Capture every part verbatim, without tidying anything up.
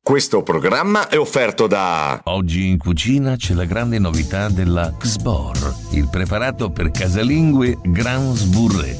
Questo programma è offerto da... Oggi in cucina c'è la grande novità della Xbor, il preparato per casalingue Gran Sburré.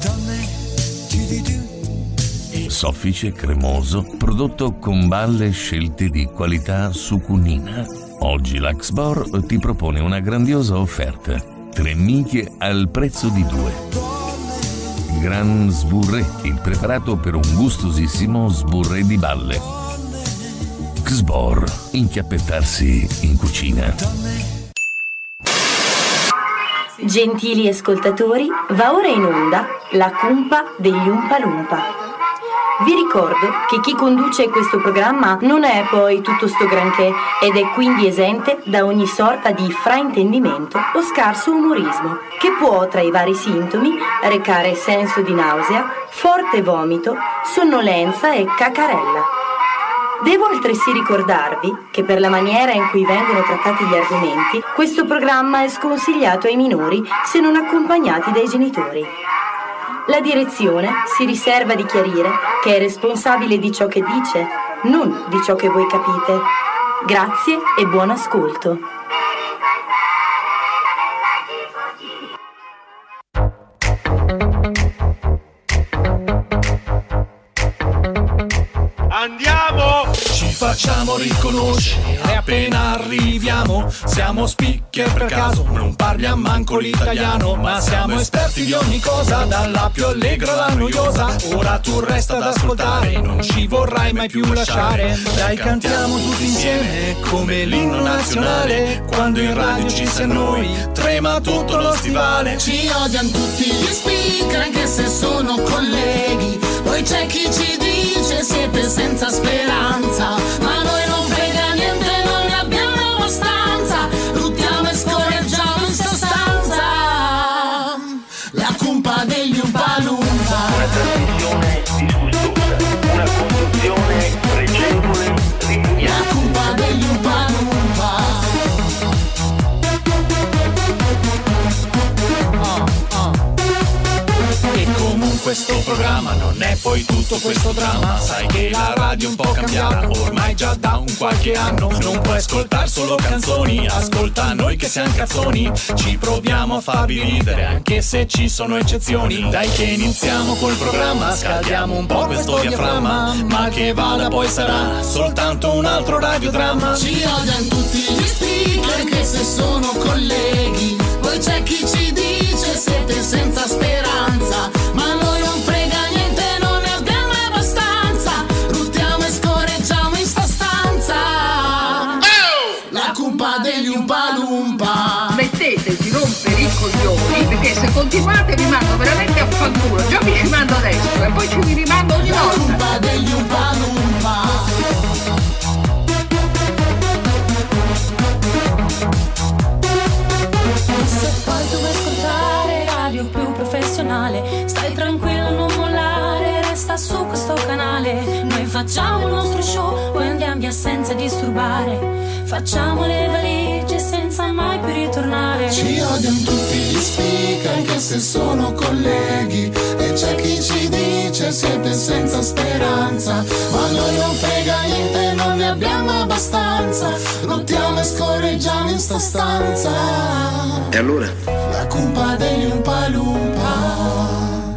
Soffice, cremoso, prodotto con balle scelte di qualità sucunina. Oggi la Xbor ti propone una grandiosa offerta. Tre miche al prezzo di due. Gran Sburré, il preparato per un gustosissimo sburré di balle. Xbor, inchiappettarsi in cucina. Gentili ascoltatori, va ora in onda la cumpa degli Umpa Lumpa. Vi ricordo che chi conduce questo programma non è poi tutto sto granché ed è quindi esente da ogni sorta di fraintendimento o scarso umorismo, che può, tra i vari sintomi, recare senso di nausea, forte vomito, sonnolenza e cacarella. Devo altresì ricordarvi che per la maniera in cui vengono trattati gli argomenti, questo programma è sconsigliato ai minori se non accompagnati dai genitori. La direzione si riserva di chiarire che è responsabile di ciò che dice, non di ciò che voi capite. Grazie e buon ascolto. Andiamo! Ci facciamo riconoscere appena arriviamo. Siamo speaker per caso, non parliamo manco l'italiano, ma siamo esperti di ogni cosa, dalla più allegra alla noiosa. Ora tu resta ad ascoltare, non ci vorrai mai più lasciare. Dai, cantiamo tutti insieme come l'inno nazionale. Quando in radio ci sei noi, trema tutto lo stivale. Ci odiano tutti gli speaker anche se sono colleghi. Poi c'è chi ci dice siete senza speranza, ma noi non frega niente, non ne abbiamo abbastanza. Luttiamo e scorreggiamo in sostanza. La cumpa degli Umpa Lumpa. Una trasmissione disgustosa, una conduzione pregevole, ripugnante. La cumpa degli Umpa Lumpa. Oh, oh. E comunque questo programma non è poi tutto questo dramma. Sai che la radio è un po' cambiata, ormai già da un qualche anno. Non puoi ascoltare solo canzoni, ascolta noi che siamo cazzoni. Ci proviamo a farvi ridere anche se ci sono eccezioni. Dai che iniziamo col programma, scaldiamo un po' questo diaframma. Ma che vada poi sarà soltanto un altro radiodramma. Ci odiano tutti gli speaker anche se sono colleghi. Poi c'è chi ci dice siete senza speranza, ma noi non frega niente, non ne abbiamo abbastanza. Ruttiamo e scorreggiamo in sta stanza. Oh! La cumpa degli Umpa Lumpa. Smettete di rompere i coglioni, perché se continuate vi mando veramente a fanculo. Già vi ci mando adesso e poi ci vi rimando ogni La volta. cumpa degli Umpa Lumpa. Se poi tu vuoi ascoltare radio più professionale, stai tranquillo, non mollare, resta su questo canale. Noi facciamo il nostro show, poi andiamo via senza disturbare. Facciamo le valigie senza mai più ritornare. Ci odiano tutti gli speaker anche se sono colleghi. E c'è chi ci dice siete senza speranza, ma noi non frega niente, non ne abbiamo abbastanza. Lottiamo e scorreggiamo in sta stanza. E allora? La cumpa degli Umpa Lumpa.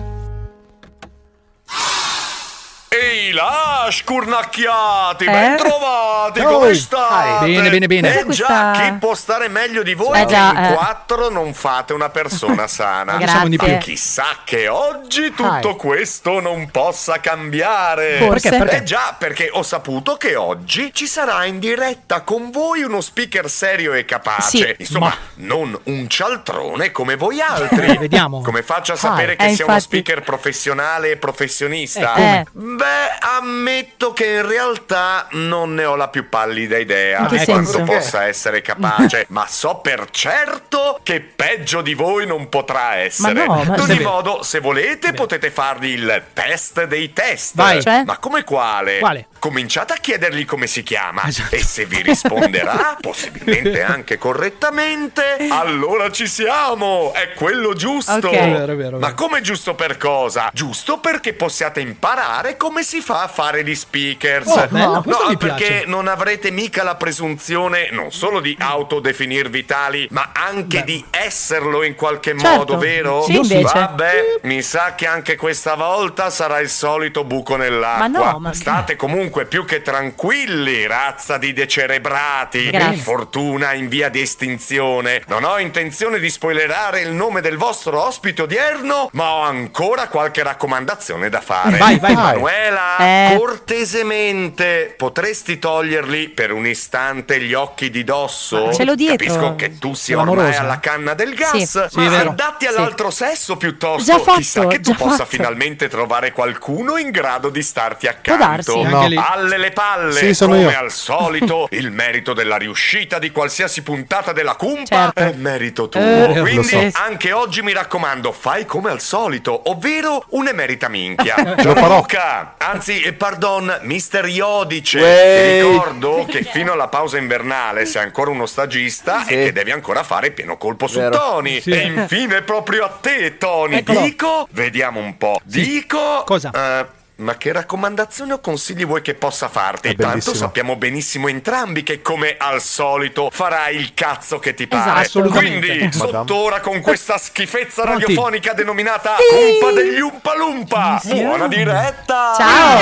Ehi là, scurnacchiati, Eh? ben trovati, Oh, come state? bene, bene, bene. Eh Cos'è già, questa- chi può stare meglio di voi? Eh già, In eh. quattro non fate una persona sana. Diciamo di più. Ma chissà che oggi tutto Ah. questo non possa cambiare. Forse. Perché? Perché? Eh già, perché ho saputo che oggi ci sarà in diretta con voi uno speaker serio e capace. Sì. Insomma, Ma- non un cialtrone come voi altri. Vediamo. Come faccio a sapere Ah, che eh, sia uno infatti. speaker professionale e professionista? Eh, Beh, ammetto che in realtà non ne ho la più pallida idea In che di quanto senso? possa essere capace, ma so per certo che peggio di voi non potrà essere. no, ma- Ad ogni Beh. modo, se volete, potete fargli il test dei test. Vai. Cioè? Ma come quale? Quale? cominciate a chiedergli come si chiama e se vi risponderà, possibilmente anche correttamente, allora ci siamo, è quello giusto. Ok. È vero, è vero, è vero. Ma come giusto per cosa? Giusto perché possiate imparare come si fa a fare gli speakers. Oh, bello, no, questo mi perché piace. non avrete mica la presunzione non solo di autodefinirvi tali, ma anche Beh. di esserlo in qualche Certo. modo, vero? Sì, invece. Vabbè, mi sa che anche questa volta sarà il solito buco nell'acqua. Ma no, ma- State comunque più che tranquilli, razza di decerebrati. Grazie. Fortuna in via di estinzione. Non ho intenzione di spoilerare il nome del vostro ospite odierno, ma ho ancora qualche raccomandazione da fare. Vai, vai, vai. Manuela, Eh. cortesemente potresti toglierli per un istante gli occhi di dosso? Ma ce l'ho dietro. Capisco che tu sia Sono ormai amorosa. alla canna del gas, Sì. Sì, ma è vero. datti all'altro sesso piuttosto. Già fatto, Chissà che tu già possa fatto. finalmente trovare qualcuno in grado di starti Può darsi. accanto. Sì, anche lì. Alle le palle, Sì, sono come io. al solito, il merito della riuscita di qualsiasi puntata della Cumpa Certo. è merito tuo. Eh, Quindi lo so. anche oggi mi raccomando, fai come al solito, ovvero un'emerita minchia. Lo farò. Gianluca, anzi, eh, pardon, mister Iodice, Uè. ti ricordo che fino alla pausa invernale sei ancora uno stagista Sì. e che devi ancora fare pieno colpo su Vero. Tony. Sì. E infine proprio a te, Tony. Eccolo. Dico, vediamo un po'. Sì. Dico... Cosa? eh, ma che raccomandazioni o consigli vuoi che possa farti? È Tanto bellissimo. sappiamo benissimo entrambi che come al solito farai il cazzo che ti pare. Esatto. Assolutamente. Quindi, Madame. sott'ora con questa schifezza Pronti? radiofonica denominata Sì. Cumpa degli Umpa Lumpa. Buona diretta!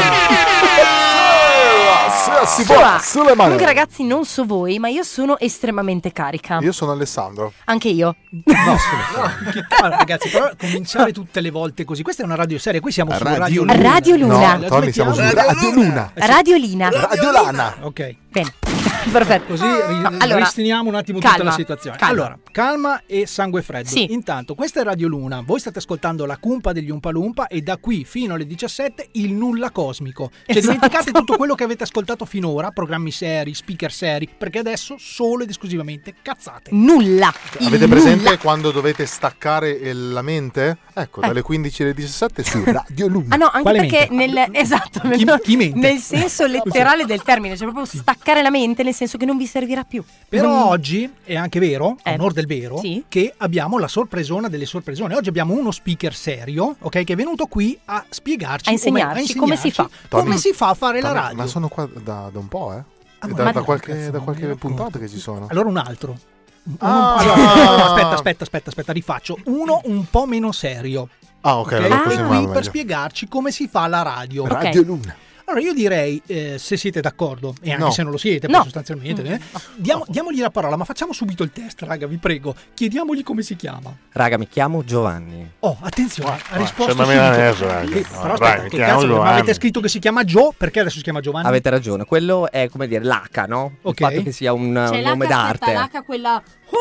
Ciao. Si Sua. può, sulle mani. Comunque ragazzi, non so voi, ma io sono estremamente carica. Io sono Alessandro. Anche io. No, che- ah, ragazzi, però cominciare tutte le volte così. Questa è una radio seria, qui siamo su Radio Radio Luna. Luna. Radio Luna. No, Tony, siamo su smettiamo? Radio Luna. Radiolina. Radio Lana. Ok. Bene. Perfetto. Così ri- Allora, ristiniamo un attimo tutta calma, la situazione. calma. Allora, calma e sangue freddo. Sì. Intanto, questa è Radio Luna. Voi state ascoltando la Cumpa degli Umpa Lumpa e da qui fino alle diciassette il nulla cosmico. Cioè, Esatto. dimenticate tutto quello che avete ascoltato finora, programmi seri, speaker seri, perché adesso solo ed esclusivamente cazzate. Nulla. Il Avete nulla. presente quando dovete staccare il- la mente? Ecco, dalle quindici alle diciassette su Radio Luna. Ah no, anche Quale perché mente? nel esatto, Chi- nel, chi mente? nel senso letterale del termine, cioè proprio staccare la mente, nel senso che non vi servirà più. Però Non- oggi è anche vero, a Eh, onor del vero, sì. che abbiamo la sorpresona delle sorpresone. Oggi abbiamo uno speaker serio, ok, che è venuto qui a spiegarci, A insegnarci o meglio, a come si fa. come Tony, si fa a fare la Tony, radio. Ma sono qua da, da un po', eh? Ah, E ma- da, ma da no, qualche, cazzo, da non qualche mi racconto. puntata che ci sono. Allora un altro. Uno Ah. un po'- allora, aspetta, aspetta, aspetta, aspetta, rifaccio. Uno un po' meno serio. Ah, ok, ok? allora Ah. così È va qui meglio. per spiegarci come si fa la radio. Ok. Radio Luna. Allora io direi, eh, se siete d'accordo, e anche No. se non lo siete, No. poi sostanzialmente, eh, diamo- diamogli la parola, ma facciamo subito il test, raga, vi prego. Chiediamogli come si chiama. Raga, mi chiamo Giovanni. Oh, attenzione, ha Guarda, risposto sembra subito. milanese, raga. Sì, No, però dai, aspetta, mi che chiamo cazzo, ma Giovanni. avete scritto che si chiama Joe, perché adesso si chiama Giovanni? Avete ragione, quello è come dire l'H, no? Il Ok. fatto che sia un, C'è un nome l'H, aspetta, d'arte. l'H quella.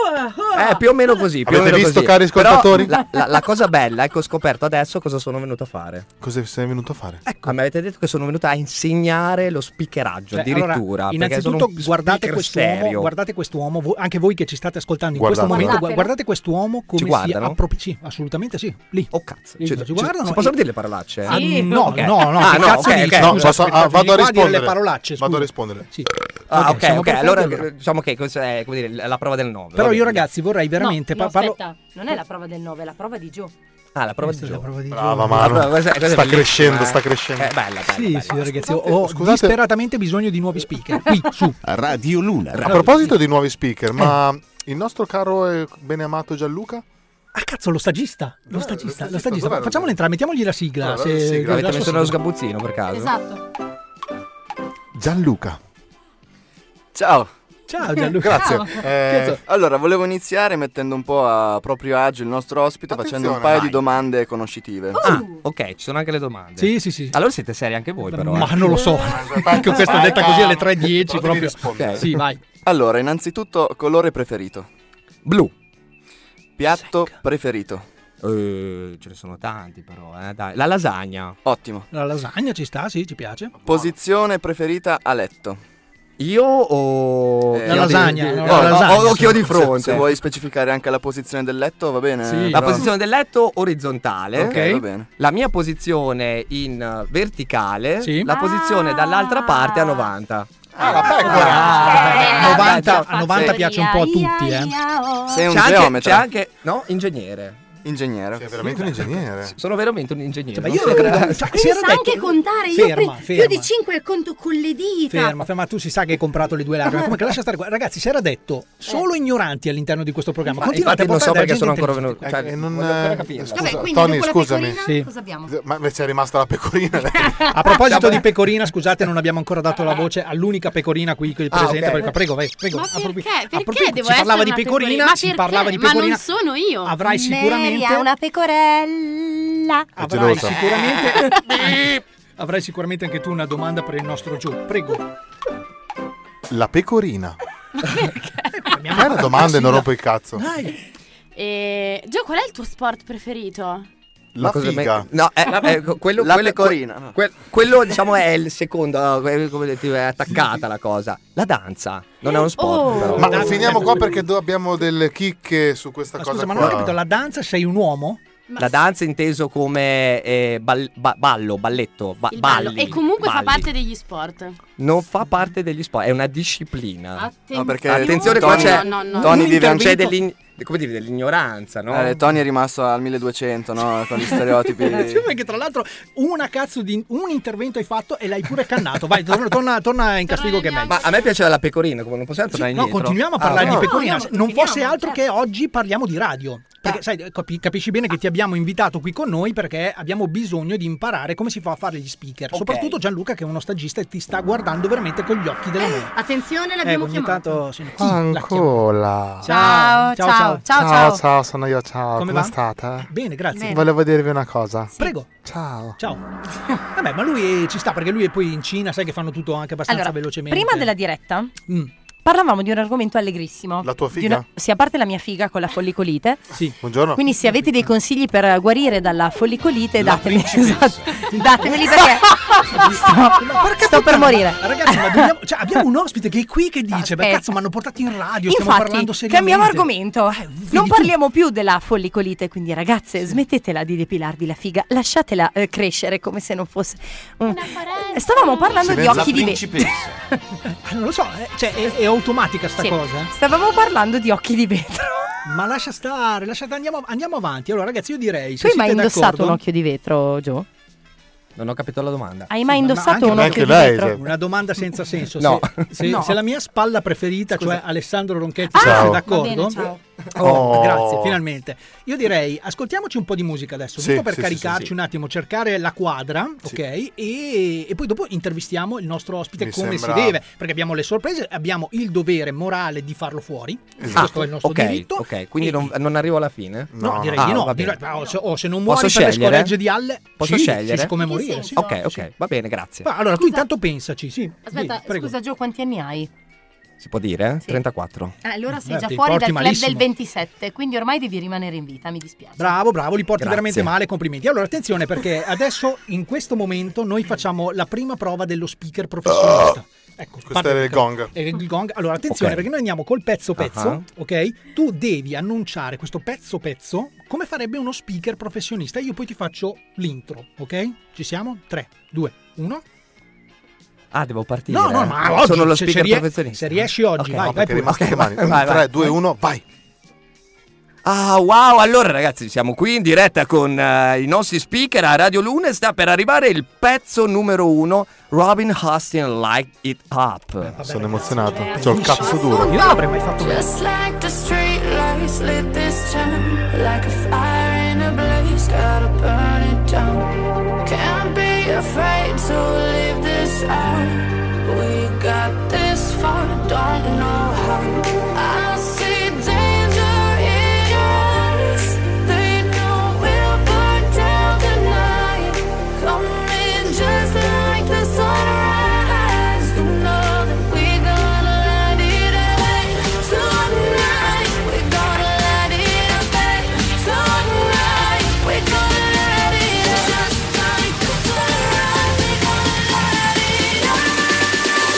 Eh, più o meno così. Più o Avete meno visto, così. cari ascoltatori? Però la, la- la cosa bella è che ho scoperto adesso cosa sono venuto a fare. Cosa sei venuto a fare? Ecco. Ah, mi avete detto che sono venuto a insegnare lo speakeraggio, Cioè, addirittura. allora, perché sono innanzitutto un guardate speaker quest'uomo, serio. guardate quest'uomo, vo- anche voi che ci state ascoltando in Guardate. questo momento, gu- Guardatelo. guardate quest'uomo come Ci si guardano? appropria. Sì, assolutamente sì, lì. Oh cazzo. Sì, Cioè, ci cioè, guardano si possono e- dire le parolacce? Ah, Eh? no, Ok. no, no, Ah, che no, cazzo ok, dici? ok. No, Scusa, posso- aspetta, ah, vado vieni a qua dire rispondere. le parolacce, Vado a scusa. rispondere. Sì. Ah, ok, siamo ok. perfetti, Allora allora. diciamo che cos'è, come dire, la prova del nove. Però va io bene. ragazzi vorrei veramente No, no, pa- parlo- aspetta, non è la prova del nove, è la prova di Joe. Ah, la prova di Questa è la gioco. prova di Brava gioco. Manu. Allora, questa- questa è Sta bellissima, crescendo, eh. sta crescendo. Eh, bella, bella, Sì, bella. sì, ragazzi, Scusate, ho scusate. disperatamente bisogno di nuovi speaker. Qui, su. Radio Luna. A proposito di nuovi speaker, ma il nostro caro e bene amato Gianluca? Ah, cazzo, lo stagista. Lo Eh, stagista, lo lo stagista, stagista. dov'è? Facciamolo entrare, mettiamogli la sigla. Allora, se- la sigla. Avete la sua messo nello sigla. sgabuzzino per caso? Esatto. Gianluca. Ciao. Ciao Gianluca. Grazie. Ciao. Eh, Allora, volevo iniziare mettendo un po' a proprio agio il nostro ospite facendo un Attenzione, paio vai. di domande conoscitive. Ah, ok, ci sono anche le domande. Sì, sì, sì. Allora siete seri anche voi, però. Ma eh. non lo so. Anche questa detta così alle tre e dieci Però devi proprio. rispondere. Ok. Sì, vai. Allora, innanzitutto, colore preferito. Blu. Piatto Secca. preferito. Eh, ce ne sono tanti, però. Eh, dai. La lasagna. Ottimo. La lasagna ci sta, sì, ci piace. Posizione preferita a letto. Io o Eh, La lasagna, Di- di- no, no, la no, lasagna, o chi ho di sì. fronte. Se vuoi specificare anche la posizione del letto, va bene? Sì. La Però- posizione del letto orizzontale. Ok, va bene. La mia posizione in uh, verticale. Sì. La posizione dall'altra parte a novanta. Ah, la pecora. Ah, a novanta, a novanta Fattoria, piace un po' a tutti, eh. Sei un C'è anche, geometra. c'è anche. No, ingegnere. Ingegnere. Sei veramente un ingegnere. Sono veramente un ingegnere. Ma non io so- credo- cioè, Quindi si era sa detto- anche contare. Io Ferma, pre- ferma. più di cinque conto con le dita. Ferma, ferma, tu si sa che hai comprato le due lacrime. Comunque lascia stare qua. Ragazzi, si era detto solo ignoranti all'interno di questo programma. Ma Continuate infatti a non so portare perché della sono gente ancora intelligente. venuto. Cioè, Eh, non, voglio ancora eh, capirla. scusa, Vabbè, quindi Tony, dopo la scusami. pecorina Sì. cosa abbiamo? Ma c'è rimasta la pecorina. A proposito di pecorina, scusate, non abbiamo ancora dato la voce all'unica pecorina qui qui Ah, presente. ok. perché- Prego, vai, prego. Ma Appropri- perché? Perché appropri- devo si parlava essere di una pecorina, pecorina? Ma si perché? parlava di Ma non pecorina. sono io. Avrai sicuramente Neri è una pecorella. avrai gelosa. sicuramente avrai sicuramente anche tu una domanda per il nostro Gio. Prego. La pecorina. Abbiamo- Fai una domanda e non Sì, rompo il cazzo. Dai. E... Gio, qual è il tuo sport preferito? La Cosa figa. me- No, eh, eh, quello, La quello- pecorina, no. que- quello diciamo è il secondo, no, que- come dire, è attaccata la cosa. La danza non è uno sport, Oh. però. Ma Danza- finiamo qua perché do- abbiamo delle chicche su questa Ma cosa scusa, ma qua. non ho capito, la danza sei un uomo? La danza inteso come eh, bal- ba- ballo, balletto, ba- Il ballo. balli, E comunque fa balli. parte degli sport. Non fa parte degli sport, è una disciplina. Attenzione. No, perché Attenzione, Tony- qua c'è No, no, no. Tony un vive anche- c'è dell'ign- come dire, dell'ignoranza, no? Eh, Tony è rimasto al milleduecento, no? Con gli stereotipi. Sì, perché tra l'altro una cazzo di un intervento hai fatto e l'hai pure cannato. Vai, torna, torna, torna in castigo che è meglio. Ma a me piaceva la pecorina, come non possiamo tornare No, indietro. continuiamo a Ah, parlare no. di pecorina. No, no, non continuiamo, fosse altro certo. che oggi parliamo di radio. Perché sai, capi- capisci bene che ti abbiamo invitato qui con noi perché abbiamo bisogno di imparare come si fa a fare gli speaker. Ok. Soprattutto Gianluca, che è uno stagista e ti sta guardando veramente con gli occhi della mano. Attenzione, Eh, l'abbiamo ogni chiamato. tanto sì, chi l'ha chiamato? Ancora. Ciao, ciao, ciao, ciao, ciao. ciao, sono io, ciao. Come Come, va? state? Bene, grazie. Bene. Volevo dirvi una cosa. Prego. Ciao. Ciao. Vabbè, ma lui ci sta perché lui è poi in Cina, sai che fanno tutto anche abbastanza Allora, velocemente. prima della diretta Mm. parlavamo di un argomento allegrissimo. La tua Di figa? una- sì, a parte la mia figa con la follicolite. Sì. Buongiorno. Quindi se avete dei consigli per guarire dalla follicolite, datemeli. Esatto. Datemeli perché sto, Ma porca sto per puttana, morire. ma Ragazzi, ma dobbiamo, cioè, abbiamo un ospite che è qui che dice: Aspetta. Beh, cazzo, mi hanno portato in radio. Stiamo Infatti, parlando seriamente. cambiamo argomento. Eh, vedi non tu. parliamo più della follicolite, quindi ragazze, smettetela di depilarvi la figa, lasciatela eh, crescere come se non fosse un... Eh, Stavamo parlando di Silenzio. occhi di La vetro. Ah, non lo so, eh, cioè, è, è automatica sta Sì. cosa. eh. Stavamo parlando di occhi di vetro. Ma lascia stare, lascia stare, andiamo, andiamo avanti. Allora, ragazzi, io direi: Tu se hai mai siete indossato d'accordo- un occhio di vetro, Gio? Non ho capito la domanda. Hai mai Sì, ma- ma indossato anche- un anche occhio di lei, vetro? se- Una domanda senza senso. No. Se, se- No. se la mia spalla preferita, cioè Alessandro Ronchetti, Ah, siete ciao. d'accordo? Va bene, ciao. Oh, Oh. Grazie, finalmente. Io direi, ascoltiamoci un po' di musica adesso, Sì, giusto per sì, caricarci sì, sì. un attimo, cercare la quadra, Sì. ok? E, e poi dopo intervistiamo il nostro ospite Mi come sembra- si deve, perché abbiamo le sorprese, abbiamo il dovere morale di farlo fuori. Esatto. Questo è il nostro ok, diritto. ok, quindi E- non, non arrivo alla fine? No, No, direi no. di Ah, no. va bene. Direi- o, se, o se non muori Posso per le scegliere? scoregge di Halle, Posso sì, scegliere? sì, come In che morire. senso? Sì. Ok, ok, Sì. va bene, grazie. Ma allora, tu Scusa. intanto pensaci, sì. Aspetta, Sì, prego. scusa Gio, quanti anni hai? Si può dire? Sì. trentaquattro. Ah, allora sei Beh, già ti fuori porti dal club malissimo. del ventisette, quindi ormai devi rimanere in vita, mi dispiace. Bravo, bravo, li porti Grazie. veramente male, complimenti. Allora, attenzione perché adesso, in questo momento, noi facciamo la prima prova dello speaker professionista. Ecco, Questo parte era il il gong. È il gong. Allora, attenzione Ok. perché noi andiamo col pezzo pezzo, Ah. ok? Tu devi annunciare questo pezzo pezzo come farebbe uno speaker professionista. Io poi ti faccio l'intro, ok? Ci siamo? tre, due, uno. Ah, devo partire. No, no, eh? ma oggi, sono lo se- speaker se rie- professionista. se riesci oggi, Ok, vai, no, vai Perché pure. rimaste Ok, le mani. vai, vai, tre, vai. due, uno, vai. Ah, wow, allora ragazzi, siamo qui in diretta con eh, i nostri speaker a Radio Luna e sta per arrivare il pezzo numero uno, Robin Austin, Light It Up. Sono emozionato. C'ho il cazzo duro. Io non l'avrei mai fatto bene. Just like the street lights lit this town, like a fire in a blaze, gotta burn it down. Can't be afraid to leave this out. We got this far, don't know how. I see danger in your eyes. They know we'll burn down the night. Coming just like the sunrise. You know that we gonna light it up tonight. We gonna light it up tonight. We gonna light it up just like the sunrise. We gonna light it up.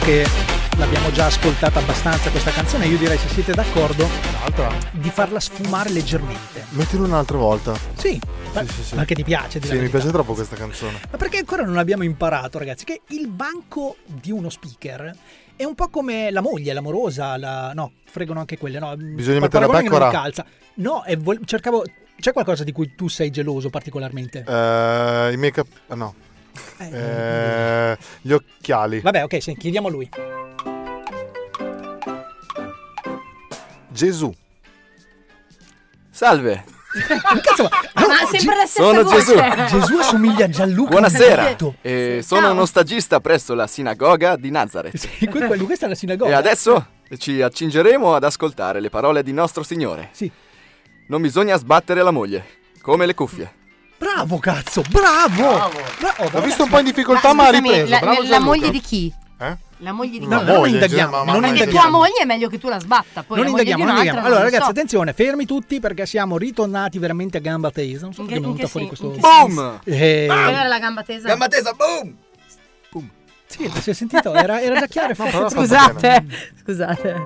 che l'abbiamo già ascoltata abbastanza questa canzone, io direi, se siete d'accordo, di farla sfumare leggermente. Mettilo un'altra volta. Sì, sì, sì, sì. Anche ti piace? Sì, mi piace troppo questa canzone. Ma perché ancora non abbiamo imparato, ragazzi, che il banco di uno speaker è un po' come la moglie, l'amorosa, la... no, fregano anche quelle, no. Bisogna mettere la parolone che non pecora. calza. No, e vol- cercavo... C'è qualcosa di cui tu sei geloso particolarmente? Eh, I miei cap... ah, no. Eh, gli occhiali. Vabbè, ok, sì, chiediamo a lui. Gesù. Salve. Cazzo, ma, Ma sempre la stessa Sono voce. Gesù. Gesù assomiglia a Gianluca. Buonasera. Eh, sono Ciao. uno stagista presso la sinagoga di Nazareth. Sì, que- quello- questa è la sinagoga. E adesso ci accingeremo ad ascoltare le parole di nostro Signore. Sì. Non bisogna sbattere la moglie, come le cuffie. Bravo, cazzo, bravo! Bra- oh, L'ho visto un po' in difficoltà, ma ha Scusami, ripreso. la, Bravo la Gianluca. moglie di chi? Eh? La moglie di No, chi? non moglie, indaghiamo, ma- non ma- Perché indaghiamo. tua moglie è meglio che tu la sbatta. Poi Non la moglie indaghiamo, di non un'altra indaghiamo. non Allora, lo ragazzi, so. attenzione, fermi tutti perché siamo ritornati veramente a gamba tesa. Non so In perché mi è che- in venuta che fuori sen- questo. in che Boom! Eh, Era la gamba tesa. Gamba tesa, boom! sì, si è sentito, era, era già chiaro. e No, fatto. però fa Scusate, scusate.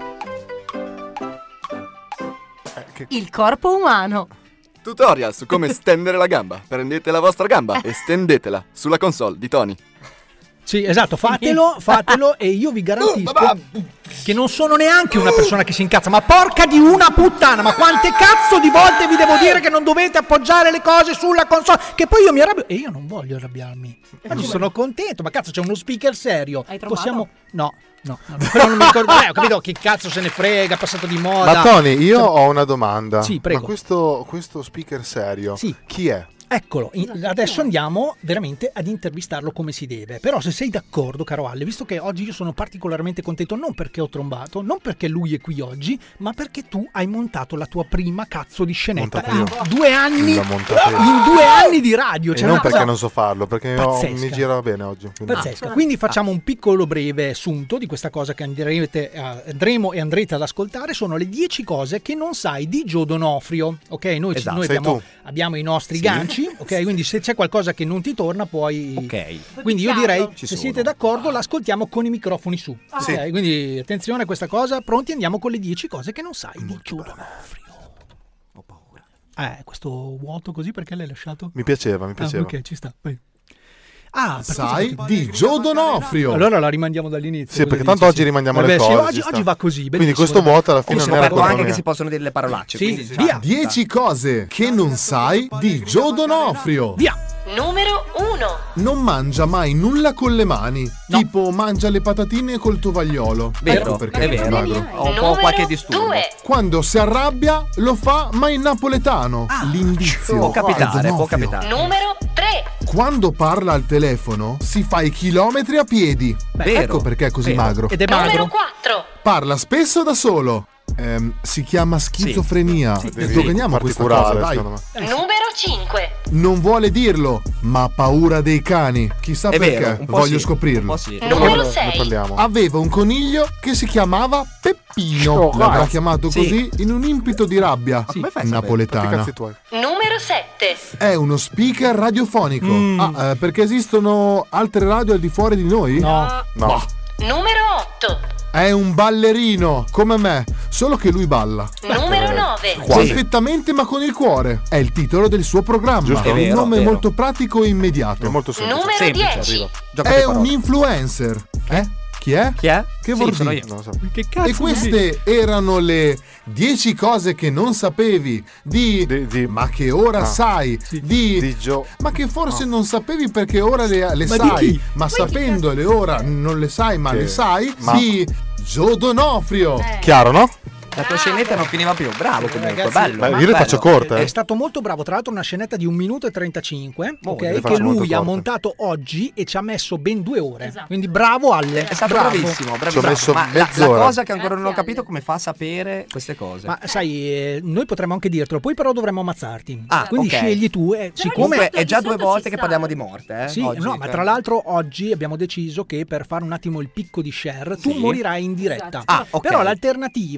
Eh, che- Il corpo umano. Tutorial su come stendere la gamba. Prendete la vostra gamba e stendetela sulla console di Tony. Sì, esatto, fatelo, fatelo e io vi garantisco che non sono neanche una persona che si incazza, ma porca di una puttana, ma quante cazzo di volte vi devo dire che non dovete appoggiare le cose sulla console, che poi io mi arrabbio e io non voglio arrabbiarmi. Oggi sono contento, ma cazzo c'è uno speaker serio. Hai trovato? Possiamo no, no, no, quello non mi ricordo. Beh, ho capito che cazzo se ne frega, è passato di moda. Ma Tony, io ho una domanda. Sì, prego. Ma questo, questo speaker serio, Sì. chi è? Eccolo, in- adesso andiamo veramente ad intervistarlo come si deve. Però se sei d'accordo, caro Alle, visto che oggi io sono particolarmente contento non perché ho trombato, non perché lui è qui oggi, ma perché tu hai montato la tua prima cazzo di scenetta Montato in io. due anni L'ho montato io. in due anni di radio. E Cioè non una perché cosa non so farlo, perché ho- pazzesca. mi gira bene oggi. quindi- pazzesca. Quindi facciamo un piccolo breve assunto di questa cosa che andrete, eh, andremo e andrete ad ascoltare. Sono le dieci cose che non sai di Gio Donofrio. Ok, noi, ci- Esatto. noi Sei abbiamo, tu. abbiamo i nostri ganci. Ok, quindi se c'è qualcosa che non ti torna, puoi. Ok. Quindi io direi, Ci se sono. siete d'accordo, l'ascoltiamo con i microfoni su. Sì. Ok, quindi attenzione a questa cosa. Pronti? Andiamo con le dieci cose che non sai di Gio Donofrio. Ho paura. Eh, questo vuoto così perché l'hai lasciato? Mi piaceva, mi Ah, piaceva. ok, ci sta. Vai. Ah, perché Sai di Gio Donofrio. allora la rimandiamo dall'inizio. Sì, perché cosa tanto dici? oggi rimandiamo Vabbè, le sì, cose. oggi, ci sta. oggi va così. Quindi bellissimo, questo dai. vuoto alla fine Ho non era scoperto colpa anche che mia. si possono dire le parolacce. Sì, quindi, via. dieci cose che non sai di Gio Donofrio. Via. Numero uno. Non mangia mai nulla con le mani. No. Tipo mangia le patatine col tovagliolo. Vero, Ecco perché è è vero. magro. Ho un po' Numero qualche disturbo. due. Quando si arrabbia lo fa ma in napoletano. L'indizio. Può capitare, può Donofrio. capitare. Numero tre. Quando parla al telefono si fa i chilometri a piedi. Vero, Ecco perché è così vero. magro. Ed è Numero magro. quattro. Parla spesso da solo. Ehm, si chiama schizofrenia. Sì, Sdoganiamo questa cosa, particolare, dai. secondo me. Numero cinque. Non vuole dirlo, ma ha paura dei cani. Chissà È perché. vero, un po' Voglio sì, scoprirlo. un po' sì. Numero Ne sei. parliamo. Aveva un coniglio che si chiamava Peppino. Oh, L'avrà cazzo. chiamato Sì. così in un impeto di rabbia. come fai a sapere? Che Napoletana. cazzi tuoi? Numero sette. È uno speaker radiofonico. Ah, eh, perché esistono altre radio al di fuori di noi? No. No. Numero otto. È un ballerino, come me, solo che lui balla. Numero nove. Perfettamente ma con il cuore. È il titolo del suo programma. Giusto. È un È vero, nome vero. molto pratico e immediato. È molto semplice. Numero Semplice, dieci. arriva. Gioca È di un parole. influencer. Eh? Chi è? Chi è? Che Sì, vuol sono dire? io. Non lo so. Che cazzo E queste erano le dieci cose che non sapevi di, Di- di- ma che ora Ah. sai di, Di Gio. ma che forse non sapevi perché ora le, le Ma di sai chi? ma sapendole ora non le sai ma Che- le sai ma- di Gio Donofrio. Chiaro, no? La tua scenetta non finiva più. Bravo comunque, Ragazzi, bello. Beh, ma io le bello. faccio corte. È eh. stato molto bravo, tra l'altro una scenetta di un minuto e trentacinque, Oh, ok, le che faccio molto lui ha corte. montato oggi e ci ha messo ben due ore. Esatto. Quindi bravo Alle. È stato bravo. bravissimo, bravissimo. Ci ho messo Ma la, la mezz'ora. cosa che ancora non ho Grazie, capito Ale. come fa a sapere queste cose. Ma sai, eh, noi potremmo anche dirtelo, poi però dovremmo ammazzarti. Ah, Quindi ok. scegli tu, eh, siccome Comunque è già di due solito volte ci che sta. parliamo di morte, eh? sì, oggi, no, ma cioè. tra l'altro oggi abbiamo deciso che per fare un attimo il picco di share tu Sì. morirai in diretta. Ah, ok. Però l'alternativa che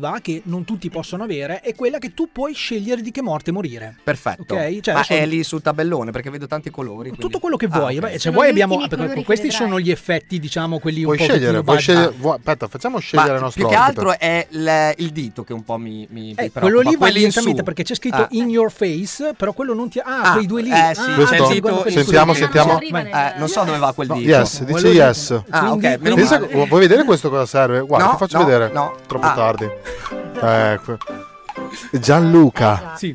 non tutti possono avere, è quella che tu puoi scegliere di che morte morire. Perfetto. Ok? Cioè, Ma adesso- è lì sul tabellone perché vedo tanti colori. quindi- tutto quello che Ah, vuoi. ok. Beh, se Sono vuoi gli abbiamo ultimi perché colori che questi vedrai. sono gli effetti, diciamo, quelli Puoi un po' scegliere, puoi budget. scegliere vuoi- aspetta, facciamo scegliere Ma il nostro più che ospite. altro è il, il dito che un po' mi, mi, mi Eh, preoccupa. quello lì va Quelli in direttamente su. perché c'è scritto Ah. in your face, però quello non ti. Ah, Ah, quei due lì. eh, sì, Ah, Questo- c'è il sì, dito quello- in quelli- su. Sentiamo, che- sentiamo. Eh, non so dove va quel No, dito. yes, dice Quello lì- yes. Ah, ok. Quindi- meno Pensa- male. vuoi vedere questo cosa serve? Guarda, No, ti faccio no, vedere. no. Troppo Ah. tardi. Ecco. Gianluca. Sì.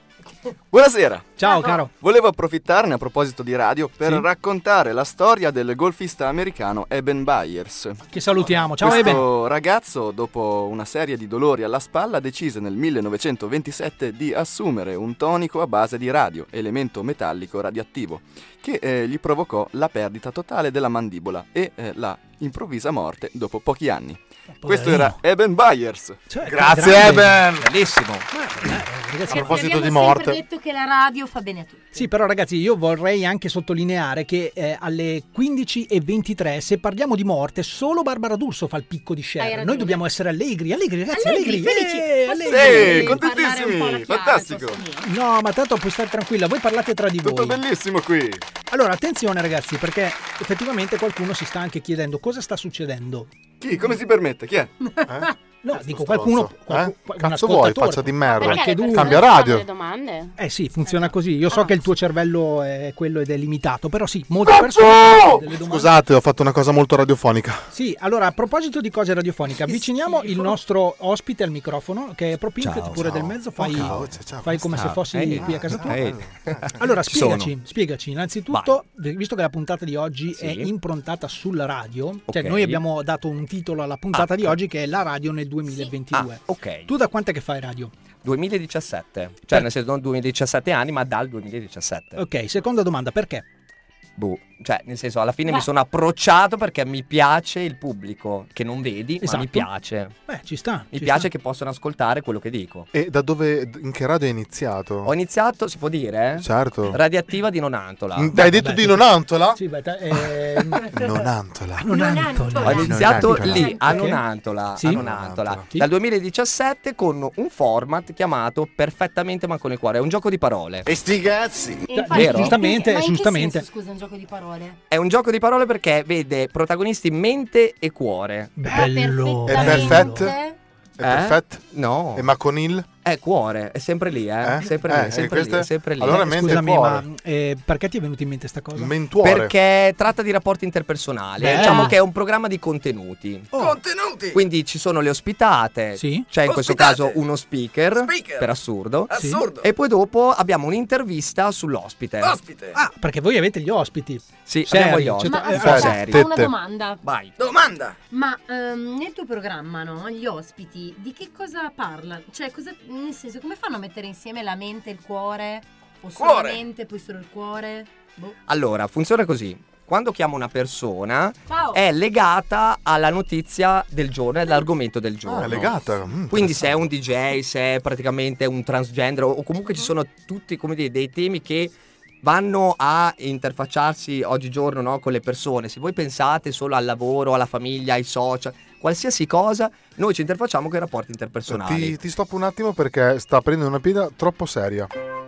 Buonasera. Ciao, caro. Volevo approfittarne a proposito di radio per Sì. raccontare la storia del golfista americano Eben Byers. Che salutiamo. Ciao Questo Eben. ragazzo, dopo una serie di dolori alla spalla, decise nel millenovecentoventisette di assumere un tonico a base di radio, elemento metallico radioattivo, che eh, gli provocò la perdita totale della mandibola e eh, la improvvisa morte dopo pochi anni. Questo era Eben Byers. Cioè, Grazie, grande. Eben. Bellissimo. Ragazzi, A proposito abbiamo di morte. sempre detto che la radio fa bene a tutti. Sì, però ragazzi, io vorrei anche sottolineare che eh, alle quindici e ventitré, se parliamo di morte, solo Barbara D'Urso fa il picco di Hai share. ragione. Noi dobbiamo essere allegri, allegri ragazzi, Allegri, allegri, felici. eh, Posso allegri. Sì, parlare un po' la contentissimi, chiave, fantastico. posso dire? No, ma tanto puoi stare tranquilla, voi parlate tra di Tutto voi. bellissimo qui. Allora, attenzione ragazzi, perché effettivamente qualcuno si sta anche chiedendo cosa sta succedendo. Chi? Come si permette? Chi è? No, dico qualcuno, stronzo. qualcu- Eh? un Cazzo vuoi, ascoltatore. faccia di merda. Anche Perché le tu. persone Cambia si fanno radio. le domande? Eh sì, funziona così. Io so Ah. che il tuo cervello è quello ed è limitato, però sì, molte persone fanno delle domande. Scusate, ho fatto una cosa molto radiofonica. Sì, allora a proposito di cose radiofoniche, avviciniamo il nostro ospite al microfono, che è proprio Ciao, pure ciao. del mezzo, fai, Oh, ciao, ciao, fai come se ciao. fossi Ehi. qui a casa tua. Ehi. Allora, Ci sono. spiegaci, spiegaci. Innanzitutto, visto che la puntata di oggi Sì. è improntata sulla radio, cioè Ok. noi abbiamo dato un titolo alla puntata Ah, di oggi che è La radio nel duemilaventidue. Ah, ok. Tu da quant'è che fai radio? duemiladiciassette. Cioè, nel senso non duemiladiciassette anni, ma dal duemiladiciassette. Ok, seconda domanda, perché? Boh, cioè, nel senso, alla fine Ma- mi sono approcciato perché mi piace il pubblico, che non vedi, Esatto. ma mi piace. Beh, ci sta. Mi ci piace sta. che possano ascoltare quello che dico. E da dove, in che radio hai iniziato? Ho iniziato, si può dire? Certo. Radioattiva di Nonantola. Mm, Hai detto Beh, di sì. Nonantola? Sì, beh, te- eh, Nonantola. Nonantola. Ho iniziato Nonantola. lì, a Ok. Nonantola, Sì. a Nonantola. Sì. Dal duemiladiciassette con un format chiamato Perfettamente ma con il cuore. È un gioco di parole. E sti cazzi! Infatti, vero? Giustamente, ma in che giustamente. senso, scusa, un gioco di parole? È un gioco di parole perché vede protagonisti mente e cuore. Bello. È perfetto? È Eh? perfetto? No. E ma con il? È cuore, è sempre lì, eh. Eh? Sempre Eh, lì, sempre questa- lì, è sempre lì. allora Eh, mente e Scusami, cuore. ma eh, perché ti è venuta in mente sta cosa? Mentuore. Perché tratta di rapporti interpersonali. Beh. Diciamo che è un programma di contenuti. Oh. Contenuti! Quindi ci sono le ospitate. Sì. C'è in questo Ospitate. caso uno speaker, Speaker. per assurdo. Assurdo! E poi dopo abbiamo un'intervista sull'ospite. Ospite! Ah, perché voi avete gli ospiti. Sì, Seri, abbiamo gli cioè, ospiti. Ma eh, aspetta, seri. ho una Tette. domanda. Vai. Domanda! Ma ehm, nel tuo programma, no, gli ospiti di che cosa parlano? Cioè, cosa, nel senso, come fanno a mettere insieme la mente e il cuore? O solo Cuore. la mente, poi solo il cuore? Boh. Allora, funziona così. Quando chiamo una persona Ciao. è legata alla notizia del giorno, è l'argomento del giorno. Ah, è legata. Mm, Quindi se è un D J, se è praticamente un transgender o comunque ci sono tutti come dire, dei temi che vanno a interfacciarsi oggigiorno, no, con le persone. Se voi pensate solo al lavoro, alla famiglia, ai social, qualsiasi cosa, noi ci interfacciamo con i rapporti interpersonali. Ti, ti stoppo un attimo perché sta prendendo una piega troppo seria.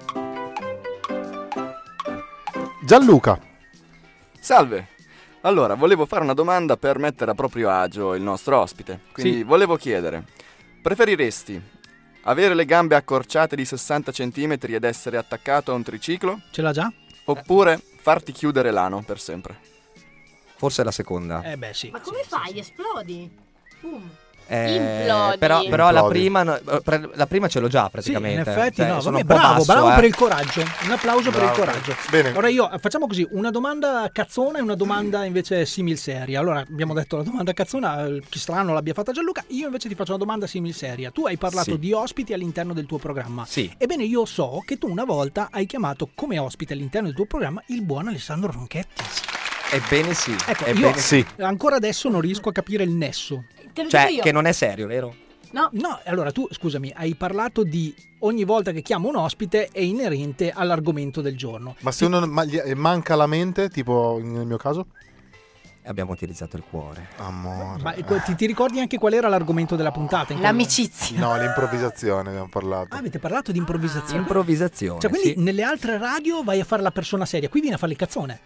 Gianluca. Salve! Allora, volevo fare una domanda per mettere a proprio agio il nostro ospite. Quindi Sì. volevo chiedere, preferiresti avere le gambe accorciate di sessanta centimetri ed essere attaccato a un triciclo? Ce l'ha già? Oppure farti chiudere l'ano per sempre? Forse è la seconda. Eh beh sì. Ma come fai? Esplodi? Boom. Eh, Implodi. però, però la Implodi. prima no, eh, pre- la prima ce l'ho già Sì, praticamente. in effetti Cioè, no, sono vabbè, un po' bravo, basso, bravo eh. per il coraggio. Un applauso per il Bravo. coraggio. Bene. Allora io facciamo così, una domanda cazzona e una domanda invece simil seria. Allora abbiamo detto la domanda cazzona, eh, che strano l'abbia fatta Gianluca, io invece ti faccio una domanda simil seria. Tu hai parlato Sì. di ospiti all'interno del tuo programma. Sì. Ebbene io so che tu una volta hai chiamato come ospite all'interno del tuo programma il buon Alessandro Ronchetti. Ebbene sì. Ecco, ebbene io sì. ancora adesso non riesco a capire il nesso. Te lo Cioè, dico io. che non è serio, vero? No. No, allora tu, scusami, hai parlato di ogni volta che chiamo un ospite è inerente all'argomento del giorno. Ma se uno ma- gli- manca la mente, tipo nel mio caso? e abbiamo utilizzato il cuore. Amore. Ma eh, ti, ti ricordi anche qual era l'argomento della puntata? in quel- L'amicizia. No, l'improvvisazione abbiamo parlato. Ah, avete parlato di improvvisazione. Improvvisazione. Cioè, quindi sì. nelle altre radio vai a fare la persona seria, qui viene a fare il cazzone.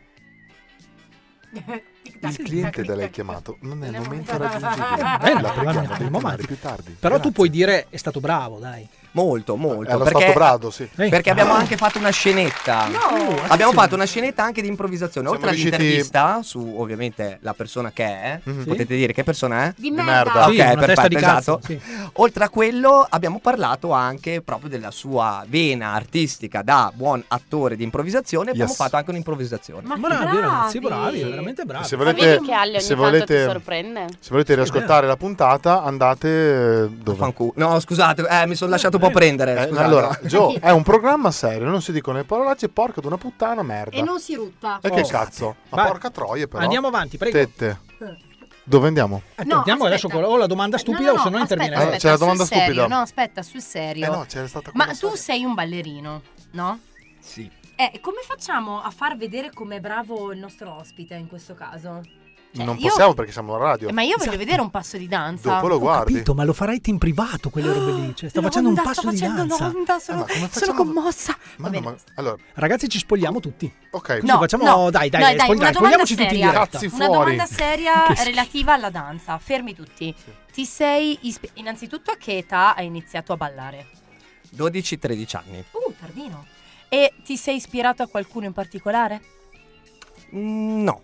Il cliente da lei chiamato non è il momento raggiungibile. Bene, La va preghiamo bene, di andiamo chiamare avanti. più tardi. Però tu Grazie. puoi dire è stato bravo, dai. Molto, molto. È lo perché, stato brado, sì. Eh, perché abbiamo ah. anche fatto una scenetta. No, abbiamo attenzione. fatto una scenetta anche di improvvisazione. Siamo Oltre riusciti- all'intervista su ovviamente la persona che è, Mhm. potete dire che persona è? Di merda. merda. Ok, Sì, una testa perfetto, di cazzo, esatto. sì. Oltre a quello abbiamo parlato anche proprio della sua vena artistica da buon attore di improvvisazione. Abbiamo Yes. fatto anche un'improvvisazione. Ma che Bravi, ragazzi, bravi. bravi, veramente bravi. Se Ma volete, vedi che Ale ogni se tanto volete, ti sorprende? se volete riascoltare la puntata, andate eh, dove? Fanculo. No, scusate, eh, mi sono lasciato un po' prendere. Eh, scusate. allora, Gio, è un programma serio, non si dicono le parolacce, porca di una puttana, merda. E non si rutta. E che Oh. cazzo? Ma Vai. porca troia, però. Andiamo avanti, prego. Tette. Dove andiamo? Eh, No, andiamo adesso aspetta. con o la domanda stupida No, no, o se no no, interviene. aspetta, Eh, lei. c'è la aspetta, domanda sul serio. stupida. No, aspetta, sul serio. Eh no, c'era stata Ma quella tu seria. sei un ballerino, no? Sì. Eh, come facciamo a far vedere com'è bravo il nostro ospite in questo caso? Cioè, Non io- possiamo perché siamo alla radio. Ma io voglio vedere un passo di danza. Dopo lo Ho guardi. capito, ma lo farete in privato quelle robe lì. Cioè, sto facendo un L'onda, passo sto di facendo danza. l'onda, sono, Eh, ma come sono facciamo- commossa. Ma Va no, bene. ma- allora, Ragazzi, ci spogliamo tutti. ok. Quindi No, facciamo no. dai, dai, No, dai, dai, spogli- una dai, domanda spogliamoci tutti in seria. diretta. Cazzi Una fuori. domanda seria Che schifo. relativa alla danza. Fermi tutti. Ti sei ispi- innanzitutto a che età hai iniziato a ballare? dodici tredici anni. Uh, tardino. E ti sei ispirato a qualcuno in particolare? Mm, no.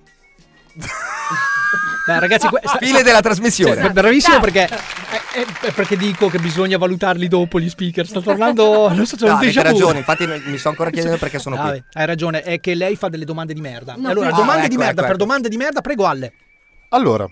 Beh, ragazzi, que- sta- Fine della trasmissione. Cioè, bravissimo perché è, è- è perché dico che bisogna valutarli dopo gli speaker. Sta tornando, non so, c'è No, un avete déjà vu. ragione, infatti mi sto ancora chiedendo perché sono qui. Dai, hai ragione, è che lei fa delle domande di merda. No, allora, no. domande Ah, di ecco, merda ecco, per ecco. domande di merda, prego Alle. Allora,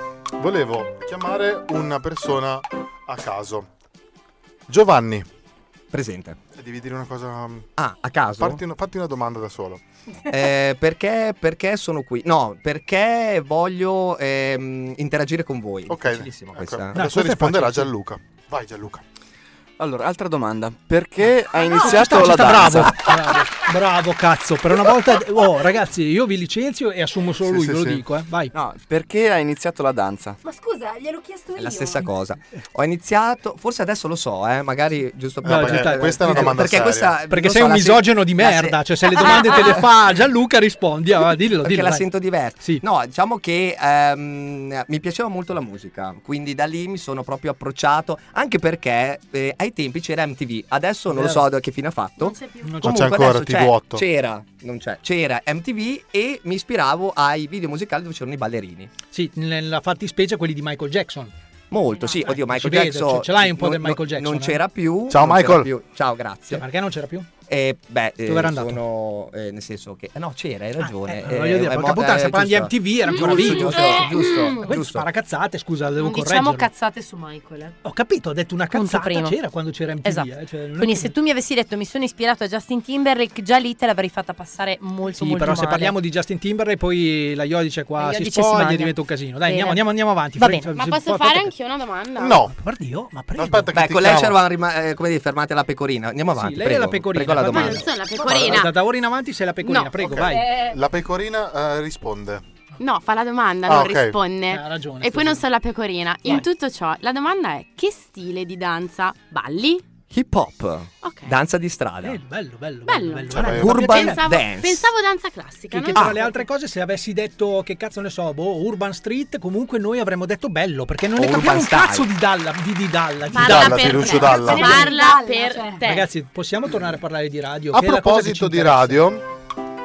volevo chiamare una persona a caso. Giovanni, Presente. devi dire una cosa. Ah, a caso? Farti una- fatti una domanda da solo. Eh, perché, perché sono qui? No, perché voglio ehm, interagire con voi. Ok, Facilissima ecco, questa. adesso questa è risponderà facile, sì. Gianluca. Vai Gianluca. Allora, altra domanda. Perché hai Ci iniziato sta, ci la sta, danza? bravo, bravo, bravo, cazzo. Per una volta, oh ragazzi, io vi licenzio e assumo solo Sì, lui, sì, ve lo sì. dico, eh. Vai. No, perché hai iniziato la danza? Ma scusa, gliel'ho chiesto io. È la stessa cosa. Ho iniziato, forse adesso lo so, eh, magari giusto per No, perché giusto, questa è una domanda perché seria. questa Perché non sei so, un la se- misogeno di la se- merda, cioè se le domande te le fa Gianluca rispondi, ah, dillo, perché dillo. la vai. sento diversa. Sì. No, diciamo che ehm, mi piaceva molto la musica, quindi da lì mi sono proprio approcciato, anche perché eh, ai tempi c'era M T V, adesso non lo so da che fine ha fatto. Non c'è più. Non c'è- Comunque c'è ancora adesso T V otto. C'era, non c'è, c'era M T V e mi ispiravo ai video musicali dove c'erano i ballerini. Sì, nella fattispecie quelli di Michael Jackson. Molto, sì, oddio, si Michael vede, Jackson. ce- ce l'hai un po' non- del Michael non- Jackson, Non eh? c'era più. Ciao, non c'era Michael. più. Ciao, grazie. Perché non c'era più? Eh, beh, eh, Dove era andato? sono, eh, nel senso che eh, no, c'era, hai ragione. Eh, voglio dire, eh, porca mo- puttana, eh, stiamo parlando di giusto. M T V, era ancora Giusto, vivo. giusto, giusto, Quindi giusto. spara cazzate, scusa, devo Non diciamo correggerlo. cazzate su Michael. Eh. Ho capito, ho detto una Punto cazzata, primo. c'era quando c'era M T V. Esatto. eh, cioè, non è Quindi che- se tu mi avessi detto mi sono ispirato a Justin Timberlake, già lì te l'avrei fatta passare molto Sì, molto però se male. parliamo di Justin Timberlake poi la Iodice qua La si Iodice si spoglia e mangia. diventa un casino. Dai, Bene. andiamo, andiamo, andiamo avanti. Va Fai- bene. Ma se- posso fate- fare anch'io una domanda? No. Guardi io, ma prego. Aspetta che Beh, ti con lei chiamo. c'eravamo rima- eh, come dire, fermate la pecorina. Andiamo avanti. Sì, lei è prego. la pecorina. Prego la va Ma domanda. non sono la bene. pecorina. Da, da ora in avanti sei la pecorina, No. prego, Ok. vai. Eh, La pecorina eh, risponde. No, fa la domanda, Ah, non ok. risponde. Ha ragione, E poi non sì. sono la pecorina. In tutto ciò, la domanda è: che stile di danza balli? Hip hop. Ok. Danza di strada. Eh, bello, bello, Bello. bello, Cioè, bello. beh, Urban Pensavo, dance. pensavo danza classica. Che, che non tra so. le altre cose, se avessi detto che cazzo ne so, boh, Urban Street, comunque noi avremmo detto bello, perché non O ne capiamo un Urban cazzo style. di Dalla, di, di Dalla. Di Parla Dalla, per Lucio te. Dalla. Parla Dalla, per cioè. te. Ragazzi, possiamo tornare a parlare di radio? A che è la cosa che ci proposito di interessa. radio,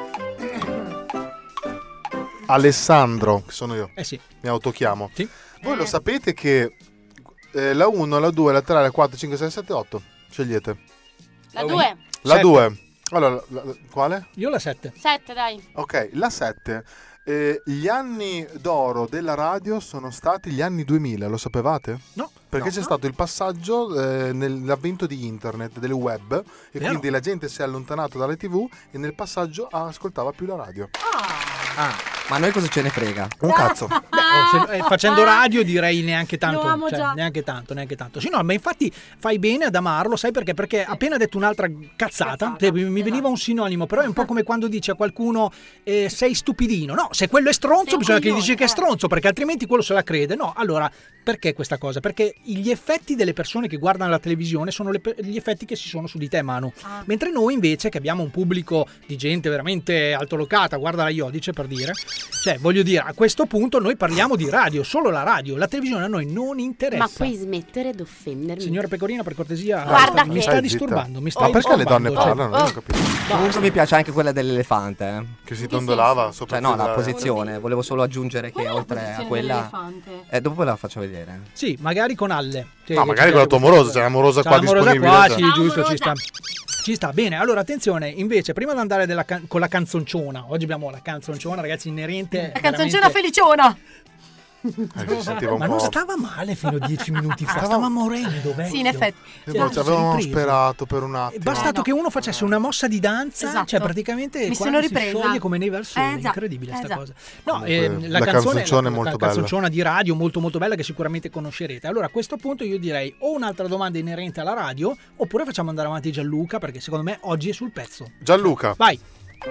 Alessandro, che sono io, Eh sì. mi autochiamo. Sì. Voi lo sapete che eh, la uno, la due, la tre, la quattro, cinque, sei, sette, otto. Scegliete. La due. La Sette. due. Allora, la- la- quale? Io la sette. Sette, dai. Ok, la sette. Eh, gli anni d'oro della radio sono stati gli anni duemila, lo sapevate? No. Perché No. c'è stato il passaggio eh, nell'avvento di internet, del web, e Vero. quindi la gente si è allontanato dalle tv e nel passaggio ascoltava più la radio. Ah, Ma a noi cosa ce ne frega? Un cazzo. Beh, oh, se- eh, facendo radio direi neanche tanto, Lo amo cioè, già. neanche tanto, neanche tanto. Sì, no, ma infatti fai bene ad amarlo, sai perché? Perché appena detto un'altra cazzata, cioè, mi mi veniva un sinonimo, però è un po' come quando dici a qualcuno eh, sei stupidino. No, se quello è stronzo bisogna che gli dici che è stronzo, perché altrimenti quello se la crede. No, allora, perché questa cosa? Perché gli effetti delle persone che guardano la televisione sono le pe- gli effetti che si sono su di te, Manu. Ah. Mentre noi invece, che abbiamo un pubblico di gente veramente altolocata, guarda la Iodice per dire, cioè voglio dire, a questo punto noi parliamo di radio, solo la radio, la televisione a noi non interessa. Ma puoi smettere di offendermi? Signora Pecorina, per cortesia, Guarda mi che- sta Stai disturbando, mi zitta. stai Ma perché le donne disturbando, parlano? cioè- Non ho capito. Comunque mi piace anche quella dell'elefante. eh. Che si dondolava sopra Cioè no, la la- posizione. Volevo solo aggiungere che Qual è la oltre a posizione quella... dell'elefante? Eh, dopo ve la faccio vedere. Sì, magari con Alle. Cioè, No, che magari ci con la tua piace amorosa, questa c'è l'amorosa cosa. qua C'è l'amorosa disponibile. qua, cioè. sì, giusto, ci Amorosa. sta. Ci sta bene. Allora, attenzione, invece, prima di andare della can- con la canzonciona, oggi abbiamo la canzonciona, ragazzi, inerente. La canzoncina feliciona. Eh, si sentiva un Ma non po'. stava male fino a dieci minuti fa, stava morendo, vecchio. Sì, in effetti. Sì, Cioè, ma ci avevamo ripreso. sperato per un È attimo. bastato Eh, no. che uno facesse una mossa di danza, Esatto. cioè praticamente Mi qua sono si ripresa. scioglie come neve al sole, Eh, già. incredibile Eh, sta già. cosa. No, Comunque, ehm, la, la canzone canzonciona è la- molto la bella. canzonciona di radio molto molto bella che sicuramente conoscerete. Allora a questo punto io direi o un'altra domanda inerente alla radio oppure facciamo andare avanti Gianluca perché secondo me oggi è sul pezzo. Gianluca, Vai.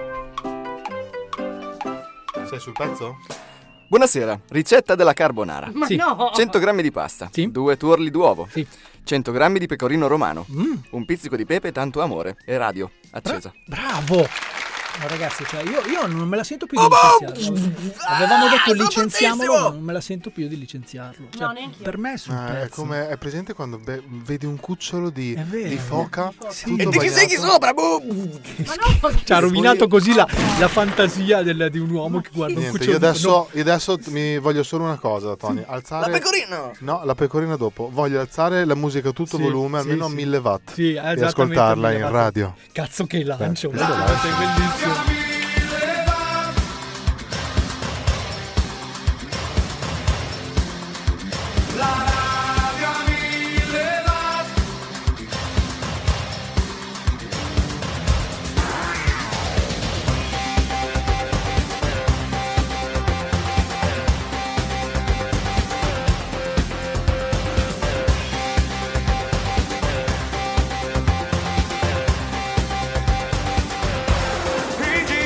sei sul pezzo? Buonasera, ricetta della carbonara. Ma Sì. no. cento grammi di pasta, Sì. due tuorli d'uovo, Sì. cento grammi di pecorino romano, Mm, un pizzico di pepe, tanto amore e radio accesa. bravo. No, ragazzi, cioè io, io non me la sento più di licenziarlo. Avevamo detto licenziamolo, ma non me la sento più di licenziarlo. Cioè, No, neanch'io. per me è sul Eh, è pezzo. come è presente quando be- vedi un cucciolo di, È vero. di foca Sì. tutto E Di chi sei chi bagnato. sopra? boh! Ma no, Ci ha rovinato così la, la fantasia del- di un uomo che guarda un Niente, cucciolo io di- adesso, io adesso mi voglio solo una cosa, Tony. Alzare... La pecorina! No, la pecorina dopo. Voglio alzare la musica a tutto Sì, volume, sì, almeno a sì. mille watt. Sì, e esattamente, ascoltarla mille in watt. radio. Cazzo che lancio, Beh, guarda, questo sei bellissimo. I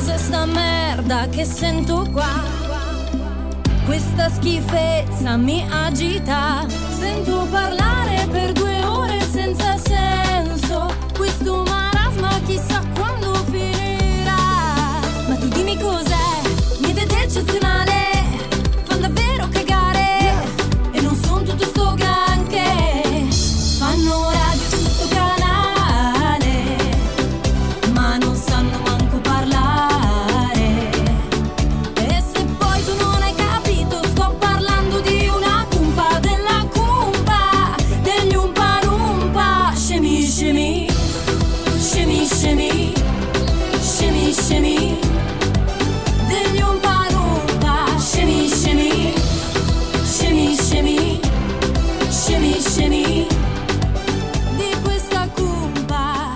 cos'è sta merda che sento qua? Questa schifezza mi agita. Sento parlare per due ore senza senso. Questo marasma chissà quando finirà. Ma tu dimmi cos'è, niente di eccezionale. Fan davvero cagare e non son tutto sto granché. Fanno radio su sto canale, ma non sanno manco parlare. E se poi tu non hai capito, sto parlando di una cumpa, della cumpa degli Umpa Lumpa. Scemi scemi, scemi scemi, scemi scemi degli Umpa Lumpa. Scemi scemi, scemi scemi, scemi scemi di questa cumpa.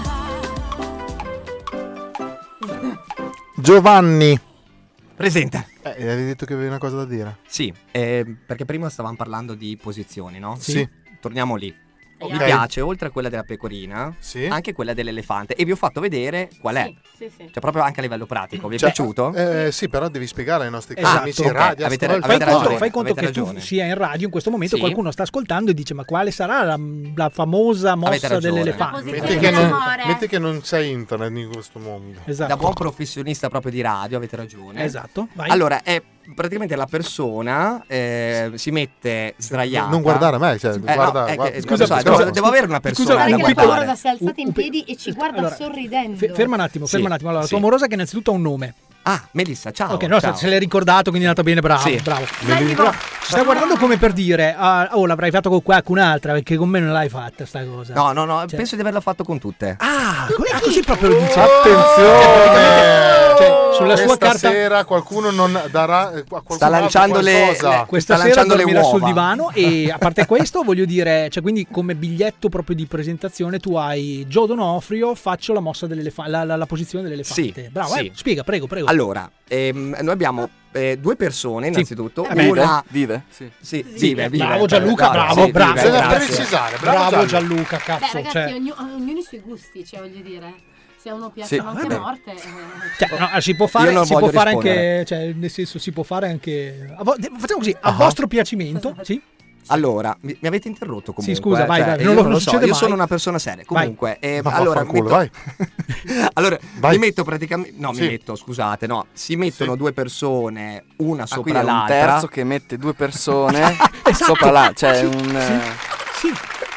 Giovanni. Presente. Eh, avevi detto che avevi una cosa da dire? Sì, eh, perché prima stavamo parlando di posizioni, no? Sì. Torniamo lì. Ok. Mi piace, oltre a quella della pecorina, Sì. anche quella dell'elefante. E vi ho fatto vedere qual è. Sì, sì. Cioè, proprio anche a livello pratico. Vi è Cioè, piacuto? Eh, sì, però devi spiegare ai nostri Esatto. amici Ok, radio. avete- ascolta- Fai avete conto, ragione, fai conto avete che ragione. tu sia in radio in questo momento, Sì. qualcuno sta ascoltando e dice ma quale sarà la, la famosa Avete mossa ragione. dell'elefante? Metti che, non, metti che non c'è internet in questo mondo. Esatto. Da buon professionista proprio di radio, avete ragione. Esatto, vai. Allora, è praticamente la persona eh, si mette sdraiata. Non guardare me, cioè, Eh, guarda- no, è che- guarda- scusa, scusa, devo, scusa, devo avere una persona. scusa, da Guarda che la guardare. Morosa si è alzata in piedi e ci guarda Allora, sorridendo. Fe- ferma un attimo, Sì, ferma un attimo. Allora, la sì. tua morosa che innanzitutto ha un nome. Ah, Melissa, ciao. Ok, no, ciao. se, se l'hai ricordato, quindi è andata bene, bravo, Sì. bravo. Meglio- Però ci stai guardando come per dire, ah, oh, l'avrai fatto con qualcun'altra, perché con me non l'hai fatta sta cosa. No, no, no, Cioè- penso di averla fatto con tutte. Ah, co- ah, così proprio lo dice. Attenzione! Cioè, sulla sua Questa carta sera qualcuno non darà eh, qualcuno Sta lanciando le- qualcosa. le- questa sta sera lanciando le dormirà sul uova. divano e a parte questo voglio dire, cioè quindi come biglietto proprio di presentazione tu hai Gio Donofrio, faccio la mossa dell'elefante, la, la, la posizione dell'elefante. Sì, Bravo, sì. eh, spiega, prego, prego. Allora, ehm, noi abbiamo eh, due persone innanzitutto. Eh beh, Una Vive? Sì. Sì, Sì, vive, vive. bravo Gianluca, No, bravo, sì, bravo. vive, Bisogna grazie. precisare, bravo, Bravo Gianni. Gianluca, Beh, cazzo. ragazzi, cioè, ognu- ognuno i suoi gusti, cioè voglio dire. Se a uno Sì. piacciono anche vabbè. morte. eh, cioè, no, si può Io fare, non si può voglio fare rispondere. anche, cioè, nel senso, si può fare anche. a vo- facciamo così, a Ah. vostro piacimento, sì? Allora, mi, mi avete interrotto comunque. Sì, scusa, eh, vai, cioè, vai, io non lo- non non lo so, succede io mai. sono una persona seria. Vai. Comunque, eh, Ma allora, vaffanculo, metto- vai. allora Vai. mi metto praticamente. No, Sì. mi metto, scusate, no. Si mettono Sì. due persone, una Ah, sopra quindi è un l'altra. terzo che mette due persone Esatto. sopra là, cioè Sì, un, eh, Sì.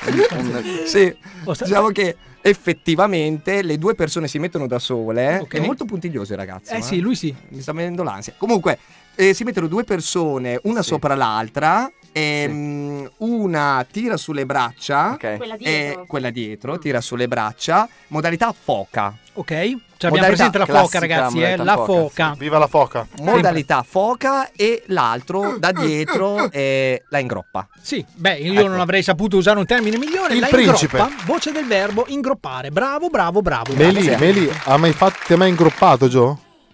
un- Sì, Oh, sta- diciamo che effettivamente le due persone si mettono da sole. Ok. È molto puntiglioso il ragazzo. Eh sì, lui sì. Mi sta venendo l'ansia. Comunque, eh, si mettono due persone, una Sì. sopra l'altra. E, Sì. mm, una tira sulle braccia. Ok. Quella E dietro. quella dietro tira sulle braccia. Modalità foca. Ok? Cioè abbiamo Modalità presente la foca, classica, ragazzi, eh? modalità La foca, foca. Viva la foca. Modalità foca e l'altro da dietro eh, la ingroppa. Sì, beh, io Ecco. non avrei saputo usare un termine migliore. Il la principe. ingroppa, voce del verbo ingroppare. Bravo, bravo, bravo. Meli, Grazie. Meli, ha mai fatto, ti ha mai ingroppato, Gio?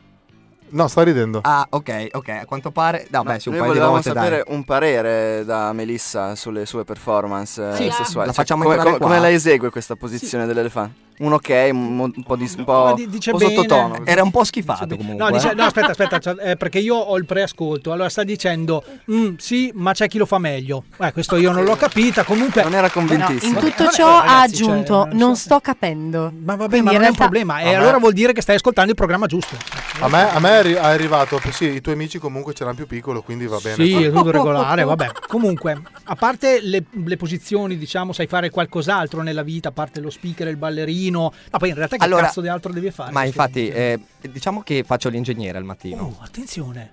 No, sta ridendo. Ah, ok, ok. A quanto pare. No, beh, sì, un Noi paio di volevamo volte sapere dai. un parere da Melissa sulle sue performance eh, Sì. sessuali. La Cioè, facciamo come, entrare come- qua? come la esegue questa posizione dell'elefante? Un ok, un, un po', di, un Ma po', di- dice un po' bene. sottotono. Era un po' schifato comunque. No, dice- eh. no, aspetta, aspetta, cioè, eh, perché io ho il preascolto. Allora sta dicendo, "Mm, sì, ma c'è chi lo fa meglio. Eh, questo io non l'ho capita. Comunque, Non era In convintissimo. Vabbè, tutto vabbè, ciò ragazzi, ha cioè, aggiunto: non so- non sto capendo. ma vabbè, Quindi ma in non è un realtà- problema. E Vabbè. allora vuol dire che stai ascoltando il programma giusto. A me, a me è arri- è arrivato, sì, i tuoi amici comunque c'erano più piccolo, quindi va bene. Sì, è tutto regolare, vabbè. Comunque, a parte le, le posizioni, diciamo, sai fare qualcos'altro nella vita, a parte lo speaker, il ballerino. Ma poi in realtà che Allora, cazzo di altro devi fare? Ma Sì. infatti, eh, diciamo che faccio l'ingegnere al mattino. Oh, attenzione.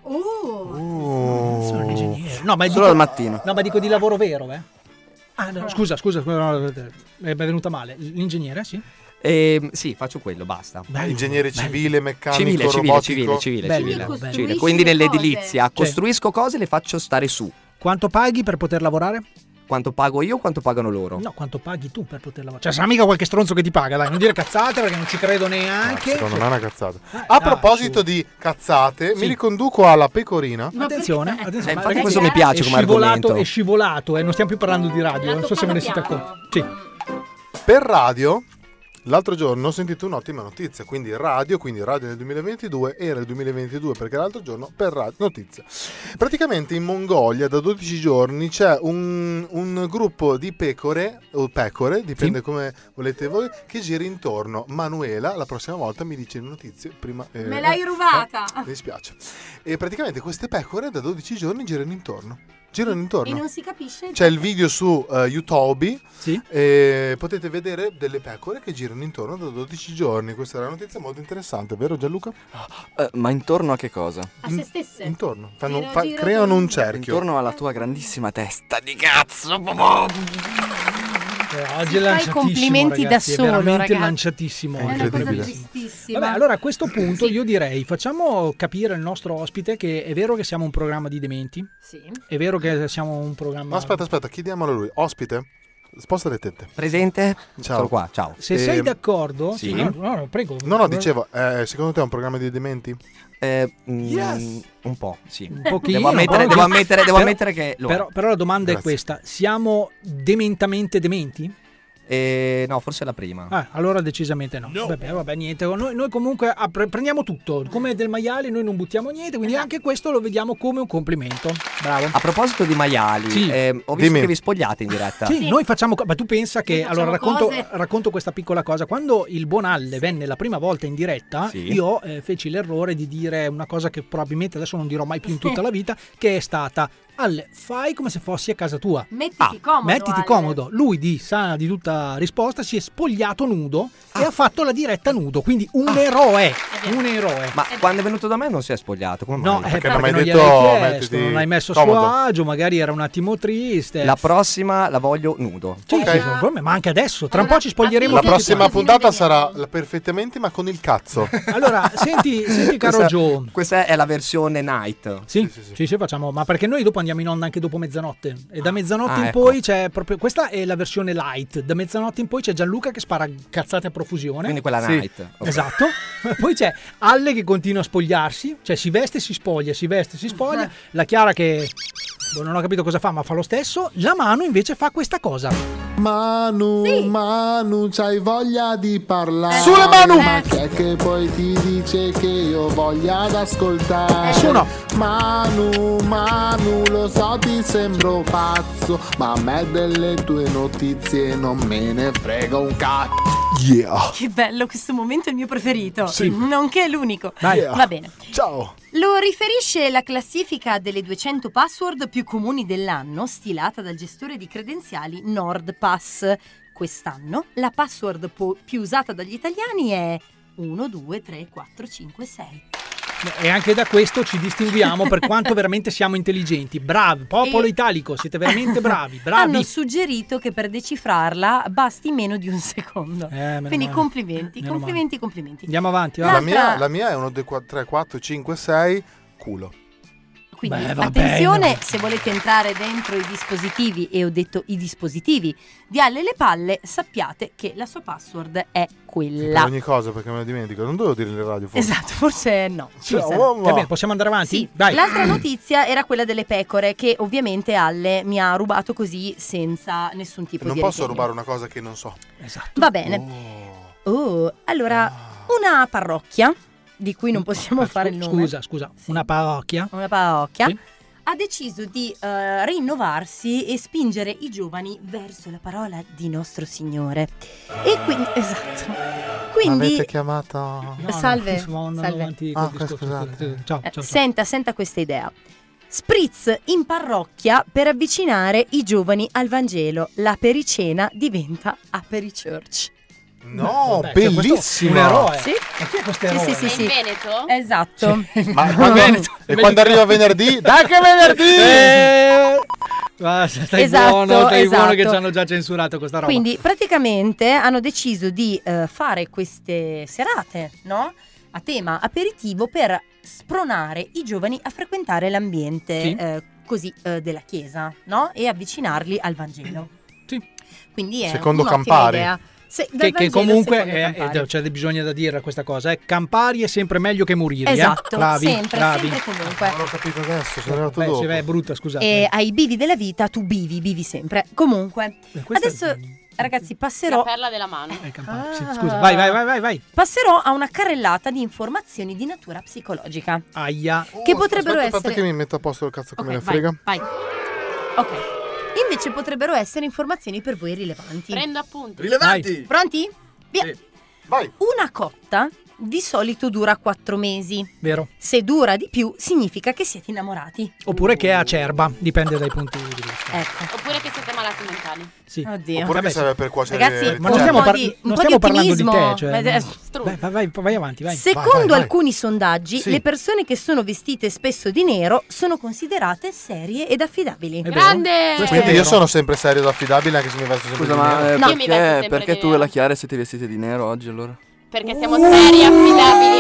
Oh. Sono un ingegnere. No, ma Solo dico, al mattino. No, ma dico di lavoro vero, eh? Ah, no, scusa, scusa, scusa, no, è venuta male. L'ingegnere, sì? Ehm, sì, faccio quello, basta. Bello, Ingegnere bello. civile, meccanico, Civile, civile, robotico. civile, civile, Bello, civile, bello. civile. Costruisci Quindi le nell'edilizia cose. costruisco cose e le faccio stare su. Quanto paghi per poter lavorare? Quanto pago io, quanto pagano loro? No, quanto paghi tu per poter lavorare? Cioè, sarà mica qualche stronzo che ti paga, dai, non dire cazzate perché non ci credo Ah, neanche. secondo me è una cazzata. Eh, A dai, proposito su. di cazzate, Sì. mi riconduco alla pecorina. Ma Attenzione, perché- attenzione. Eh, ma infatti ragazzi, questo mi piace è come scivolato, argomento. È scivolato, eh, non stiamo più parlando di radio, L'ha non so se ve ne toccato siete piano. accorti. Sì. Per radio L'altro giorno ho sentito un'ottima notizia, quindi radio, quindi radio nel duemilaventidue, era il duemilaventidue perché l'altro giorno per radio, notizia. Praticamente in Mongolia da dodici giorni c'è un, un gruppo di pecore, o pecore, dipende sì. come volete voi, che gira intorno. Manuela, la prossima volta mi dice le notizie, prima... Eh, Me l'hai rubata! Eh, mi dispiace. E praticamente queste pecore da dodici giorni girano intorno. Girano intorno. E non si capisce. C'è il video su uh, YouTube. Sì. E potete vedere delle pecore che girano intorno da dodici giorni. Questa è una notizia molto interessante, vero Gianluca? Uh, ma intorno a che cosa? A se stesse. Intorno. Fanno, Gira, fa, gira, creano gira. un cerchio. Intorno alla tua grandissima testa di cazzo. Eh, oggi Si è fa i lanciatissimo, complimenti ragazzi, da solo, è veramente ragazzi. lanciatissimo. È una cosa tristissima. Vabbè, allora a questo punto io direi facciamo capire al nostro ospite che è vero che siamo un programma di dementi. Sì. È vero che siamo un programma. No, aspetta, aspetta, chiediamolo a lui. Ospite? Sposta le tette. Presente? Ciao. Sono qua, ciao. Se Eh, sei d'accordo, sì. no, no, no, prego. No, no, dicevo, eh, secondo te è un programma di dementi? Eh, mm, Yes. Un po', sì. Un pochino, Devo ammettere, un devo po'. ammettere, devo Però- ammettere che lo è. Però, però la domanda Grazie. è questa: siamo dementamente dementi? Eh, no, forse la prima. Ah, allora decisamente no. Vabbè, vabbè, niente. Noi, noi comunque ah, pre- prendiamo tutto. Come del maiale, noi non buttiamo niente. Quindi anche questo lo vediamo come un complimento. Bravo. A proposito di maiali, Sì. eh, ho visto Dimmi. che vi spogliate in diretta. Sì, noi facciamo. co- Ma tu pensa che. Noi Allora, facciamo racconto, cose. racconto questa piccola cosa. Quando il buon Alle venne la prima volta in diretta, Sì. io eh, feci l'errore di dire una cosa che probabilmente adesso non dirò mai più in tutta la vita, che è stata: Alle, fai come se fossi a casa tua. Mettiti comodo. Mettiti Ale. comodo. Lui di sana di tutta risposta si è spogliato nudo e ha fatto la diretta nudo. Quindi un eroe. Un eroe. Ma quando è venuto da me non si è spogliato. Come No, mai? eh, Perché perché non non, mi hai gliel'hai detto, chiesto, mettiti non l'hai messo a comodo. suo agio, magari era un attimo triste. La prossima la voglio nudo. Sì, Ok. sì, sì, ma anche adesso, tra un Allora, po' ci spoglieremo La tutti prossima quanti. puntata sarà la perfettamente, ma con il cazzo. Allora, senti, senti caro Questa- Joe. Questa è la versione night. Sì, sì, sì. sì, sì, facciamo, ma perché noi dopo andiamo in onda anche dopo mezzanotte. E da mezzanotte Ah, in ecco. poi c'è proprio. Questa è la versione light. Da mezzanotte in poi c'è Gianluca che spara cazzate a profusione. Quindi quella Sì. night. Ok. Esatto. Poi c'è Alle che continua a spogliarsi, cioè si veste, si spoglia, si veste, si spoglia. La Chiara che boh, non ho capito cosa fa, ma fa lo stesso. La Manu invece fa questa cosa. Manu, Sì. Manu, c'hai voglia di parlare? Sulle Manu! Ma chi è che poi ti dice che io voglia ad ascoltare? Nessuno. Manu, Manu, lo so ti sembro pazzo, ma a me delle tue notizie non me ne frega un cazzo. Yeah. Che bello, questo momento è il mio preferito. Sì. Nonché l'unico. Dai. Va bene. Ciao. Lo riferisce la classifica delle duecento password più comuni dell'anno, stilata dal gestore di credenziali NordPass. Quest'anno la password po- più usata dagli italiani è uno, due, tre, quattro, cinque, sei. E anche da questo ci distinguiamo per quanto veramente siamo intelligenti. Bravi, popolo E- italico, siete veramente bravi, Hanno bravi. suggerito che per decifrarla basti meno di un secondo. Eh, meno Quindi male. complimenti, Meno complimenti, complimenti. Andiamo avanti, va. La L'altra- mia, la mia è uno, due, tre, quattro, cinque, sei. Culo. Quindi Beh, va attenzione, bene. se volete entrare dentro i dispositivi, e ho detto i dispositivi di Alle le palle, sappiate che la sua password è Per quella. ogni cosa, perché me lo dimentico. Non dovevo dire in radio forse. Esatto, forse no. Ciao, Forse no. uomo. Va bene, possiamo andare avanti? Sì, Dai. l'altra notizia era quella delle pecore, che ovviamente Alle mi ha rubato così senza nessun tipo Non di posso ritegno. rubare una cosa che non so. Esatto. Va bene. Oh, allora, una parrocchia, di cui non possiamo Ah, fare il nome. Scusa, scusa, una parrocchia. Una parrocchia. Sì. Ha deciso di eh, rinnovarsi e spingere i giovani verso la parola di nostro Signore. E quindi, esatto. Quindi, Avete chiamato? No, no, Salve, stiamo andando salve. avanti col Ah, discorso. scusate. Ciao, eh, ciao, ciao. senta, senta questa idea. Spritz in parrocchia per avvicinare i giovani al Vangelo. La pericena diventa Aperichurch. No, Vabbè, cioè, questo bellissimo. Un eroe. Sì. Ma chi è questo Sì, eroe? sì, sì, sì. Veneto? Esatto. Ma quando, e quando arriva venerdì? Dai che venerdì! Eh, ma stai Esatto, buono, stai buono che esatto. ci hanno già censurato questa roba. Quindi praticamente hanno deciso di eh, fare queste serate, no? A tema aperitivo per spronare i giovani a frequentare l'ambiente Sì. eh, così eh, della chiesa, no? E avvicinarli al Vangelo. Sì. Quindi è Secondo un'ottima Campari. idea. Se- dal Che, che Vangelo comunque secondo è, Campari. è- c'è bisogno da dire questa cosa, eh. Campari è sempre meglio che morire. eh. Esatto, bravi, sempre, bravi. sempre comunque. Non l'ho capito adesso, sono arrivato Beh, dopo. se è brutta, scusate. E ai bivi della vita tu bivi, bivi sempre. Comunque, Eh, questa- adesso Ragazzi, passerò. La perla della mano. Ah. Sì, scusa, vai, vai, vai, vai, vai. Passerò a una carrellata di informazioni di natura psicologica. Aia. Che potrebbero aspetta, essere. Aspetta che mi metto a posto il cazzo che Ok, me ne vai, frega. vai. Ok. Invece potrebbero essere informazioni per voi rilevanti. Prendo appunti. Rilevanti. Pronti? Via. Vai. Una cotta di solito dura quattro mesi. Vero. Se dura di più, significa che siete innamorati. Oppure che è acerba, dipende dai punti di vista. Ecco. Oppure che siete malati mentali. Sì. Oddio. Oppure Vabbè, che serve per cuocere Ragazzi, le- Ma non stiamo, un po' par- di- non un po' stiamo di parlando di te, ottimismo. cioè, Vai, no. Vai, vai, vai, vai avanti, vai. Secondo Vai, vai, vai. alcuni sondaggi, Sì. le persone che sono vestite spesso di nero sono considerate serie ed affidabili. È vero. Grande! Questo è Quindi io vero. sono sempre serio ed affidabile anche se mi vesto sempre Scusa, di ma nero. eh, No. Io mi vesto perché, sempre perché di tu e nero. la Chiara siete vestiti di nero oggi allora? Perché siamo seri e affidabili,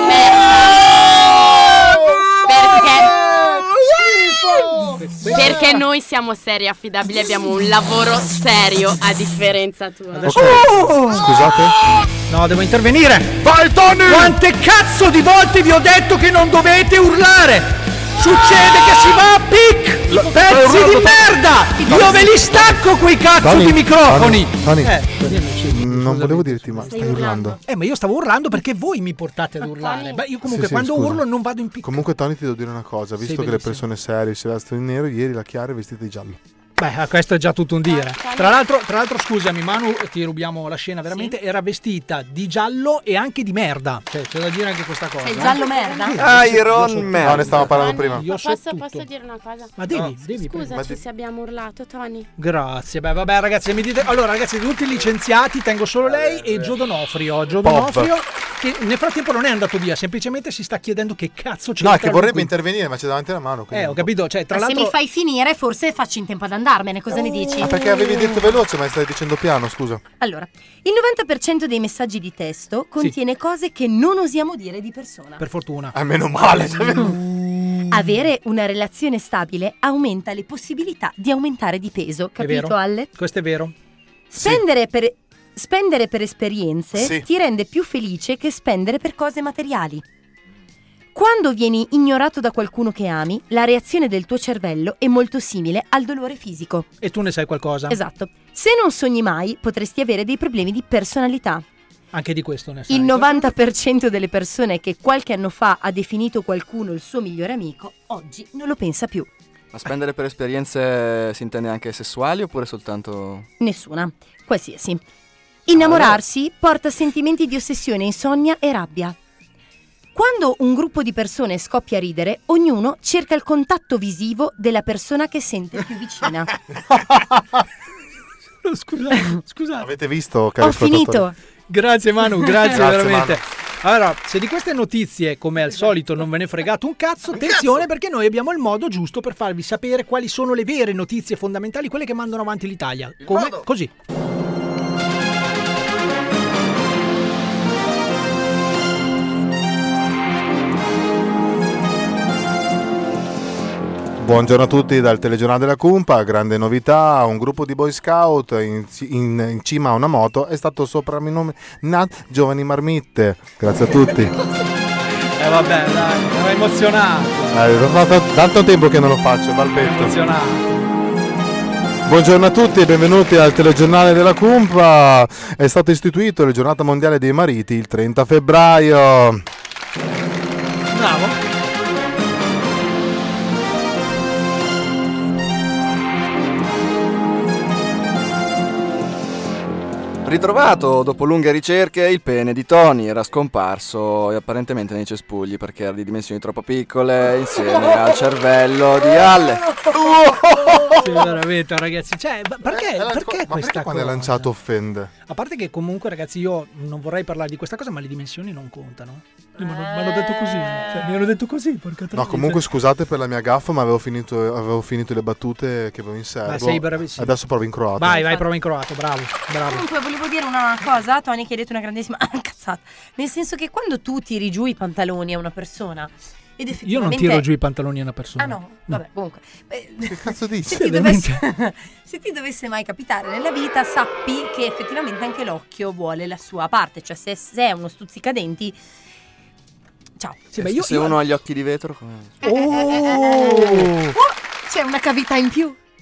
Perché? Perché noi siamo seri e affidabili, abbiamo un lavoro serio a differenza tua. Adesso- Oh! Scusate? No, devo intervenire. Vai Tony! Quante cazzo di volte vi ho detto che non dovete urlare? Succede che si va a pic! La- Pezzi stai di urlando, merda! Io ve li stacco quei cazzo Tony, di microfoni! Tony, Tony, Eh, dimmi, sì. mm, non volevo dirti, ma stai urlando. Eh, ma io stavo urlando perché voi mi portate ad urlare. Beh, io comunque Sì, sì, quando scusa. urlo non vado in pic. Comunque Tony ti devo dire una cosa, visto Sei che le bellissimo. persone serie si vestono di nero, ieri la Chiara è vestita di giallo. Beh, questo è già tutto un dire. Tra l'altro, tra l'altro, scusami, Manu, ti rubiamo la scena veramente. Era vestita di giallo e anche di merda. Cioè, c'è da dire anche questa cosa. Sei eh. giallo merda? Ah, Io so- Iron io so- Man. No, ne stavamo parlando prima. Io so Posso, tutto. posso dire una cosa? Ma devi, devi. Scusaci Ma di- se abbiamo urlato, Tony. Grazie, beh vabbè ragazzi, mi dite. Allora ragazzi, tutti licenziati, tengo solo lei e Gio Donofrio. Gio Bob. Donofrio che nel frattempo non è andato via, semplicemente si sta chiedendo che cazzo c'è. No, che vorrebbe intervenire, ma c'è davanti la mano. quindi Eh, ho non può. capito, cioè tra Ma se l'altro mi fai finire, forse faccio in tempo ad andarmene. Cosa ne dici? Ah, perché avevi detto veloce, ma stai dicendo piano, scusa. Allora, il novanta per cento dei messaggi di testo contiene cose che non osiamo dire di persona. per fortuna. Ah, meno male. Avere una relazione stabile aumenta le possibilità di aumentare di peso, È vero. capito Alle? Questo è vero. Spendere per, spendere per esperienze Sì. ti rende più felice che spendere per cose materiali. Quando vieni ignorato da qualcuno che ami, la reazione del tuo cervello è molto simile al dolore fisico. E tu ne sai qualcosa? Esatto. Se non sogni mai, potresti avere dei problemi di personalità. Anche di questo ne sai. Il novanta per cento delle persone che qualche anno fa ha definito qualcuno il suo migliore amico, oggi non lo pensa più. Ma spendere per esperienze si intende anche sessuali oppure soltanto... Nessuna. Qualsiasi. Innamorarsi porta sentimenti di ossessione, insonnia e rabbia. Quando un gruppo di persone scoppia a ridere, ognuno cerca il contatto visivo della persona che sente più vicina. Scusate, scusate. Avete visto, cari Ho ascoltatori? finito. Grazie Manu, grazie, Grazie, veramente. Manu. Allora, se di queste notizie, come al solito, non ve ne fregate un cazzo, attenzione perché noi abbiamo il modo giusto per farvi sapere quali sono le vere notizie fondamentali, quelle che mandano avanti l'Italia. Come? Così. Buongiorno a tutti dal telegiornale della Cumpa, grande novità, un gruppo di boy scout in, in- in cima a una moto è stato soprannominato Giovani Marmitte, grazie a tutti. Eh vabbè, dai, ero emozionato. Eh, ho fatto tanto tempo che non lo faccio, balbetto. Emozionato. Buongiorno a tutti e benvenuti al telegiornale della Cumpa, è stato istituito la giornata mondiale dei mariti il trenta febbraio. Bravo. Ritrovato dopo lunghe ricerche, il pene di Tony era scomparso e apparentemente nei cespugli perché era di dimensioni troppo piccole insieme al cervello di Alle. Sì, veramente ragazzi, cioè, ma perché, Eh, eh, perché ma questa perché quando è cosa? lanciato offende? A parte che comunque ragazzi io non vorrei parlare di questa cosa, ma le dimensioni non contano. Mi hanno, mi hanno detto così, cioè, mi hanno detto così, porca No, troia. comunque scusate per la mia gaffa, ma avevo finito, avevo finito le battute che avevo in serbo. Ma sei bravissimo. Adesso provo in croato. Vai, vai, prova in croato, bravo, bravo. Comunque volevo dire una cosa, Tony, che hai detto una grandissima cazzata. Nel senso che quando tu tiri giù i pantaloni a una persona ed effettivamente... Io non tiro giù i pantaloni a una persona. Ah no, vabbè, comunque. Eh, Che cazzo dici? Se ti, dovesse, se ti dovesse mai capitare nella vita, sappi che effettivamente anche l'occhio vuole la sua parte. Cioè, se sei uno stuzzicadenti, ciao. Sì, ma io, Se io- uno ha gli occhi di vetro, come... Oh! Oh, c'è una cavità in più.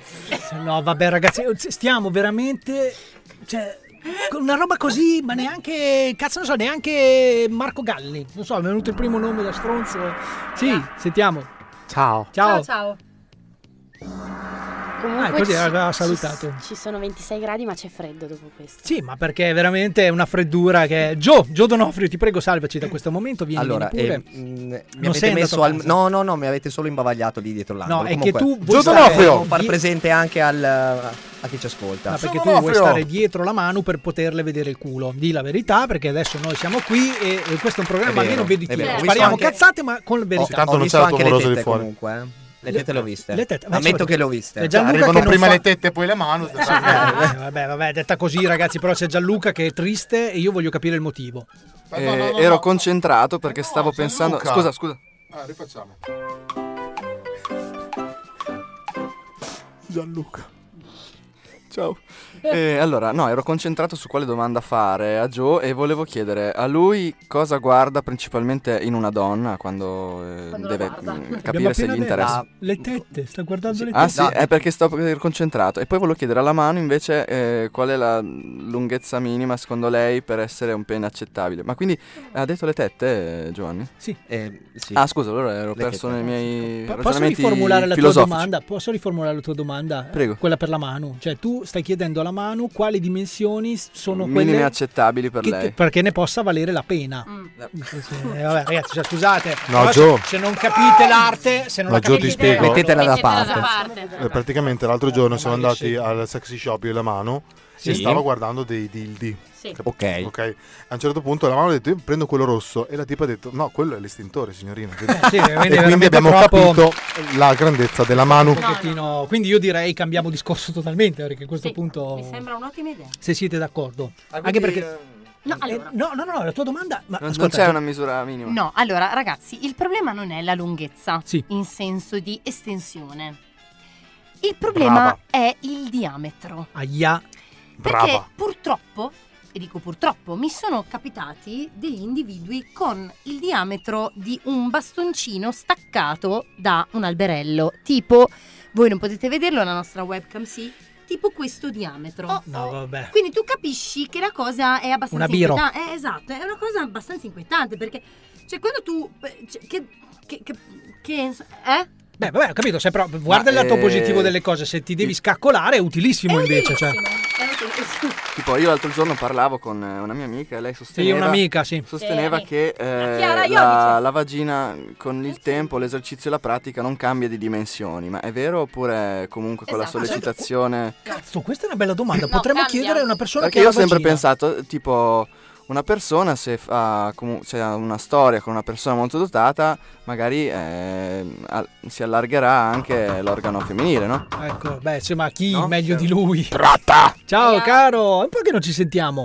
No, vabbè, ragazzi, stiamo veramente. Cioè, con una roba così, ma neanche. Cazzo, non so, neanche Marco Galli. Non so, è venuto il primo nome da stronzo. Sì, sentiamo. Ciao. Ciao. Ciao, ciao. Comunque Ah, così ci- aveva ci- salutato. Ci sono ventisei gradi, ma c'è freddo dopo questo. Sì, ma perché è veramente una freddura che. Gio, Gio Donofrio, ti prego, salvaci da questo momento. Vieni, Allora, vieni pure. eh, mh, mi Non avete sei messo andato a al. casa? No, no, no, mi avete solo imbavagliato lì dietro l'angolo. No, è Comunque, che tu vuoi Gio stare- Donofrio! Devo far di- presente anche al, a chi ci ascolta. Ma perché tu vuoi stare dietro la mano per poterle vedere il culo. Di la verità, perché adesso noi siamo qui e, e questo è un programma È vero, almeno vedi è vero. Ho visto spariamo anche- cazzate ma con verità. tanto Ho non visto c'è anche le l'amoroso tette di fuori. comunque, eh. Le tette le ho viste. Le tette- ma Ammetto certo, che le ho viste. è Gianluca Arrivano che non prima fa- le tette e poi le mani. Eh, vabbè, vabbè, detta così ragazzi, però c'è Gianluca che è triste e io voglio capire il motivo. Eh, no, no, no, ero no. concentrato perché stavo pensando. Gianluca. Scusa, scusa. Ah, rifacciamo. Gianluca. Ciao. Eh, allora, no, ero concentrato su quale domanda fare a Joe e volevo chiedere a lui cosa guarda principalmente in una donna quando, eh, Quando la deve guarda. mm, Abbiamo capire se appena gli detto. interessa. Le tette, sta guardando le tette. Ah sì, è perché sto ero concentrato. E poi volevo chiedere alla mano invece eh, qual è la lunghezza minima secondo lei per essere un pene accettabile. Ma quindi ha detto le tette, eh, Giovanni? Sì. Eh, sì. Ah scusa, allora ero Le perso tette. nei miei Po- Posso ragionamenti riformulare la tua filosofici. domanda? Posso riformulare la tua domanda? Prego. Quella per la mano. Cioè, tu stai chiedendo alla mano quali dimensioni sono Minime quelle accettabili per che- lei. perché ne possa valere la pena. Eh, vabbè, ragazzi, cioè, scusate. No, però Gio. se, se non capite l'arte, se non No, la Gio, ti capite, spiego. Mettetela da Mettetela parte. da parte. Eh, praticamente l'altro giorno siamo ma io andati sì. al sexy shop io e la mano Sì. e stava guardando dei dildi. Sì. Ok. Ok, a un certo punto la mano ha detto io prendo quello rosso e la tipa ha detto no, quello è l'estintore signorina. Eh, sì, quindi e quindi veramente abbiamo troppo- capito la grandezza della mano. un pochettino- quindi io direi cambiamo discorso totalmente perché a questo Sì, punto mi sembra un'ottima idea. se siete d'accordo. Ah, Anche quindi, perché No, eh, allora. no, no, no, la tua domanda ma Non, non ascolta, c'è Gio- una misura minima. No, allora ragazzi, il problema non è la lunghezza Sì. in senso di estensione. Il problema Brava. è il diametro. Aia. Perché Brava. purtroppo, e dico purtroppo, mi sono capitati degli individui con il diametro di un bastoncino staccato da un alberello. Tipo, voi non potete vederlo, la nostra webcam sì, tipo questo diametro. No, vabbè. Quindi tu capisci che la cosa è abbastanza Una biro. inquietante. Eh, esatto, è una cosa abbastanza inquietante perché, cioè, quando tu. eh, cioè, che. che. che. che eh? Beh, vabbè, ho capito, se però guarda il Ma, lato eh, positivo delle cose, se ti devi scaccolare è utilissimo È invece, cioè. utilissimo, è utilissimo. Tipo io l'altro giorno parlavo con eh, una mia amica e lei Sì, sosteneva, un'amica, sì. sosteneva Sì, che eh, Chiara la, Iovic. la vagina con il tempo, l'esercizio e la pratica non cambia di dimensioni. Ma è vero oppure comunque con Esatto. la sollecitazione? Cazzo, questa è una bella domanda. No, Potremmo cambia. chiedere a una persona Perché che io ha ho sempre vagina. pensato, tipo, una persona se ha, comu- se ha una storia con una persona molto dotata, magari eh, al- si allargherà anche l'organo femminile, no? Ecco, beh, insomma, chi No? meglio Cioè- di lui? Tratta! Ciao, Ciao. caro. Un po' che non ci sentiamo.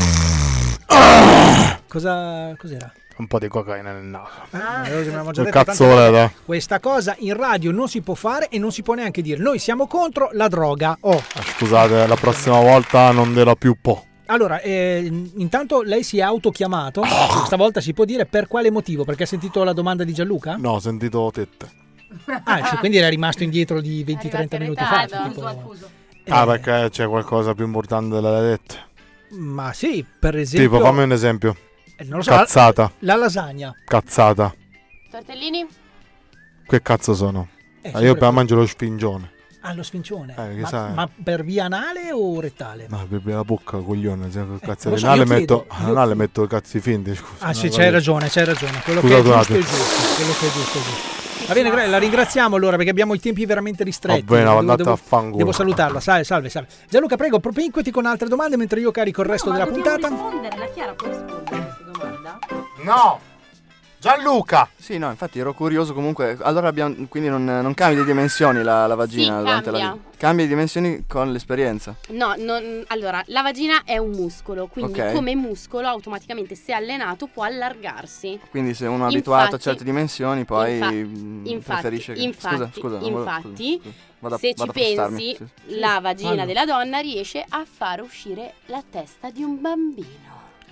Cosa cos'era? Un po' di cocaina nel naso. Eh, lo abbiamo già Che detto cazzo tante è, volte. dai? Questa cosa in radio non si può fare e non si può neanche dire. Noi siamo contro la droga. Oh, Ah, scusate, la prossima volta non dirò più po'. allora, eh, intanto lei si è autochiamato. Stavolta si può dire per quale motivo? Perché ha sentito la domanda di Gianluca? No, ho sentito tette. Ah, cioè, quindi era rimasto indietro di venti trenta Arrivato minuti in fa. ritardo. tipo- Fuso al fuso. Eh, Ah, perché c'è qualcosa più importante delle tette. Ma sì, per esempio. Tipo, fammi un esempio. eh, non lo so, la, Cazzata, la lasagna. cazzata. Tortellini? Che cazzo sono? Eh, Ah, io sempre- per mangio lo sfingione. Ah, lo sfincione. Eh, che ma, sai? ma per via anale o rettale? No, per la bocca, coglione. Se che cazzo lo di so, anale io chiedo, metto, io- anale metto cazzi finti, scusa. Ah, sì, No, c'hai vabbè. ragione, c'hai ragione. Quello Scusate che è un giusto è attimo. giusto. Quello che è giusto è giusto. Va bene, Gra- la ringraziamo allora perché abbiamo i tempi veramente ristretti. Va bene, Devo- andate devo, a fanculo. devo salutarla. Salve, salve, salve. Gianluca, prego, propinquiti con altre domande mentre io carico il resto No, ma della dobbiamo puntata. rispondere, la Chiara può rispondere a questa domanda? No! Gianluca! Sì, no, infatti ero curioso comunque. Allora abbiamo, quindi non, non cambia di dimensioni la, la vagina Sì, durante la cambia. vita. Cambia di dimensioni con l'esperienza. No, non- allora, la vagina è un muscolo, quindi Ok. come muscolo automaticamente se allenato può allargarsi. Quindi se uno è abituato a Infatti- certe dimensioni, poi infa- mm, infatti, preferisce che... infatti, scusa, scusa, non volevo- infatti, scusa, scusa. Vado a- se vado ci a frustarmi, pensi, sì. la vagina Allora. della donna riesce a far uscire la testa di un bambino.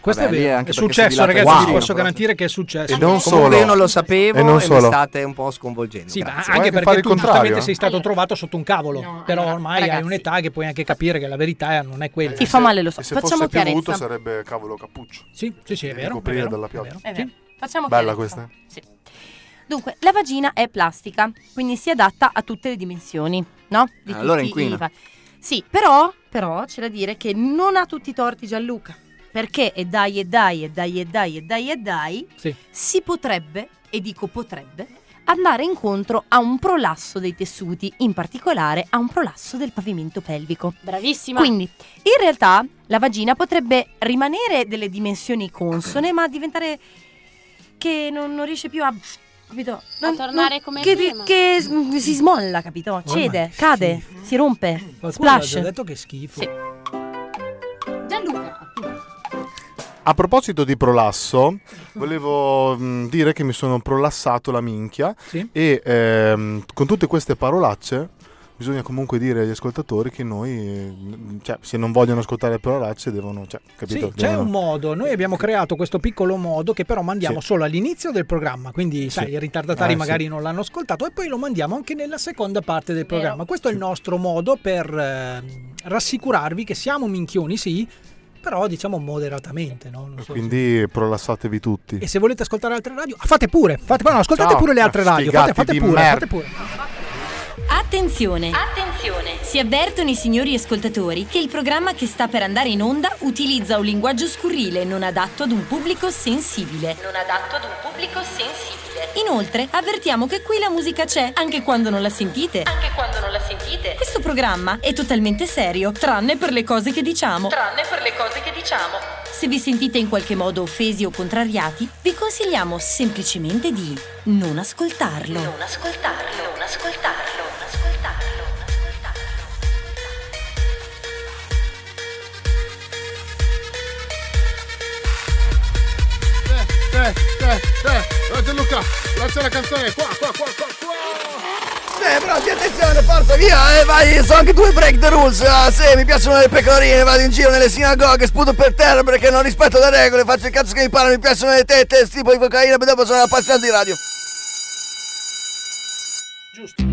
Questo Vabbè, è lì vero, anche è perché si successo, dilata il ragazzi, vi bacino, posso però. garantire che è successo. E non Comunque solo. io non lo sapevo E e, non mi solo. state un po' sconvolgendo. Sì, ma grazie. anche anche perché fare il tu contrario, giustamente eh? sei stato Allora- trovato sotto un cavolo, No, però allora, ormai hai ragazzi. un'età che puoi anche capire che la verità non è quella. Ti fa male, lo so. E se Facciamo fosse piovuto chiarezza. sarebbe cavolo cappuccio. Sì, sì, sì, è vero. È Coprire vero, dalla è pioggia. vero. È vero. Sì. Facciamo Bella chiarezza. questa. Sì. Dunque, la vagina è plastica, quindi si adatta a tutte le dimensioni, no? Di Allora tutti inquina. i fa- Sì, però, però c'è da dire che non ha tutti i torti Gianluca. Perché e dai e dai e dai e dai e dai e dai Sì. si potrebbe, e dico potrebbe, andare incontro a un prolasso dei tessuti, in particolare a un prolasso del pavimento pelvico. Bravissima. Quindi, in realtà, la vagina potrebbe rimanere delle dimensioni consone, ma diventare che non, non riesce più a... capito? Non, tornare non- come che, prima. che s- si smolla, capito? ma Cede, che cade, schifo. si rompe, Qualcuno ha splash. già detto che schifo. Sì. Gianluca. A proposito di prolasso, volevo mh, dire che mi sono prolassato la minchia Sì. e ehm, con tutte queste parolacce bisogna comunque dire agli ascoltatori che noi, eh, cioè, se non vogliono ascoltare le parolacce devono, cioè, capito? Sì, c'è Devono- un modo, noi abbiamo creato questo piccolo modo che però mandiamo Sì. solo all'inizio del programma, quindi sai, i ritardatari Eh, magari sì. non l'hanno ascoltato e poi lo mandiamo anche nella seconda parte del programma. Questo è il nostro modo per eh, rassicurarvi che siamo minchioni, sì, però diciamo moderatamente, no? Non so se- Quindi prolassatevi tutti. E se volete ascoltare altre radio, fate pure, fate, no, ascoltate Ciao, pure le altre radio, fate, sfigati fate di pure, merda. fate pure. Attenzione! Attenzione! Si avvertono i signori ascoltatori che il programma che sta per andare in onda utilizza un linguaggio scurrile non adatto ad un pubblico sensibile. Non adatto ad un pubblico sensibile. Inoltre, avvertiamo che qui la musica c'è, anche quando non la sentite. Anche quando non la sentite. Questo programma è totalmente serio, tranne per le cose che diciamo. Tranne per le cose che diciamo. Se vi sentite in qualche modo offesi o contrariati, vi consigliamo semplicemente di non ascoltarlo. Non ascoltarlo. Non ascoltarlo. Non ascoltarlo. Eh, eh, eh, Gianluca, lancia la canzone, qua, qua, qua, qua, qua. Eh, pronti, attenzione, forza, via, eh, vai, so anche tu i break the rules. Ah, sì, mi piacciono le pecorine, vado in giro nelle sinagoghe, sputo per terra perché non rispetto le regole, faccio il cazzo che mi pare, mi piacciono le tette, tipo di cocaina, poi dopo sono appassionato di radio. Giusto.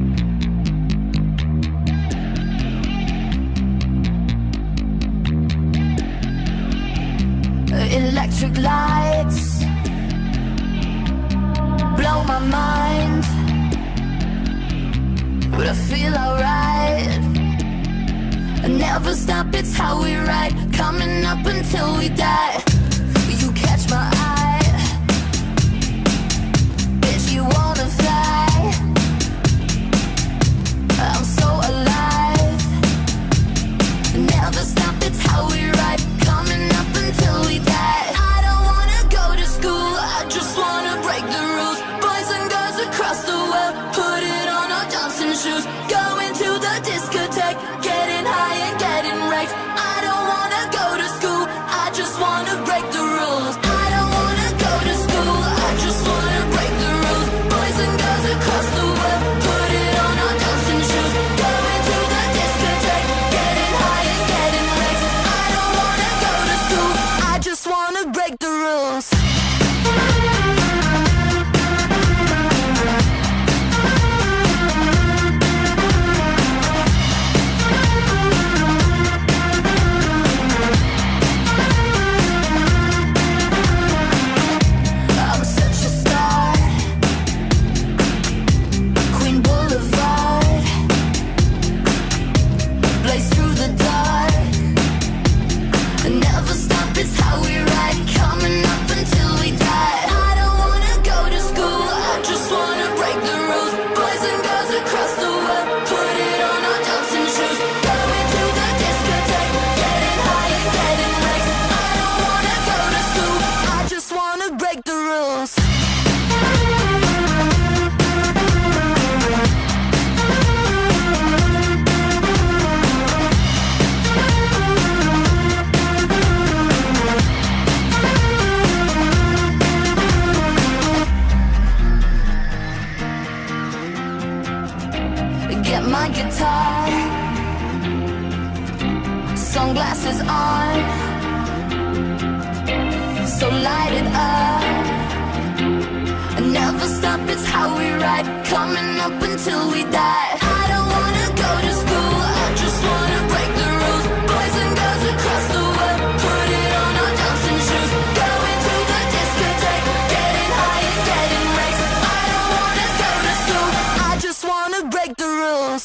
Electric lights blow my mind, but I feel alright. I never stop, it's how we ride, coming up until we die. You catch my eye, bitch, you wanna fly. I'm so alive. Never stop, it's how we ride, coming up until we die. I don't wanna go to school, I just wanna break the rules. Boys and girls across the world, put it on our dancing shoes. Going to the discotheque, getting high and getting wrecked. I don't wanna go to school, I just wanna light it up. Never stop, it's how we ride, coming up until we die. I don't wanna go to school, I just wanna break the rules. Boys and girls across the world, put it on our dancing shoes. Going to the discotheque, getting high and getting raised. I don't wanna go to school, I just wanna break the rules.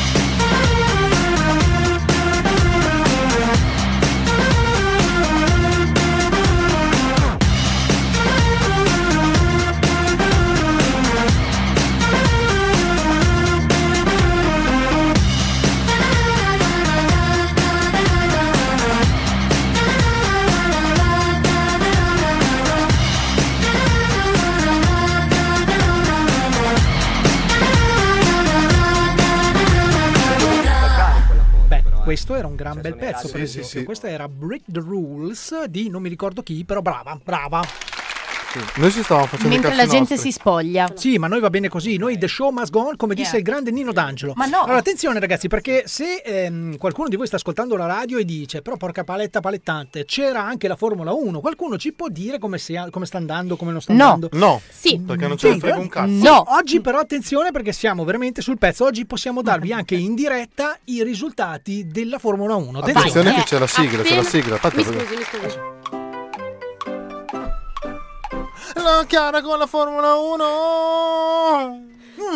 Questo era un gran bel pezzo, per Sì, esempio. sì, sì. Questa era Break the Rules di non mi ricordo chi, però brava, brava. Sì. Noi ci stavamo facendo Mentre i la cazzi gente nostri. si spoglia. Sì, ma noi va bene così, noi the show must go on, come disse Yeah. il grande Nino D'Angelo. Ma no. Allora attenzione ragazzi, perché se ehm, qualcuno di voi sta ascoltando la radio e dice però porca paletta palettante, c'era anche la Formula uno, qualcuno ci può dire come, sia, come sta andando, come non sta No. andando? No, Sì. perché non ce ne Sì, frega un cazzo. No. Oggi però attenzione perché siamo veramente sul pezzo, oggi possiamo darvi anche in diretta i risultati della Formula uno. Attenzione Vai. che c'è la sigla, c'è la Appena- sigla. Aspetta, Mi aspetta. scusi, mi scusi. La Chiara con la Formula uno.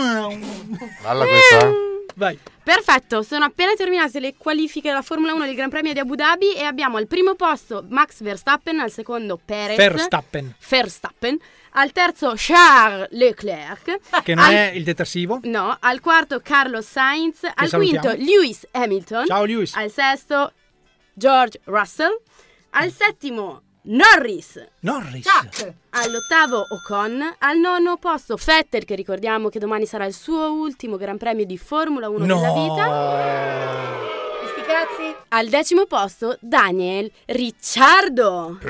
Balla questa, eh? Vai. Perfetto, sono appena terminate le qualifiche della Formula uno del Gran Premio di Abu Dhabi e abbiamo al primo posto Max Verstappen, al secondo Perez. Verstappen, Verstappen. Al terzo Charles Leclerc. che non Al- è il detersivo. No, al quarto Carlos Sainz, al salutiamo. quinto Lewis Hamilton, Ciao Lewis. al sesto George Russell, al settimo Norris, Norris. all'ottavo Ocon, al nono posto Vettel, che ricordiamo che domani sarà il suo ultimo Gran Premio di Formula uno No. della vita. Sti cazzi. Al decimo posto Daniel Ricciardo.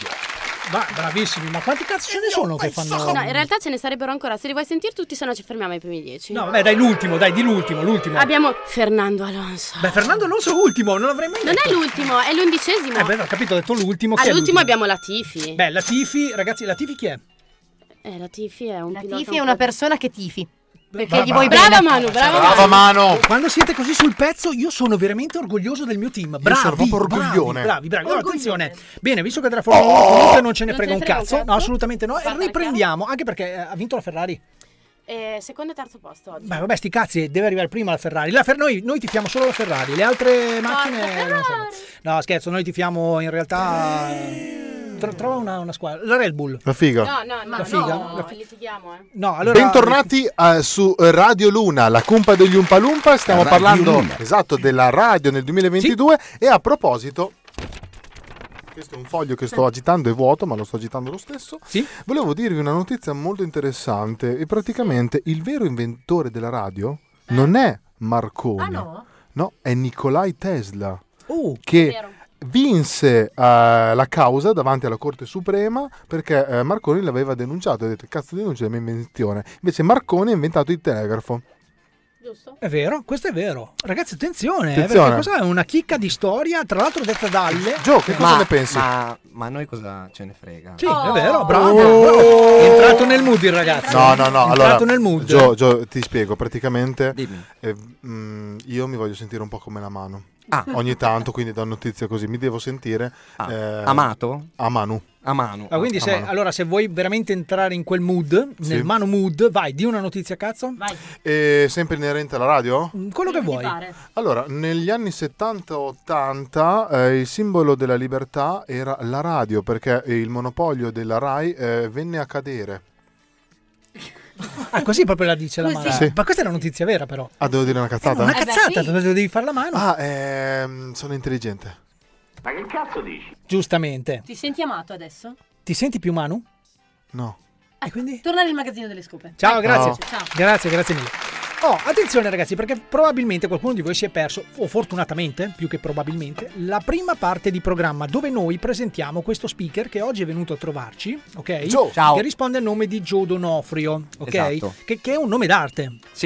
Va, bravissimi, ma quanti cazzo ce ne sono che fanno? No, in realtà ce ne sarebbero ancora. Se li vuoi sentire tutti, se no ci fermiamo ai primi dieci. No, vabbè, dai, l'ultimo, dai, di l'ultimo, l'ultimo. Abbiamo Fernando Alonso. Beh, Fernando Alonso ultimo, non l'avrei mai Non detto. è l'ultimo, è l'undicesimo. Eh beh, ho capito, ho detto l'ultimo. chi è All'ultimo l'ultimo? abbiamo Latifi. Beh, Latifi, ragazzi, Latifi chi è? Eh, Latifi è un pilota. Tifi è un una po'- persona che tifi. Perché Brava. gli vuoi Brava bene. Manu, brava, Brava Manu. mano. Quando siete così sul pezzo, io sono veramente orgoglioso del mio team. Bravi, sono proprio bravi, orgoglione. bravi, bravi. Allora, attenzione. Bene, visto che della Formula uno comunque non ce ne Non frega ce un ne frega un cazzo. cazzo. No, assolutamente no. E Guarda, riprendiamo, anche perché eh, ha vinto la Ferrari. Eh, secondo e terzo posto oggi. Beh, vabbè, sti cazzi, deve arrivare prima la Ferrari. La Fer- noi, noi tifiamo solo la Ferrari, le altre macchine non so. No, scherzo, noi tifiamo in realtà. tro- trova una, una squadra. La Red Bull. La figa. No, no, no, La figa? no, La fi- litighiamo, eh. No, allora. Bentornati eh, su Radio Luna, la cumpa degli Umpalumpa. Stiamo Radio parlando Luna. esatto della radio nel duemilaventidue. E a proposito, questo è un foglio che sto agitando, è vuoto, ma lo sto agitando lo stesso. Sì? Volevo dirvi una notizia molto interessante. E praticamente il vero inventore della radio non è Marconi, Ah no? no, è Nikolai Tesla, Oh, che Vero. vinse eh, la causa davanti alla Corte Suprema perché eh, Marconi l'aveva denunciato e ha detto cazzo denuncia la mia invenzione. Invece Marconi ha inventato il telegrafo. Giusto? è vero, questo è vero. Ragazzi, attenzione, eh, Attenzione. perché questa è una chicca di storia, tra l'altro detta dalle. Gio, che cosa Ma, ne pensi? ma, ma noi cosa ce ne frega? Sì, Oh. è vero, bravo, bravo. È entrato nel mood il ragazzo. No, no, no, È allora entrato nel mood. Gio, Gio, ti spiego, praticamente Dimmi. eh, mm, io mi voglio sentire un po' come la mano. Ah. Ogni tanto, quindi do notizie così, mi devo sentire Ah, eh, Amato? a Manu. A mano. Ah, quindi a se, mano. allora se vuoi veramente entrare in quel mood, Sì. nel mano mood, vai, di una notizia cazzo. Vai. E sempre inerente alla radio? Mm, Quello che vuoi. Allora, negli anni settanta ottanta eh, il simbolo della libertà era la radio, perché il monopolio della Rai eh, venne a cadere. Ah, così proprio la dice la Così. mano. Sì. Ma questa è una notizia vera però. Ah, devo dire una cazzata? Una Eh beh, cazzata, sì. dove devi fare la mano. Ah, ehm, sono intelligente. Ma che cazzo dici? Giustamente. Ti senti amato adesso? Ti senti più Manu? No. E quindi? Torna nel magazzino delle scope. Ciao, Vai. grazie. No. Ciao. Grazie, grazie mille. Oh, attenzione ragazzi, perché probabilmente qualcuno di voi si è perso, o fortunatamente, più che probabilmente, la prima parte di programma dove noi presentiamo questo speaker che oggi è venuto a trovarci, ok? Joe. Ciao. Che risponde al nome di Gio Donofrio, ok? Esatto. Che, che è un nome d'arte. Sì.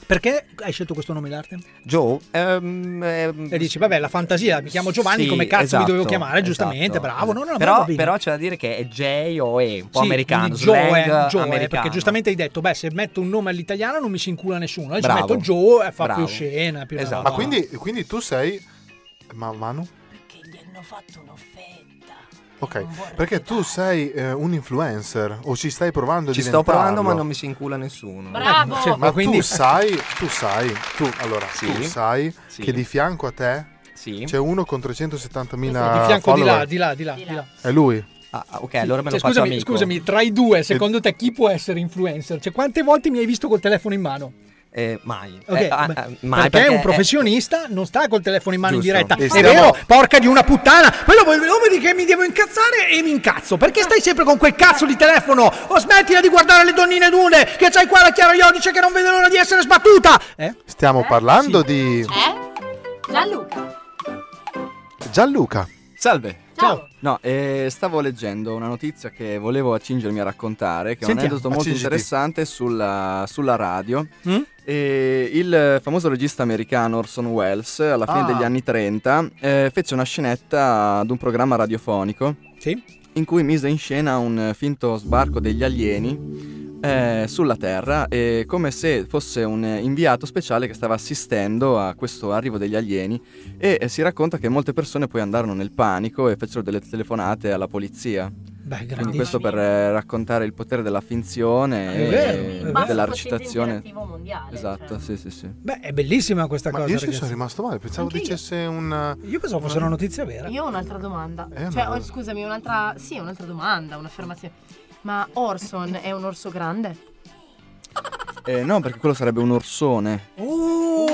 Perché hai scelto questo nome d'arte? Joe? Ehm, ehm, E dici, vabbè, la fantasia, mi chiamo Giovanni, sì, come cazzo esatto, mi dovevo chiamare? Giustamente, esatto, bravo. No, no, però, va bene. però c'è da dire che è J o E, un po' Sì, americano, quindi Joe, slang eh, Joe, eh, americano. perché giustamente hai detto, beh, se metto un nome all'italiano non mi si incula nessuno. E ci Bravo, metto Joe e fa bravo. più scena. Più Esatto. Ma quindi, quindi tu sei. Ma Manu? Perché gli hanno fatto un'offerta. Ok, perché tu sei eh, un influencer o ci stai provando a Ci sto diventarlo? provando, ma non mi si incula nessuno. Bravo! Cioè, ma quindi- tu sai, tu sai, tu allora, Sì. tu sai Sì. che di fianco a te Sì. c'è uno con trecentosettantamila Di fianco di là, follower. di là, di là, di là. È lui. Ah, ok, allora me Cioè, lo faccio scusami, amico. scusami, tra i due, secondo te chi può essere influencer? Cioè, quante volte mi hai visto col telefono in mano? Eh, mai. Ok, Eh, ah, beh, ah, mai perché, un eh, professionista non sta col telefono in mano Giusto. in diretta. E È stiamo- vero, porca di una puttana. Poi dopo dopo di che mi devo incazzare e mi incazzo. Perché stai sempre con quel cazzo di telefono? O smettila di guardare le donnine nude, che c'hai qua la Chiara Iodice che non vede l'ora di essere sbattuta. Eh? Stiamo parlando di Eh? Gianluca. Gianluca. Salve. Ciao. No, eh, stavo leggendo una notizia che volevo accingermi a raccontare, che è un Sentiamo. aneddoto molto Accingiti. interessante sulla, sulla radio. Mm? E il famoso regista americano Orson Welles, alla fine Ah. degli anni trenta, eh, fece una scenetta ad un programma radiofonico Sì. in cui mise in scena un finto sbarco degli alieni eh, sulla Terra, eh, come se fosse un inviato speciale che stava assistendo a questo arrivo degli alieni, e eh, si racconta che molte persone poi andarono nel panico e fecero delle telefonate alla polizia. Beh, Quindi grandissimo. questo per eh, raccontare il potere della finzione È e vero, è e vero. della Basso recitazione. quoziente interattivo mondiale, Esatto, sì, sì, sì. Beh, è bellissima questa Ma cosa. io ci ragazzi. sono rimasto male, pensavo Anche io. dicesse un. Io pensavo fosse una notizia vera. Io ho un'altra domanda. Eh, cioè, no. oh, scusami, un'altra. Sì, un'altra domanda, un'affermazione. Ma Orson è un orso grande? Eh, no, perché quello sarebbe un orsone. Oh!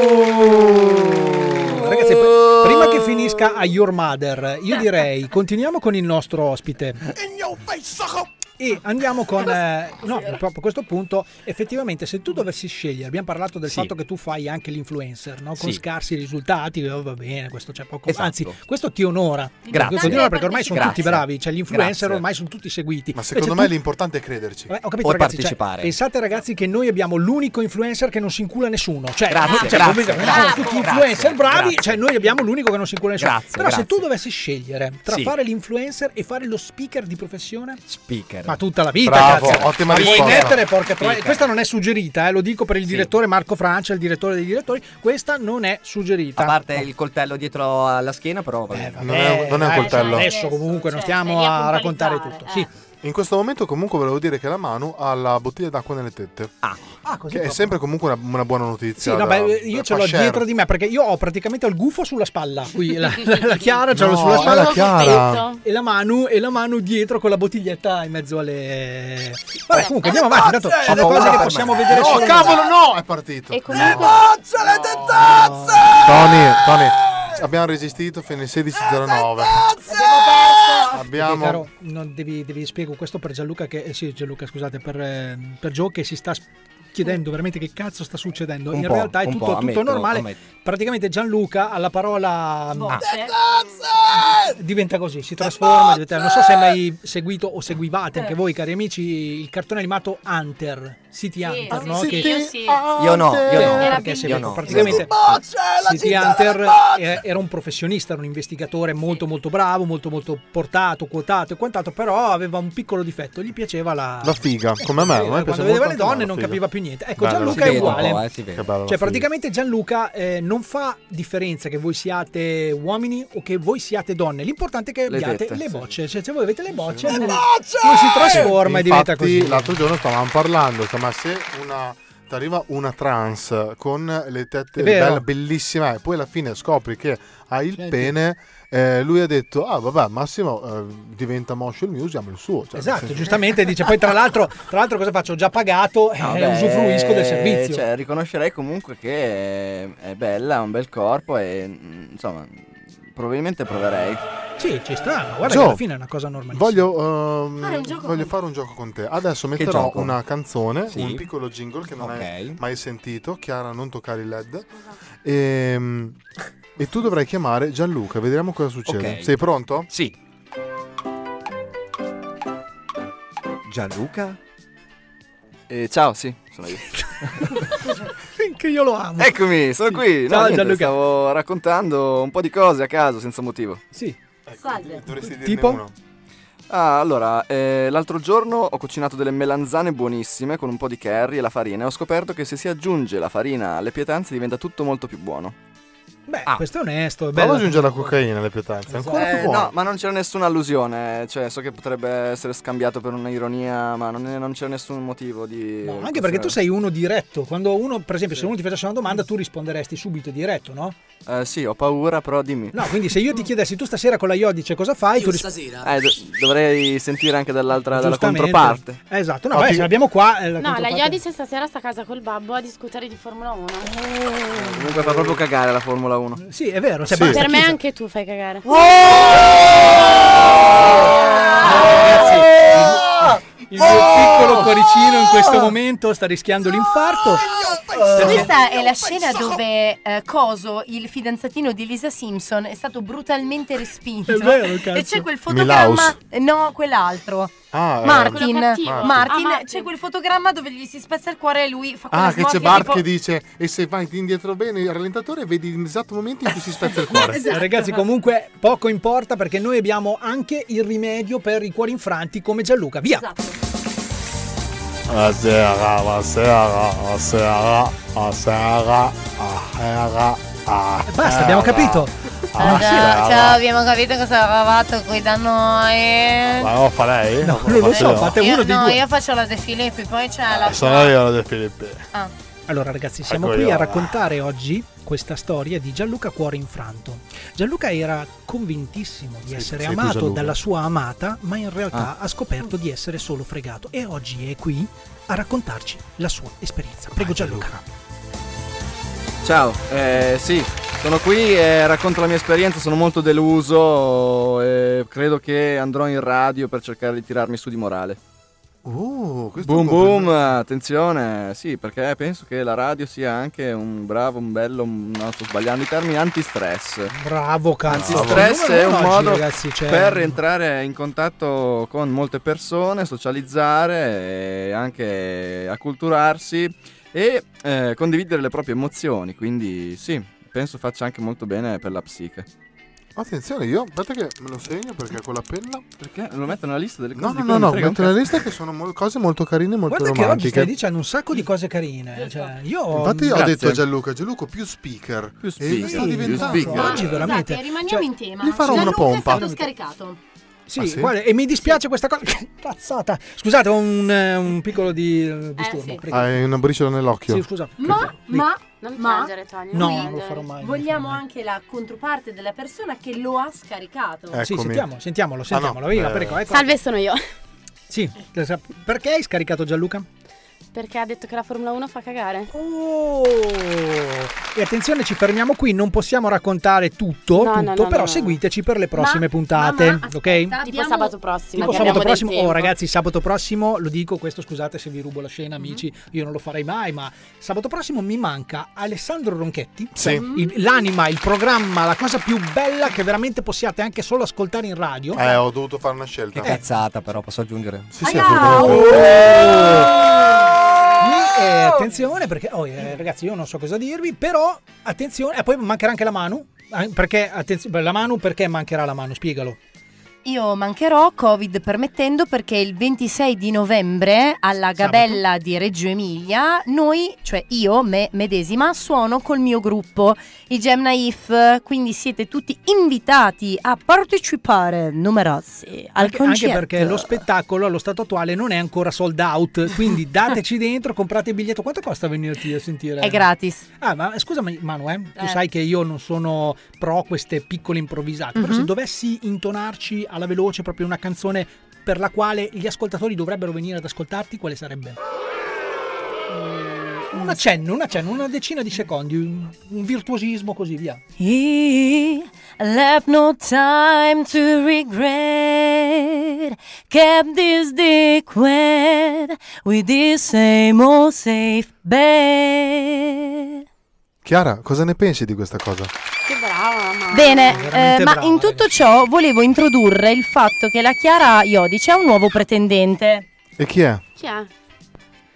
Ragazzi, p- prima che finisca a Your Mother, io direi continuiamo con il nostro ospite. E andiamo con eh, no, proprio a questo punto, effettivamente, se tu dovessi scegliere, abbiamo parlato del Sì. fatto che tu fai anche l'influencer, no? Con Sì. scarsi risultati, oh, va bene, questo c'è poco. Esatto. Anzi, questo ti onora. Grazie. Questo ti onora perché ormai sono Grazie. tutti bravi, cioè gli influencer Grazie. ormai sono tutti seguiti. Ma secondo Invece me tu- l'importante è crederci. Eh, ho capito, O ragazzi, cioè, partecipare. pensate ragazzi che noi abbiamo l'unico influencer che non si incula nessuno. Cioè, Grazie, cioè, grazie, noi grazie, sono tutti grazie, influencer bravi, grazie. cioè noi abbiamo l'unico che non si incula nessuno. Grazie, Però se grazie. tu dovessi scegliere tra Sì. fare l'influencer e fare lo speaker di professione, Speaker. ma tutta la vita, Bravo, cazzo. ottima Ma vuoi risposta. mettere, porca troia- Speaker. questa non è suggerita, eh, lo dico per il Sì. direttore Marco Francia, il direttore dei direttori, questa non è suggerita. A parte il coltello dietro alla schiena, però va Eh, bene. vabbè, Non è un- non è un dai, coltello. Adesso comunque non Cioè, stiamo stai lì a a raccontare puntualizzare, tutto. Sì. In questo momento comunque volevo dire che la Manu ha la bottiglia d'acqua nelle tette. Ah, Ah, così Che è proprio. sempre comunque una, una buona notizia. Sì, no, da- beh, io da ce l'ho fasciare. dietro di me perché io ho praticamente il gufo sulla spalla. Qui la, la, la Chiara ce l'ho No, sulla è spalla la Chiara. e la Manu e la Manu dietro con la bottiglietta in mezzo alle. Vabbè, comunque andiamo avanti. Tanto sono paura cose che per possiamo me. vedere No, solo. cavolo, no! È partito. E comunque. Tony, Tony, abbiamo resistito fino alle sedici e zero nove. Perché, Abbiamo. caro, non devi, devi spiego questo per Gianluca che eh, sì, Gianluca, scusate, per, eh, per Joe che si sta s- chiedendo veramente che cazzo sta succedendo. Un In po', realtà è un tutto, po', tutto ammetto, normale. ammetto. Praticamente Gianluca alla parola Voce. diventa così, si trasforma, diventa- non so se hai mai seguito o seguivate anche voi cari amici il cartone animato Hunter, City Hunter, sì, no? sì, Che- io sì. Io no, io no. Era perché se- Io no. praticamente City Hunter eh, era un professionista, era un investigatore molto molto bravo, molto molto portato, quotato e quant'altro, però aveva un piccolo difetto, gli piaceva la, La figa, come a me. a me piace quando molto vedeva le anche a me donne la non figa. capiva più niente. Ecco, Bella, Gianluca la è Si vede figa. un uguale. po', eh, si vede. Che bella la Cioè, figa. praticamente Gianluca eh, non fa differenza che voi siate uomini o che voi siate donne. L'importante è che Le abbiate tette, le sì. bocce. Cioè, se voi avete le bocce, lui, lui si trasforma e diventa Infatti, così. l'altro giorno stavamo parlando, cioè, ma se una ti arriva una trans con le tette È vero. belle, bellissima, e poi alla fine scopri che ha il Senti. pene, eh, lui ha detto: ah, vabbè, Massimo eh, diventa moscio il mio, usiamo il suo. Cioè, Esatto, se- giustamente dice. Poi, tra l'altro, tra l'altro, cosa faccio? Ho già pagato e No, beh, usufruisco del servizio. Cioè, riconoscerei comunque che è, è bella, ha un bel corpo e mm, insomma, probabilmente proverei. Sì, ci sta. ma Guarda, Joe, che alla fine è una cosa normalissima. Voglio, ehm, Fare un gioco voglio con fare un gioco con te. Adesso metterò gioco? una canzone, Sì. un piccolo jingle che non hai Ok. mai sentito. Chiara, non toccare il L E D. E, e tu dovrai chiamare Gianluca. Vediamo cosa succede. Ok. Sei pronto? Sì. Gianluca? Eh, ciao, sì, sono io. Che io lo amo. Eccomi, sono qui. Ciao, No, niente, Gianluca. stavo raccontando un po' di cose a caso, senza motivo. Sì. Salve. Dovresti dirne Tipo? uno. Ah, allora, eh, l'altro giorno ho cucinato delle melanzane buonissime con un po' di curry e la farina e ho scoperto che se si aggiunge la farina alle pietanze diventa tutto molto più buono. Beh, questo è onesto, è Prova bello. ad aggiungere la cocaina alle pietanze, è ancora più Eh, buono. no, ma non c'era nessuna allusione, cioè so che potrebbe essere scambiato per una ironia, ma non, è- non c'era nessun motivo di... No, anche perché tu sei uno diretto. Quando uno, per esempio, se uno ti facesse una domanda, tu risponderesti subito diretto, no? Eh, sì, ho paura, però dimmi. No, quindi se io ti chiedessi tu stasera con la Iodice cosa fai, tu rispondi. Eh, do- dovrei sentire anche dall'altra, dalla Giustamente. controparte. Eh, esatto, no, beh, ce l'abbiamo qua. eh, la No, la controparte. Iodice stasera sta a casa col babbo a discutere di Formula uno. Comunque fa proprio cagare la Formula uno. Sì, è vero. Se Per basta me chiusa- anche tu fai cagare. Il mio piccolo cuoricino in questo momento sta rischiando l'infarto. Questa è la scena dove eh, Coso, il fidanzatino di Lisa Simpson, è stato brutalmente respinto. È vero, cazzo. E c'è quel fotogramma. No, quell'altro. Ah, eh. Martin, Quello cattivo. Martin, Ah, Martin. c'è quel fotogramma dove gli si spezza il cuore e lui fa quella Ah, che c'è smorfia Bart tipo- che dice e se vai indietro bene il rallentatore vedi l'esatto momento in cui si spezza il cuore. Eh, Ragazzi, comunque poco importa perché noi abbiamo anche il rimedio per i cuori infranti come Gianluca. Via! Buonasera, buonasera, buonasera, buonasera, buonasera, Basta, abbiamo capito. Ah, ciao, ciao, abbiamo capito cosa aveva fatto qui da noi. Ma lo fa lei? No, non lo so, fate Io, uno dei no, due. io faccio la De Filippi, poi c'è la Sono io De Filippi. Ah. Allora ragazzi, siamo Ecco qui io. a raccontare oggi questa storia di Gianluca Cuore Infranto. Gianluca era convintissimo di essere sei tu, amato Gianluca. dalla sua amata, ma in realtà Ah. ha scoperto di essere solo fregato e oggi è qui a raccontarci la sua esperienza. Prego Gianluca. Ciao, eh, sì, sono qui e racconto la mia esperienza, sono molto deluso e credo che andrò in radio per cercare di tirarmi su di morale. Uh, questo è Boom un boom, complimento. attenzione, sì, perché penso che la radio sia anche un bravo, un bello, un- no, sto sbagliando i termini, antistress. Bravo cazzo. Antistress è un Oggi, modo ragazzi, c'è- per entrare in contatto con molte persone, socializzare e anche acculturarsi e eh, condividere le proprie emozioni, quindi sì, penso faccia anche molto bene per la psiche. Attenzione, io aspetta che me lo segno perché con la penna. Perché lo metto nella lista delle cose No, di no, cui no, non no, mi frega un metto nella cazzo. lista che sono mo- cose molto carine e molto Guarda che oggi romantiche. stai dicendo un sacco di cose carine. Cioè, io Infatti ho Grazie. detto a Gianluca, Gianluca più speaker. Più E speaker, sta più diventando. speaker. Oggi veramente. Scusate, rimaniamo Cioè, in tema. gli farò una Gianluca pompa. è stato scaricato. Sì, Ah, sì? guarda, e mi dispiace questa cosa. Cazzata. Scusate, ho un, eh, un piccolo di eh, disturbo. sì. prego. Hai una briciola nell'occhio. Sì, scusa. Ma, ma, Non ma piangere, Tony. No, non non lo piangere. farò mai. vogliamo anche la controparte della persona che lo ha scaricato. Eccomi. Sì, sentiamo, sentiamolo, sentiamolo. Ah, no, via, eh. prego, ecco. Salve, sono io. Sì, perché hai scaricato Gianluca? Perché ha detto che la Formula uno fa cagare. Oh! E attenzione, ci fermiamo qui, non possiamo raccontare tutto, No, tutto, no, no, però no. seguiteci per le prossime Ma- puntate, ma- ma, ok? aspetta, Tipo abbiamo- sabato prossimo. Tipo che sabato abbiamo del prossimo, oh tempo. ragazzi, sabato prossimo, lo dico questo, scusate se vi rubo la scena amici, io non lo farei mai, ma sabato prossimo mi manca Alessandro Ronchetti, Sì. cioè il- l'anima, il programma, la cosa più bella che veramente possiate anche solo ascoltare in radio. Eh, ho dovuto fare una scelta. Che cazzata, però, posso aggiungere? Sì, sì, Aia! assolutamente. E, eh, attenzione perché, oh, eh, ragazzi, io non so cosa dirvi, però attenzione, e poi mancherà anche la Manu, eh, perché, attenzione, la Manu, perché mancherà la Manu, spiegalo. Io mancherò, Covid permettendo, perché il ventisei di novembre alla Gabella di Reggio Emilia noi, cioè io, me medesima, suono col mio gruppo, i Gem Naif, quindi siete tutti invitati a partecipare numerosi al Anche, anche concerto. perché lo spettacolo allo stato attuale non è ancora sold out, quindi dateci dentro, comprate il biglietto. Quanto costa venirti a sentire? È gratis. Ah, ma scusami Manu, eh, tu Eh. sai che io non sono pro queste piccole improvvisate, però Mhm. se dovessi intonarci alla veloce proprio una canzone per la quale gli ascoltatori dovrebbero venire ad ascoltarti, quale sarebbe? Un accenno, un accenno, una decina di secondi, un, un virtuosismo così, via. He left no time to regret, kept this dick wet with this same old safe bet. Chiara, cosa ne pensi di questa cosa? Che brava, mamma. Bene, veramente eh, ma brava, in tutto ciò volevo introdurre il fatto che la Chiara Iodice ha un nuovo pretendente. E chi è? Chi è?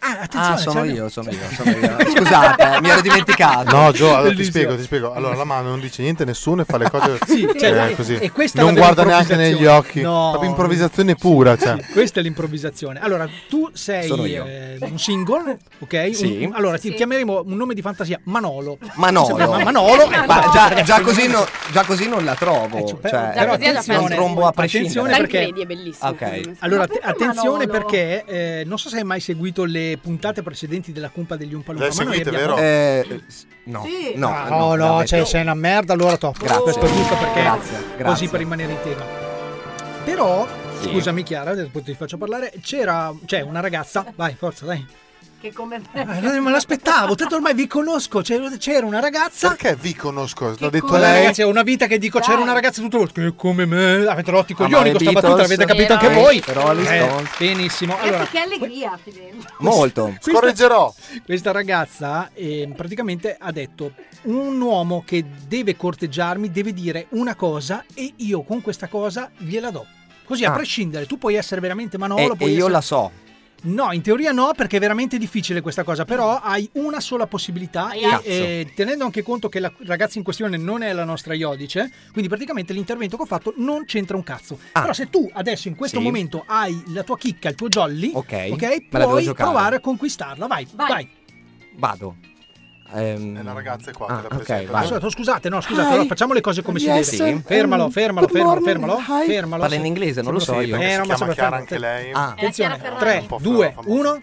Ah, attenzione, Ah, sono c'è- io, sono io, sono io. Scusate, eh, mi ero dimenticato. No, Gio, allora ti Bellissimo. spiego, ti spiego. Allora la mano non dice niente a nessuno e fa le cose Sì, eh, cioè, così. e questa è non la guarda vera neanche negli occhi. improvvisazione. No. Proprio improvvisazione pura. Cioè. Questa è l'improvvisazione. Allora, tu sei Sono io. eh, un single, ok? Sì. Un- allora, ti chiameremo un nome di fantasia, Manolo. Manolo. Si chiama Manolo. eh, Ma vabbè, già, ragazzi, già così no- già così non la trovo. Eh, cioè, però però attenzione, non trombo a prescindere. attenzione Dai, perché- credi, è bellissimo. Ok. Allora, Ma perché att- attenzione Manolo? perché eh, non so se hai mai seguito le puntate precedenti della Cumpa degli Umpa Lumpa. Le hai ma noi seguite, abbiamo- vero? Eh, no, Sì. no, Ah, no, no, no, veramente. cioè, sei una merda, allora top. Grazie. Questo è giusto perché Grazie, così grazie. per rimanere in tema. Però, Sì. scusami Chiara, adesso ti faccio parlare. C'era, c'è una ragazza, vai, forza, dai. Che come Eh, me l'aspettavo, tanto ormai vi conosco. C'era, c'era una ragazza. Perché vi conosco? L'ho detto Come lei. ragazzi, è una vita che dico, c'era una ragazza tutto il che come me, avete rotti i coglioni Amare con sta Beatles, battuta, l'avete capito anche Vero. voi. Rolling Eh, Stones. benissimo. Allora, che allegria qui dentro. Molto. Scorreggerò. questa ragazza eh, praticamente ha detto: un uomo che deve corteggiarmi deve dire una cosa e io con questa cosa gliela do. Così a Ah. prescindere, tu puoi essere veramente Manolo, E, e puoi io essere- la so. No, in teoria no, perché è veramente difficile questa cosa, però hai una sola possibilità e Cazzo. eh, tenendo anche conto che la ragazza in questione non è la nostra Iodice, quindi praticamente l'intervento che ho fatto non c'entra un cazzo. Ah. Però se tu adesso in questo Sì. momento hai la tua chicca, il tuo jolly, Ok, ok, me la devo puoi giocare. provare a conquistarla, vai, vai. Vai. Vado. Ehm, E la ragazza è qua. ah, te la ok, presento. vai. Scusate, scusate, no, scusate, Hi. allora facciamo le cose come Yes, si deve. um, Fermalo, fermalo, good fermalo, morning. fermalo, Hi. fermalo. Parla in inglese, non lo so Sì, io. perché Eh, si no, ma chiama sapeva Chiara fermo. anche lei. Ah, Attenzione, Chiara tre, Ferragni. Un po' due, famosa. uno.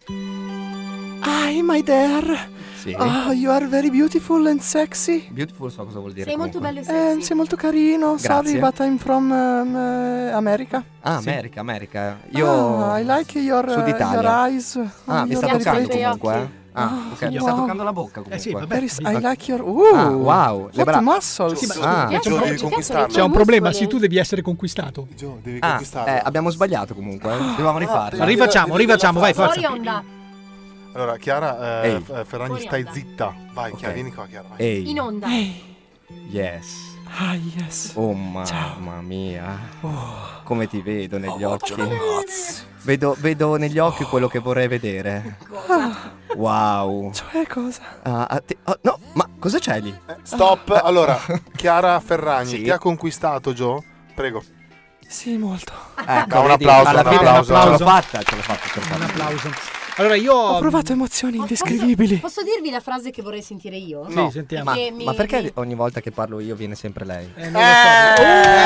Hi, my dear. sì. Oh, you are very beautiful and sexy. Beautiful so cosa vuol dire. Sei molto comunque. bello e Eh, sexy. sei molto carino. Sorry, Grazie. but I'm from um, uh, America. Ah, Sì. America, America. Io Ah, I like your, uh, Sud Italia. your eyes. Ah, mi Your sta very toccando pretty. comunque. eh? Ah, ok, mi sta wow. toccando la bocca comunque. Eh sì, vabbè. Very s- I Ok. like your. Uh, Ah, wow, le What bra- muscles. Sì, ma Ah. scusa, Gio, c'è un- devi conquistarla. c'è un problema, sì, tu devi essere conquistato. Gio, devi Ah, conquistarla. eh, abbiamo sbagliato comunque. eh. Dovevamo rifarla. devi- Rifacciamo, devi- rifacciamo, vai, Fuori forza. onda. Allora, Chiara, eh, Ehi. F- Ferragni, Fuori stai onda. zitta. Vai, Ok. Chiara, vieni qua, Chiara. Vai. Ehi. In onda. Yes. Ah, yes. Oh mamma mia. Come ti vedo negli occhi. Vedo, vedo negli occhi quello che vorrei vedere. Wow. Cioè, cosa? Ah, ah, ti- oh, no, ma cosa c'è lì? Stop. Allora, Chiara Ferragni, Sì. ti ha conquistato, Gio? Prego. Sì, molto. Ecco, un vedi, applauso, alla un fine applauso. ce l'ho fatta, ce l'ho fatta, ce l'ho Un fatta. applauso. Allora io Ho provato emozioni indescrivibili. Posso dirvi la frase che vorrei sentire io? Sì, No. sentiamo. Ma, Che mi- ma perché mi- ogni volta che parlo io viene sempre lei? Eh, non lo so.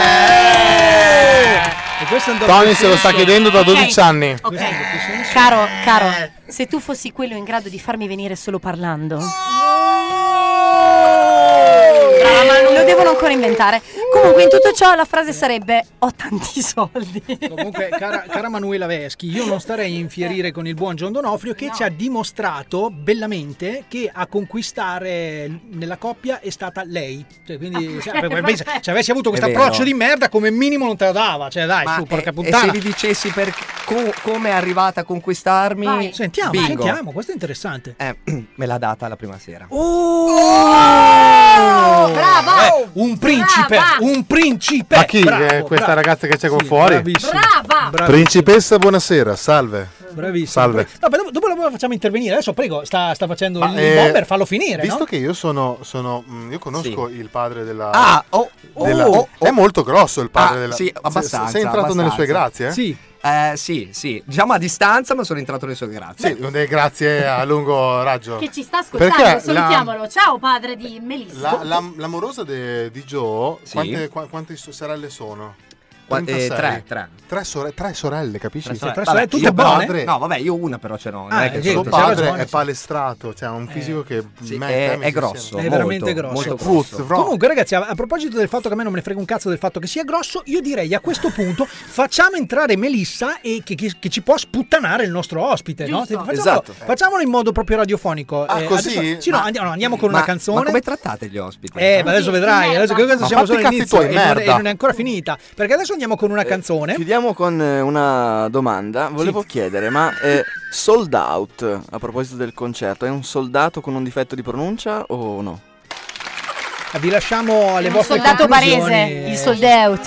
E questo è un doppio Tony se lo sta senso. chiedendo da dodici anni. Questo è un doppio senso. Caro, caro, se tu fossi quello in grado di farmi venire solo parlando. Lo devono ancora inventare. Comunque, in tutto ciò la frase sarebbe: ho tanti soldi. Comunque, cara, cara Manuela Veschi, io non starei a infierire con il buon John Donofrio che ci ha dimostrato bellamente che a conquistare nella coppia è stata lei. Cioè, quindi, se, pensa, se avessi avuto questo È vero. approccio di merda, come minimo non te la dava. Cioè, dai, Ma su, porca e, e puttana. se vi dicessi per co- come è arrivata a conquistarmi? Vai. Sentiamo, Bingo. sentiamo, questo è interessante. Eh, me l'ha data la prima sera. Oh! Brava! Eh, un principe, Brava! un principe. Ma chi? Bravo, Eh, questa bravo. ragazza che c'è qua Sì, fuori? Bravissimo. Brava! Bravissimo. Principessa, buonasera, salve. Bravissimo. Salve. No, dopo, dopo lo facciamo intervenire. Adesso prego, sta, sta facendo Ma, il eh, bomber, fallo finire. Visto no? che io sono, sono mh, io conosco il padre della. Ah, oh, della- oh, oh. È molto grosso il padre Ah, della. sì, abbastanza, Sei, sei entrato nelle sue abbastanza. grazie? Eh? Sì. Eh, sì, sì. Diciamo a distanza, ma sono entrato nelle sue grazie. Sì, eh, grazie a lungo raggio. Che ci sta ascoltando, Perché salutiamolo. Ciao padre di Melissa. La, la, l'amorosa de- di Joe, Sì. quante, qua- quante sue sorelle sono? Qua- eh, trentasei. tre, tre. Tre, sore- tre sorelle, capisci? Tre sorelle. tre Vabbè, sorelle, tutte io buone? padre- No, vabbè, io una però ce n'ho. Non Ah, è che è Suo vero, tutte- c'ha padre ragione, è sì. palestrato, cioè ha un fisico che Sì, me e è- te è messi grosso. insieme. È veramente molto, grosso. molto Fruit, grosso. bro. Comunque ragazzi, a, a proposito del fatto che a me non me ne frega un cazzo del fatto che sia grosso, io direi a questo punto facciamo entrare Melissa e che, che- che ci può sputtanare il nostro ospite, no? Giusto. Facciamolo, Esatto. facciamolo in modo proprio radiofonico. Ah, così? adesso- sì, no, andiamo, no, andiamo con Ma, una canzone. ma come trattate gli ospiti? Eh, ma adesso vedrai, adesso che cosa Ma siamo fatti solo i cazzi all'inizio tuoi, e non, e merda. non è ancora finita. Perché adesso andiamo con una canzone. Chiudiamo con eh, una domanda. Volevo chiedere, ma eh, sold out, a proposito del concerto, è un soldato con un difetto di pronuncia o no? Vi lasciamo alle Un vostre soldato conclusioni. barese, il sold out.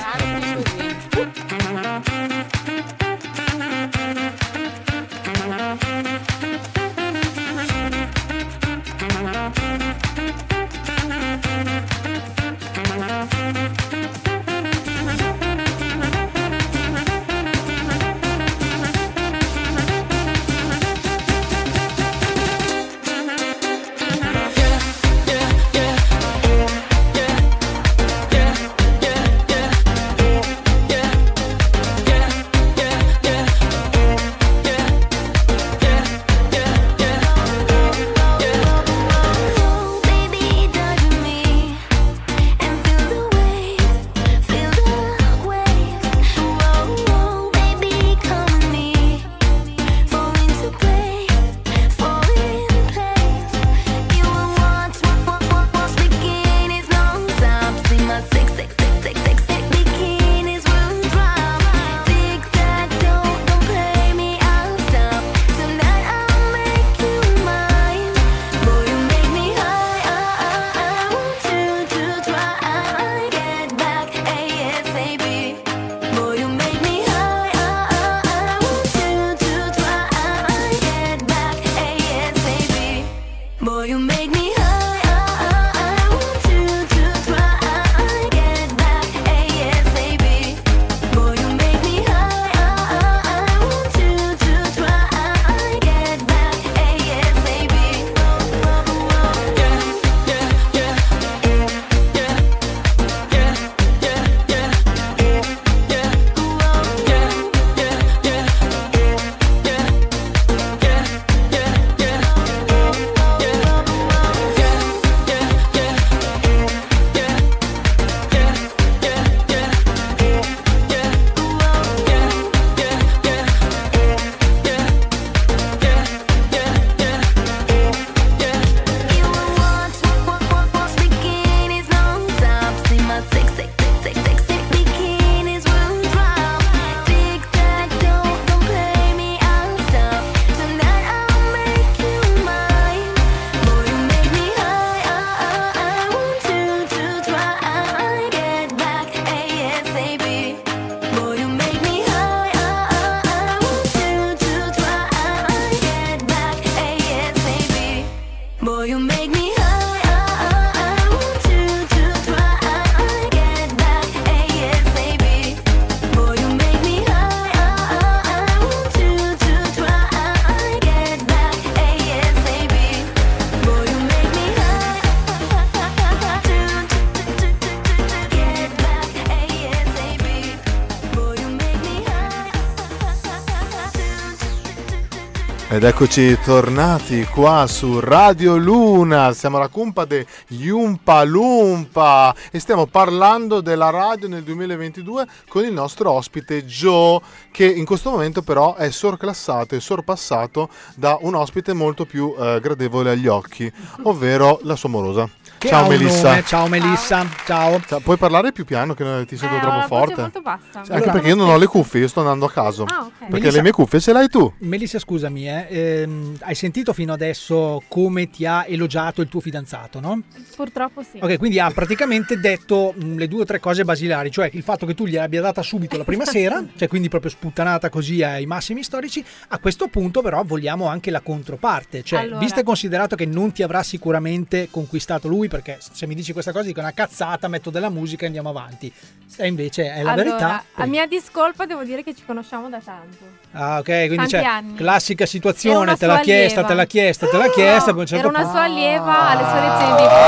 Ed eccoci tornati qua su Radio Luna, siamo alla cumpa de Yumpa Lumpa e stiamo parlando della radio nel duemilaventidue con il nostro ospite Joe, che in questo momento però è sorclassato e sorpassato da un ospite molto più eh, gradevole agli occhi, ovvero la sua morosa. Che Ciao ha un Melissa. nome. Ciao Melissa. Ciao. Ciao. Puoi parlare più piano che ti sento Eh, ho troppo la voce forte? molto bassa. Sì, anche perché io non ho le cuffie, io sto andando a caso. Ah, ok. Perché Melissa- le mie cuffie ce l'hai tu. Melissa, scusami, eh, ehm, hai sentito fino adesso come ti ha elogiato il tuo fidanzato, no? Purtroppo sì. Ok, quindi ha praticamente detto mh, le due o tre cose basilari, cioè il fatto che tu gliel'abbia data subito la prima sera, cioè quindi proprio sputtanata così ai massimi storici. A questo punto però vogliamo anche la controparte, cioè Allora. visto e considerato che non ti avrà sicuramente conquistato lui, perché se mi dici questa cosa dico una cazzata, metto della musica e andiamo avanti. Se invece è la allora, verità. a mia discolpa devo dire che ci conosciamo da tanto. Ah, ok, quindi Tanti c'è anni. classica Era situazione, una te l'ha sua chiesta, allieva. te l'ha chiesta, te l'ha chiesta, poi a un certo Era una punto- sua allieva alle sue lezioni di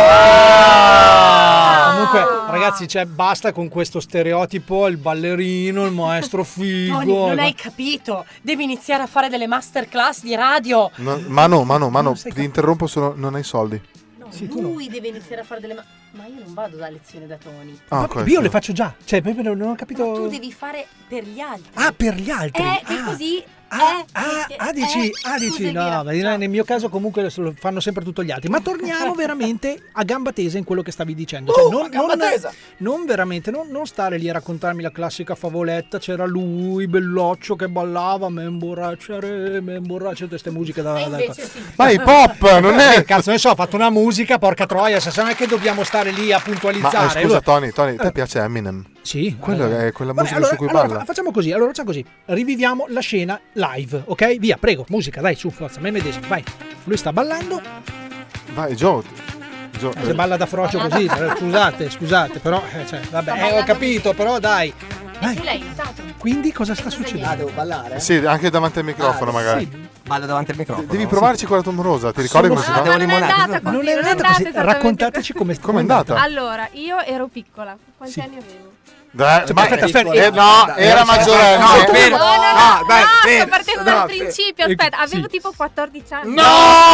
Ah! Comunque, ragazzi, cioè, basta con questo stereotipo, il ballerino, il maestro figo. Tony, non hai capito. Devi iniziare a fare delle masterclass di radio. No, Mano, Mano, Mano, ti interrompo solo, non hai soldi. No, lui deve iniziare a fare delle ma... ma io non vado da lezione da Tony. Ah, Ma questo. io le faccio già, cioè, proprio non ho capito. Ma tu devi fare per gli altri. Ah, per gli altri. Eh, ah. che così. Ah, eh, ah, che- ah, dici, eh, ah, dici, scusa, no, Elvira, ma in- nel mio caso comunque lo fanno sempre tutto gli altri. Ma torniamo veramente a gamba tesa in quello che stavi dicendo. Cioè, non, non, non veramente, non, non stare lì a raccontarmi la classica favoletta. C'era lui, belloccio, che ballava, me imborracciare, me imborracciare, tutte queste musiche da... da Ma hip hop, non è... Eh, cazzo, ne so, ho fatto una musica, porca troia, se non è che dobbiamo stare lì a Ma puntualizzare. eh, scusa Allora- Tony, Tony, te piace Eminem? Sì, Quello guarda. è quella Vabbè, musica allora- su cui allora parla. fa- facciamo così, allora facciamo così. Riviviamo la scena live, ok? Via, prego, musica, dai, su, forza, me medesimo, vai. Lui sta ballando, Vai, Joe. Joe, se balla da frocio così, eh, scusate, scusate, però, eh, cioè, vabbè, eh, ho capito, però dai. E tu l'hai aiutato. Quindi cosa sta succedendo? devo ballare? Sì, anche davanti al microfono magari. Sì. Ballo davanti al microfono. Devi provarci con la tua amorosa, ti ricordi come si No, fa? ma non è andata così, Non è andata andata così, esattamente raccontateci come Com'è andata? Allora, io ero piccola. Quanti Sì. anni avevo? Dai, Cioè, ma- aspetta, aspetta, eh, eh, no, era maggiorenne. No, No, fermo. No, no, no, No, dai, no, fermo. sto partendo No, dal fermo. principio. Aspetta, Eh, avevo sì. tipo quattordici anni. No!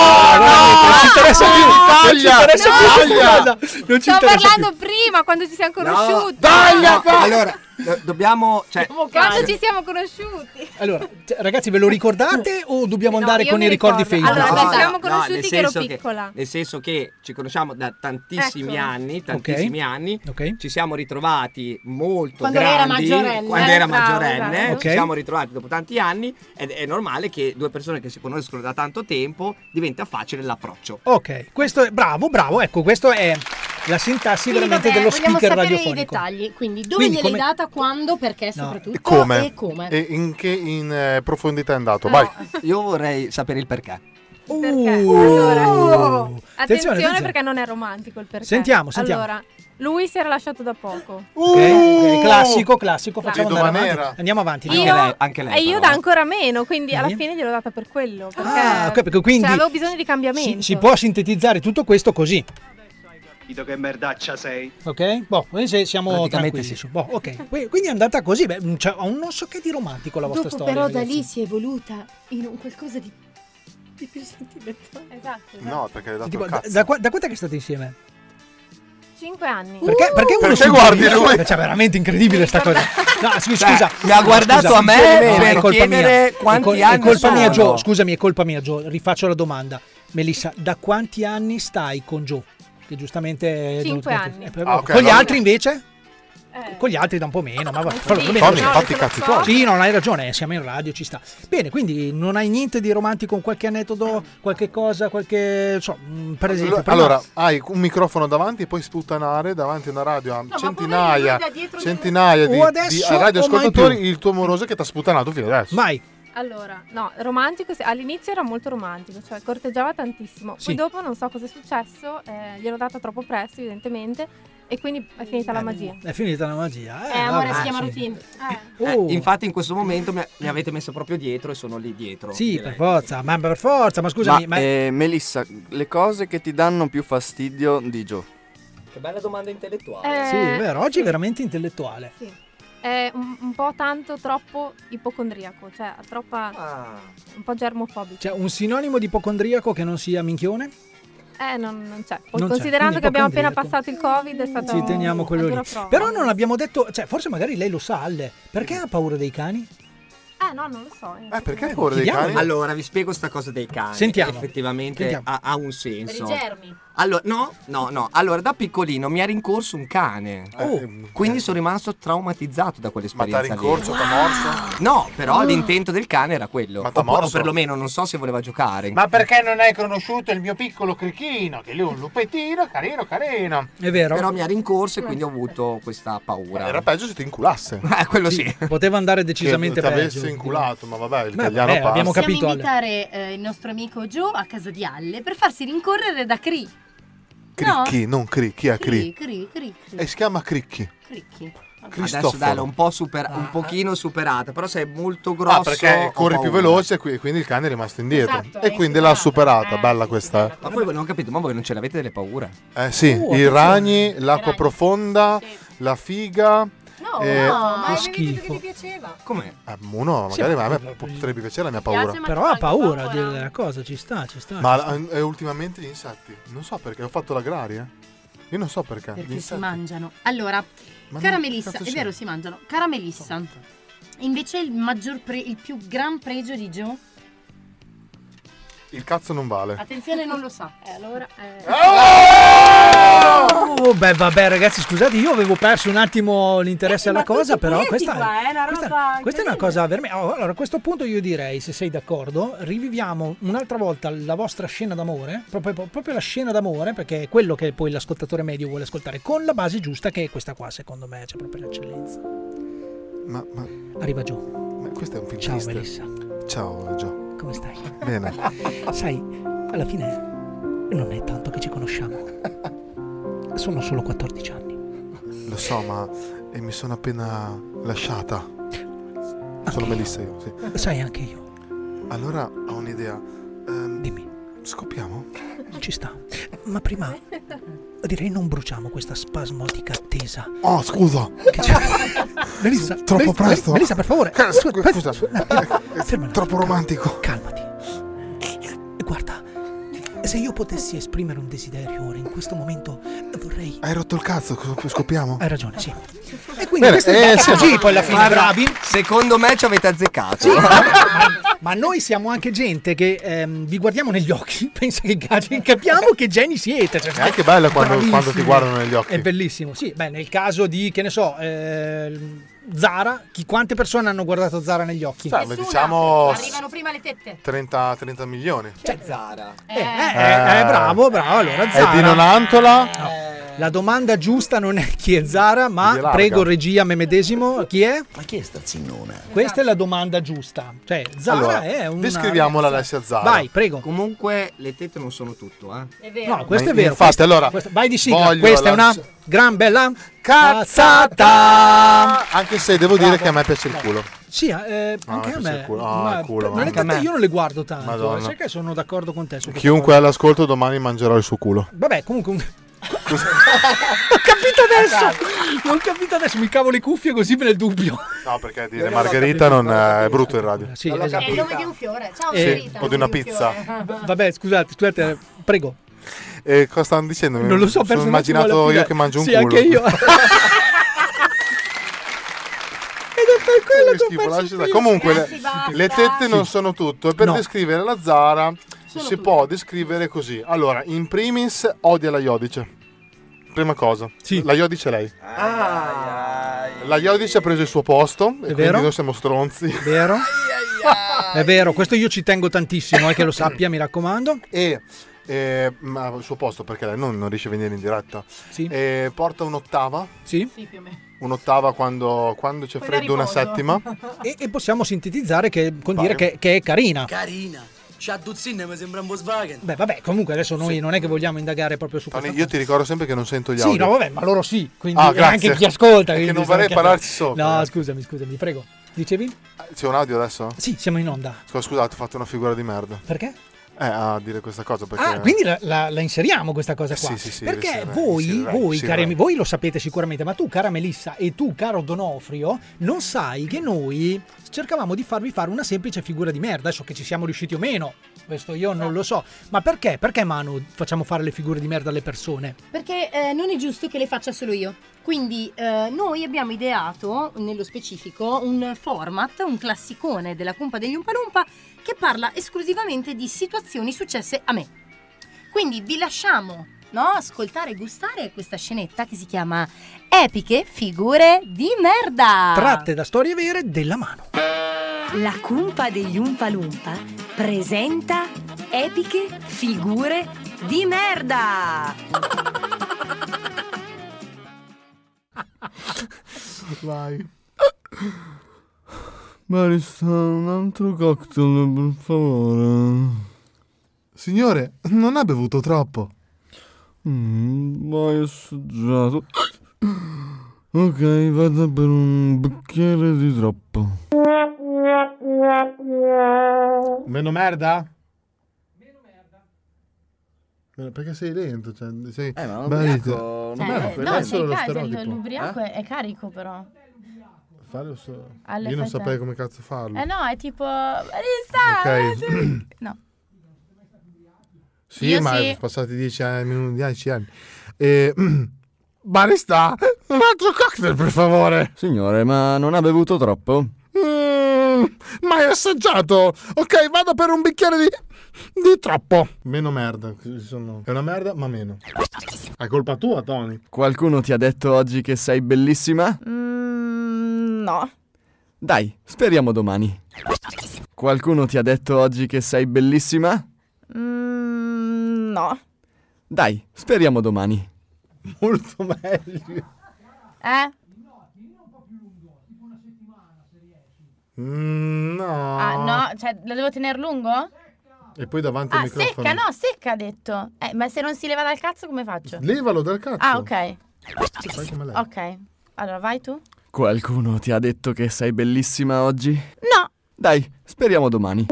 non ci interessa più, non ci interessa No! più questa Taglia! cosa, non ci Sto interessa parlando più. prima, quando ci siamo conosciuti. No, allora, do- dobbiamo... Cioè, Quando ci siamo conosciuti. Allora, cioè, ragazzi, ve lo ricordate o dobbiamo No, andare io con mi i ricordi ricordo. Facebook? Allora, No, ci siamo no, conosciuti nel che ero senso piccola. nel senso che ci conosciamo da tantissimi Ecco. anni, tantissimi anni. Ok. Ci siamo ritrovati molto Quando lei era grandi, maggiorenne. quando era Bravo, maggiorenne. esatto. Ci Ok. siamo ritrovati dopo tanti anni ed è normale che due persone che si conoscono da tanto tempo diventa facile l'approccio. Ok, questo è bravo, bravo, ecco, questo è la sintassi Quindi, veramente vabbè, dello vogliamo speaker sapere radiofonico. i dettagli. Quindi dove Quindi gliel'hai come- data, quando, perché soprattutto E come? e come. E in che in, eh, profondità è andato? Vai. Io vorrei sapere il perché. Perché? Uh. Allora, attenzione, attenzione. perché non è romantico il perché. Sentiamo, sentiamo. Allora, lui si era lasciato da poco. Ok, ok, classico, classico, facciamo Vedova andare avanti. nera. Andiamo avanti. Anche andiamo Io, lei- anche lei e io però, da eh. ancora meno, quindi alla Sì. fine gliel'ho data per quello. Perché, Ah, ok, perché quindi cioè, avevo bisogno di cambiamento. Si, si può sintetizzare tutto questo così, Capito che merdaccia sei? ok? Boh, quindi se siamo Praticamente tranquilli sì. su. Boh, ok. Qui- Quindi è andata così, beh, cioè, ha un non so che di romantico la vostra Dopo storia. però da ragazzi. lì si è evoluta in un qualcosa di, di più sentimentale. Esatto, esatto. No, perché hai dato Tipo, il da, cazzo. da, qua- da quant'è che state insieme? Cinque anni. Perché, perché uno Perché si guardi inserisce- lui? Cioè, veramente incredibile sta cosa. No, scu- Cioè, scusa. mi ha guardato scusa. a me No, per è colpa chiedere mia. quanti è col- anni È colpa mia, sono. Gio. Scusami, è colpa mia, Gio. Rifaccio la domanda. Melissa, da quanti anni stai con Gio? Che giustamente. Cinque anni. Eh, però- Ah, ok, con gli allora- altri invece? Eh. Con gli altri da un po' meno, ma va, fallo, va bene, Tony, va bene. fatti i cazzi tuoi. Sì, non hai ragione, siamo in radio, ci sta. Bene, quindi non hai niente di romantico, qualche aneddoto, qualche cosa, qualche. Non so, mh, per esempio. prima- Allora, hai un microfono davanti e puoi sputtanare davanti a una radio a centinaia, lui da dietro centinaia di, O adesso di o radioascoltatori, mai più. il tuo moroso che ti ha sputtanato fino adesso. Vai. Allora, no, romantico, sì, all'inizio era molto romantico, cioè corteggiava tantissimo. Sì. Poi dopo non so cosa è successo, eh, gliel'ho data troppo presto evidentemente e quindi è finita la magia. È finita la magia. Eh, amore, vabbè, si chiama sì. routine. Eh. Eh, Oh. infatti in questo momento mi, mi avete messo proprio dietro e sono lì dietro. Sì, direi. per forza, ma per forza, ma scusami, Ma, ma, eh, Melissa, le cose che ti danno più fastidio di Joe? Che bella domanda intellettuale. Eh, sì, è vero, oggi sì. è veramente intellettuale. Sì. È un, un po' tanto troppo ipocondriaco, cioè troppa Ah. un po' germofobico. Cioè, un sinonimo di ipocondriaco che non sia minchione? Eh, non, non c'è. Poi Non c'è, considerando quindi che abbiamo appena ipocondriaco. passato il Covid, è stato Ci teniamo quello una lì. dura prova. Però non abbiamo detto, cioè, forse magari lei lo sa, Alle. Perché ha paura dei cani? Eh, no, non lo so. Eh, perché hai paura dei Chiediamo. cani? Allora, vi spiego sta cosa dei cani. Sentiamo. Effettivamente Sentiamo. ha, ha un senso. Per i germi. Allora, no, no, no. Allora, da piccolino mi ha rincorso un cane. Oh. Quindi sono rimasto traumatizzato da Ma quell'esperienza. t'ha rincorso, t'ha morso? lì. No, però l'intento del cane era quello. Ma t'ha o, o morso? perlomeno non so se voleva giocare. Ma perché non hai conosciuto il mio piccolo crichino? Che lui è un lupettino, carino, carino. È vero. Però mi ha rincorso e quindi ho avuto questa paura. Era peggio se ti inculasse. Eh, quello sì. Poteva andare decisamente Che ti peggio. avesse inculato, ma vabbè, Beh, l'italiano vabbè, passa. abbiamo Possiamo capito, Ale. invitare eh, il nostro amico Joe a casa di Alle per farsi rincorrere da Cri. No? Cricchi, non Cri, chi è Cri, Cri? Cri, Cri, Cri. E si chiama Cricchi. Cricchi. Adesso Cristoforo. dai, l'ho un po' super, un pochino superata, però sei molto grosso. Ah, perché ho corri più paura. veloce e qui- quindi il cane è rimasto indietro. Esatto, e è quindi l'ha superata, bella questa. eh. Ma poi non ho capito, ma voi non ce l'avete delle paure? Eh sì, Oh, i attenzione. ragni, l'acqua profonda, la figa. No, eh, no, ma che avevi detto schifo. che ti piaceva. Com'è? eh, uno, Sì, magari ma- a me potrebbe piacere la mia paura. Piace, ma Però ti ha fa anche paura paura. della cosa, ci sta, ci sta. Ma eh, ultimamente gli insetti, non so perché, ho fatto l'agraria. Io non so perché. gli Perché si insetti. mangiano. Allora, Ma cara non- Melissa, cazzo è c'è? vero, si mangiano. Cara Melissa, invece il maggior pre- il più gran pregio di Joe? Il cazzo non vale. Attenzione, non lo sa. Eh, allora, eh. Oh, beh, vabbè, ragazzi, scusate, io avevo perso un attimo l'interesse Eh, alla ma cosa, tutti però quieti questa, qua, è una questa, roba questa è una cosa veramente. Oh, allora, a questo punto io direi, se sei d'accordo, riviviamo un'altra volta la vostra scena d'amore, proprio, proprio la scena d'amore, perché è quello che poi l'ascoltatore medio vuole ascoltare, con la base giusta, che è questa qua, secondo me, c'è proprio l'eccellenza. Ma, ma, Arriva Joe. ma questo è un film Ciao, triste. Melissa. Ciao, Gio. Come stai? Bene. Sai, alla fine non è tanto che ci conosciamo. Sono solo quattordici anni. Lo so, ma e mi sono appena lasciata. Sono Melissa io, sì. Sai, anche io. Allora ho un'idea. Ehm, Dimmi. Scoppiamo? Ci sta. Ma prima direi non bruciamo questa spasmodica attesa. Oh, scusa. Che c'è? Melissa, Troppo Melissa, presto. Melissa, per favore. Ca- Scusa, scusa, fermala. Troppo romantico. Calmati. Guarda, se io potessi esprimere un desiderio ora, in questo momento, vorrei... Hai rotto il cazzo, scoppiamo? Hai ragione, sì. E quindi Bene, questo è eh, il sì. così, poi alla fine, Guarda, bravi. Secondo me ci avete azzeccato. Sì, ma, ma noi siamo anche gente che ehm, vi guardiamo negli occhi, pensa che cazzo- capiamo che geni siete. Cioè, È anche bello quando, bravissimi. quando ti guardano negli occhi. È bellissimo, sì. Beh, nel caso di, che ne so, eh, Zara, chi, quante persone hanno guardato Zara negli occhi? Sai, Nessuna. diciamo Arrivano prima le tette. trenta, trenta milioni. C'è Zara. Eh, eh, eh, bravo, bravo. Allora, Zara. E Dino Nantola? La domanda giusta non è chi è Zara, ma Chi è larga? prego regia me medesimo, chi è? Ma chi è sta zinnona? Questa è la domanda giusta. Cioè, Zara Allora, è una descriviamola ragazza. Alessia Zara. Vai, prego. Comunque le tette non sono tutto, eh. È vero. No, questo Ma è vero. infatti, questa- allora, questa- vai di sigla. voglio Questa è una lanci- gran bella Cazzata! Anche se devo dire che a me piace il culo. Sì, eh, anche Ah, a piace me. il culo. Ah, Ma il culo, non è anche tanto- a me. io non le guardo tanto. Madonna. Sai che sono d'accordo con te su questa Chiunque è all'ascolto domani mangerò il suo culo. cosa. Vabbè, comunque. un- Ho capito adesso! Non ho capito adesso, mi cavo le cuffie così per il dubbio. No, perché dire Margherita non è, è brutto in radio. Sì, È esatto. il nome di un fiore. Ciao, Eh, Margherita. o di una nome un pizza. fiore. Vabbè, scusate, scusate, prego. E cosa stavano dicendo? Non lo so, Mi sono personaggi immaginato vuole io affidare. che mangio un sì, culo. anche io. Ed è per quello Che che ho schifo, perso lascia il stare. filo. Comunque le, Ragazzi, basta. le tette non sono tutto e per No. descrivere la Zara Sono si tutto. può descrivere così. Allora, in primis odia la Iodice. Prima cosa. Sì. La Iodice è lei. Ah. La Iodice ha preso il suo posto e quindi vero? noi siamo stronzi. Vero? È vero, questo io ci tengo tantissimo, eh, che lo sappia, mi raccomando. E eh, ma al suo posto perché lei non, non riesce a venire in diretta. Sì. E porta un'ottava. Sì. Sì, più o meno. Un'ottava quando, quando c'è Poi da freddo, una riposo. settima. E, e possiamo sintetizzare che, con Vai. dire che, che è carina. Carina. C'ha Duzzine, mi sembra un Volkswagen. Beh, vabbè, comunque adesso noi non è che vogliamo indagare proprio su Tony, questo. io ti ricordo sempre che non sento gli Sì, audio. no, vabbè, ma loro sì. Quindi Ah, e grazie. anche chi ascolta. Perché quindi non sono vorrei chiaro. parlarci sopra, No, eh. scusami, scusami, prego. Dicevi? C'è un audio adesso? Sì, siamo in onda. Scusa, scusate, ho fatto una figura di merda. Perché? Eh, a dire questa cosa perché... Ah, quindi la, la, la inseriamo questa cosa qua. Sì, sì, sì, perché inserirei, voi, inserirei, voi, inserirei. cari, voi lo sapete sicuramente, ma tu, cara Melissa, e tu, caro Donofrio, non sai che noi cercavamo di farvi fare una semplice figura di merda. Adesso che ci siamo riusciti o meno, questo io non lo so. Ma perché? Perché, Manu, facciamo fare le figure di merda alle persone? Perché eh, non è giusto che le faccia solo io. Quindi eh, noi abbiamo ideato, nello specifico, un format, un classicone della Cumpa degli Umpalumpa che parla esclusivamente di situazioni successe a me. Quindi vi lasciamo, no, ascoltare e gustare questa scenetta che si chiama Epiche figure di merda. Tratte da storie vere della Mano. La Cumpa degli Umpalumpa presenta Epiche figure di merda. Vai. Barista, un altro cocktail, per favore. Signore, non ha bevuto troppo. Mm, vai assaggiato. Ok, vado per un bicchiere di troppo. Meno merda? Meno perché sei lento, cioè, sei Eh, ma un barista. ubriaco- Cioè, No, no, quello è sei solo lo ca- stereotipo. l'ubriaco è, è carico però. Fallo solo. Alle Io non fate- saprei come cazzo farlo. Eh no, è tipo barista. Ok. No. Sì, Io ma sì. sono passati dieci anni, dieci anni. E... Barista, un altro cocktail per favore. Signore, ma non ha bevuto troppo? Mm, ma hai assaggiato? Ok, vado per un bicchiere di... di troppo. Meno merda. ci sono- È una merda, ma meno. È colpa tua, Tony. Qualcuno ti ha detto oggi che sei bellissima? Mm, no. Dai, speriamo domani. Qualcuno ti ha detto oggi che sei bellissima? Mm, no. Dai, speriamo domani. Molto meglio. Eh? Mm, no. Ah, no, cioè lo devo tenere lungo? E poi davanti al Ah, microfono. secca, no, secca ha detto. Eh, ma se non si leva dal cazzo come faccio? Levalo dal cazzo. Ah, ok. Fai come lei. Ok. Allora, vai tu? Qualcuno ti ha detto che sei bellissima oggi? No. Dai, speriamo domani.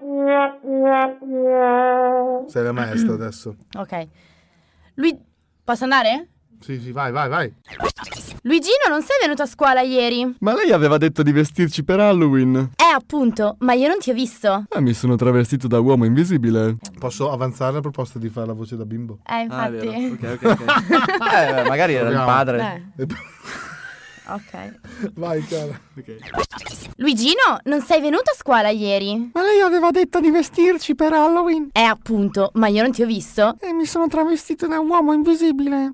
Sei la maestra adesso. Ok. Lui... Posso andare? Sì, sì, vai, vai, vai. Luigino, non sei venuto a scuola ieri? Ma lei aveva detto di vestirci per Halloween. Eh, appunto, ma io non ti ho visto. Ah, mi sono travestito da uomo invisibile. Posso avanzare la proposta di fare la voce da bimbo? Eh, infatti. Ok, ok, ok. Eh, magari era il Proviamo. padre. Eh. Ok. Vai, cara. Luigino, non sei venuto a scuola ieri? Ma lei aveva detto di vestirci per Halloween. Eh, appunto, ma io non ti ho visto. E mi sono travestito da uomo invisibile.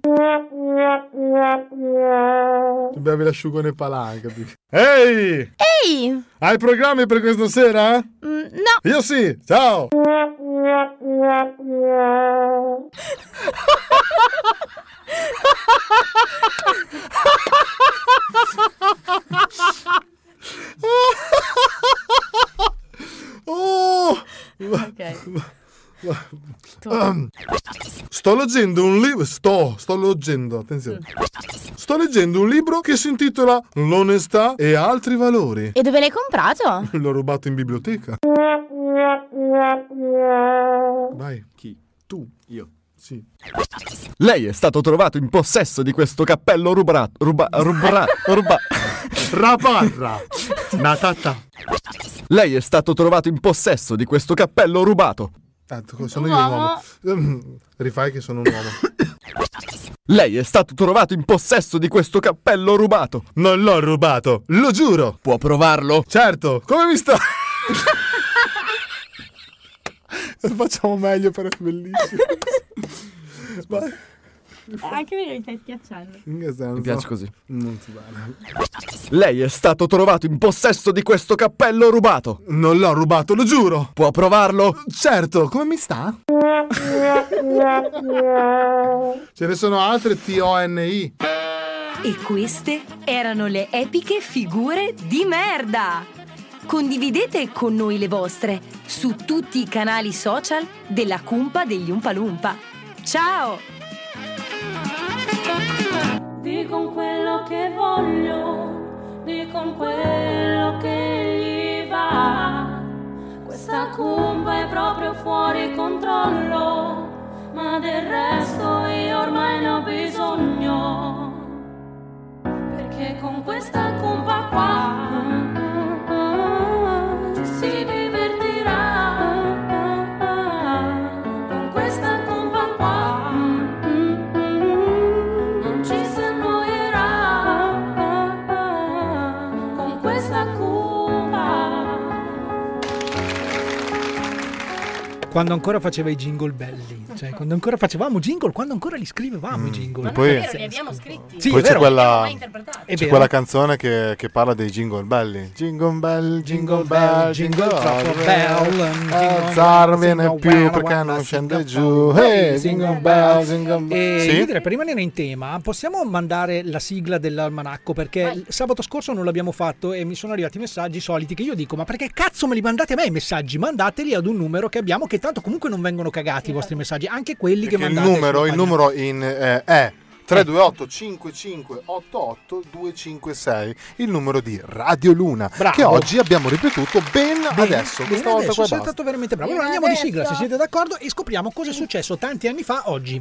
Bevi l'asciugone palanca. Ehi! Ehi! Hai programmi per questa sera? Mm, no. Io sì, ciao! Oh! Ok. Um, sto leggendo un libro. Sto, sto leggendo, attenzione. Sto leggendo un libro che si intitola L'onestà e altri valori. E dove l'hai comprato? L'ho rubato in biblioteca. Vai. Chi? Tu. Io. Sì. Lei è stato trovato in possesso di questo cappello rubrato. Ruba. Rubra. Ruba. Raparra. Natata. Lei è stato trovato in possesso di questo cappello rubato. Ah, sono io un uomo. Um, Rifai che sono un uomo. Lei è stato trovato in possesso di questo cappello rubato. Non l'ho rubato, lo giuro. Può provarlo? Certo, come mi sta? Facciamo meglio, però è bellissimo. Vai. Anche perché mi stai schiacciando. In che senso? Mi piace così. Non si vale. Lei è stato trovato in possesso di questo cappello rubato. Non l'ho rubato, lo giuro. Può provarlo? Certo, come mi sta? Ce ne sono altre T O N I. E queste erano le epiche figure di merda. Condividete con noi le vostre su tutti i canali social della Cumpa degli Umpalumpa. Ciao! Dicono quello che voglio, dicono quello che gli va. Questa questa cumpa è proprio fuori controllo, ma del resto io ormai ne ho bisogno, perché con questa cumpa qua ci si divertirà, con questa cumpa qua non ci si annoierà, con questa cumpa. Quando ancora faceva i jingle belli, cioè quando ancora facevamo jingle, quando ancora li scrivevamo i jingle. E poi, Ne abbiamo scritti. Sì, poi è c'è vero. quella, È c'è vero. quella canzone che, che parla dei jingle belli. Jingle bell, jingle bell, jingle troppo bell. bello, Zar viene jingle più bell, perché guarda, non scende jingle giù. bell, Hey, jingle bell, jingle bell. E Sì? io direi, per rimanere in tema, possiamo mandare la sigla dell'almanacco, perché il sabato scorso non l'abbiamo fatto e mi sono arrivati messaggi soliti che io dico: ma perché cazzo me li mandate a me i messaggi? Mandateli ad un numero che abbiamo, che tanto comunque non vengono cagati i vostri messaggi, anche quelli che Perché il mandate numero, sulla il pagina. numero in, eh, è tre due otto cinque cinque otto otto due cinque sei, il numero di Radio Luna, Bravo. che oggi abbiamo ripetuto ben, Bene, adesso. bene Questa volta adesso, qua sei basta. stato veramente bravo. Allora Bene andiamo di adesso. sigla, se siete d'accordo, e scopriamo cosa è successo tanti anni fa oggi.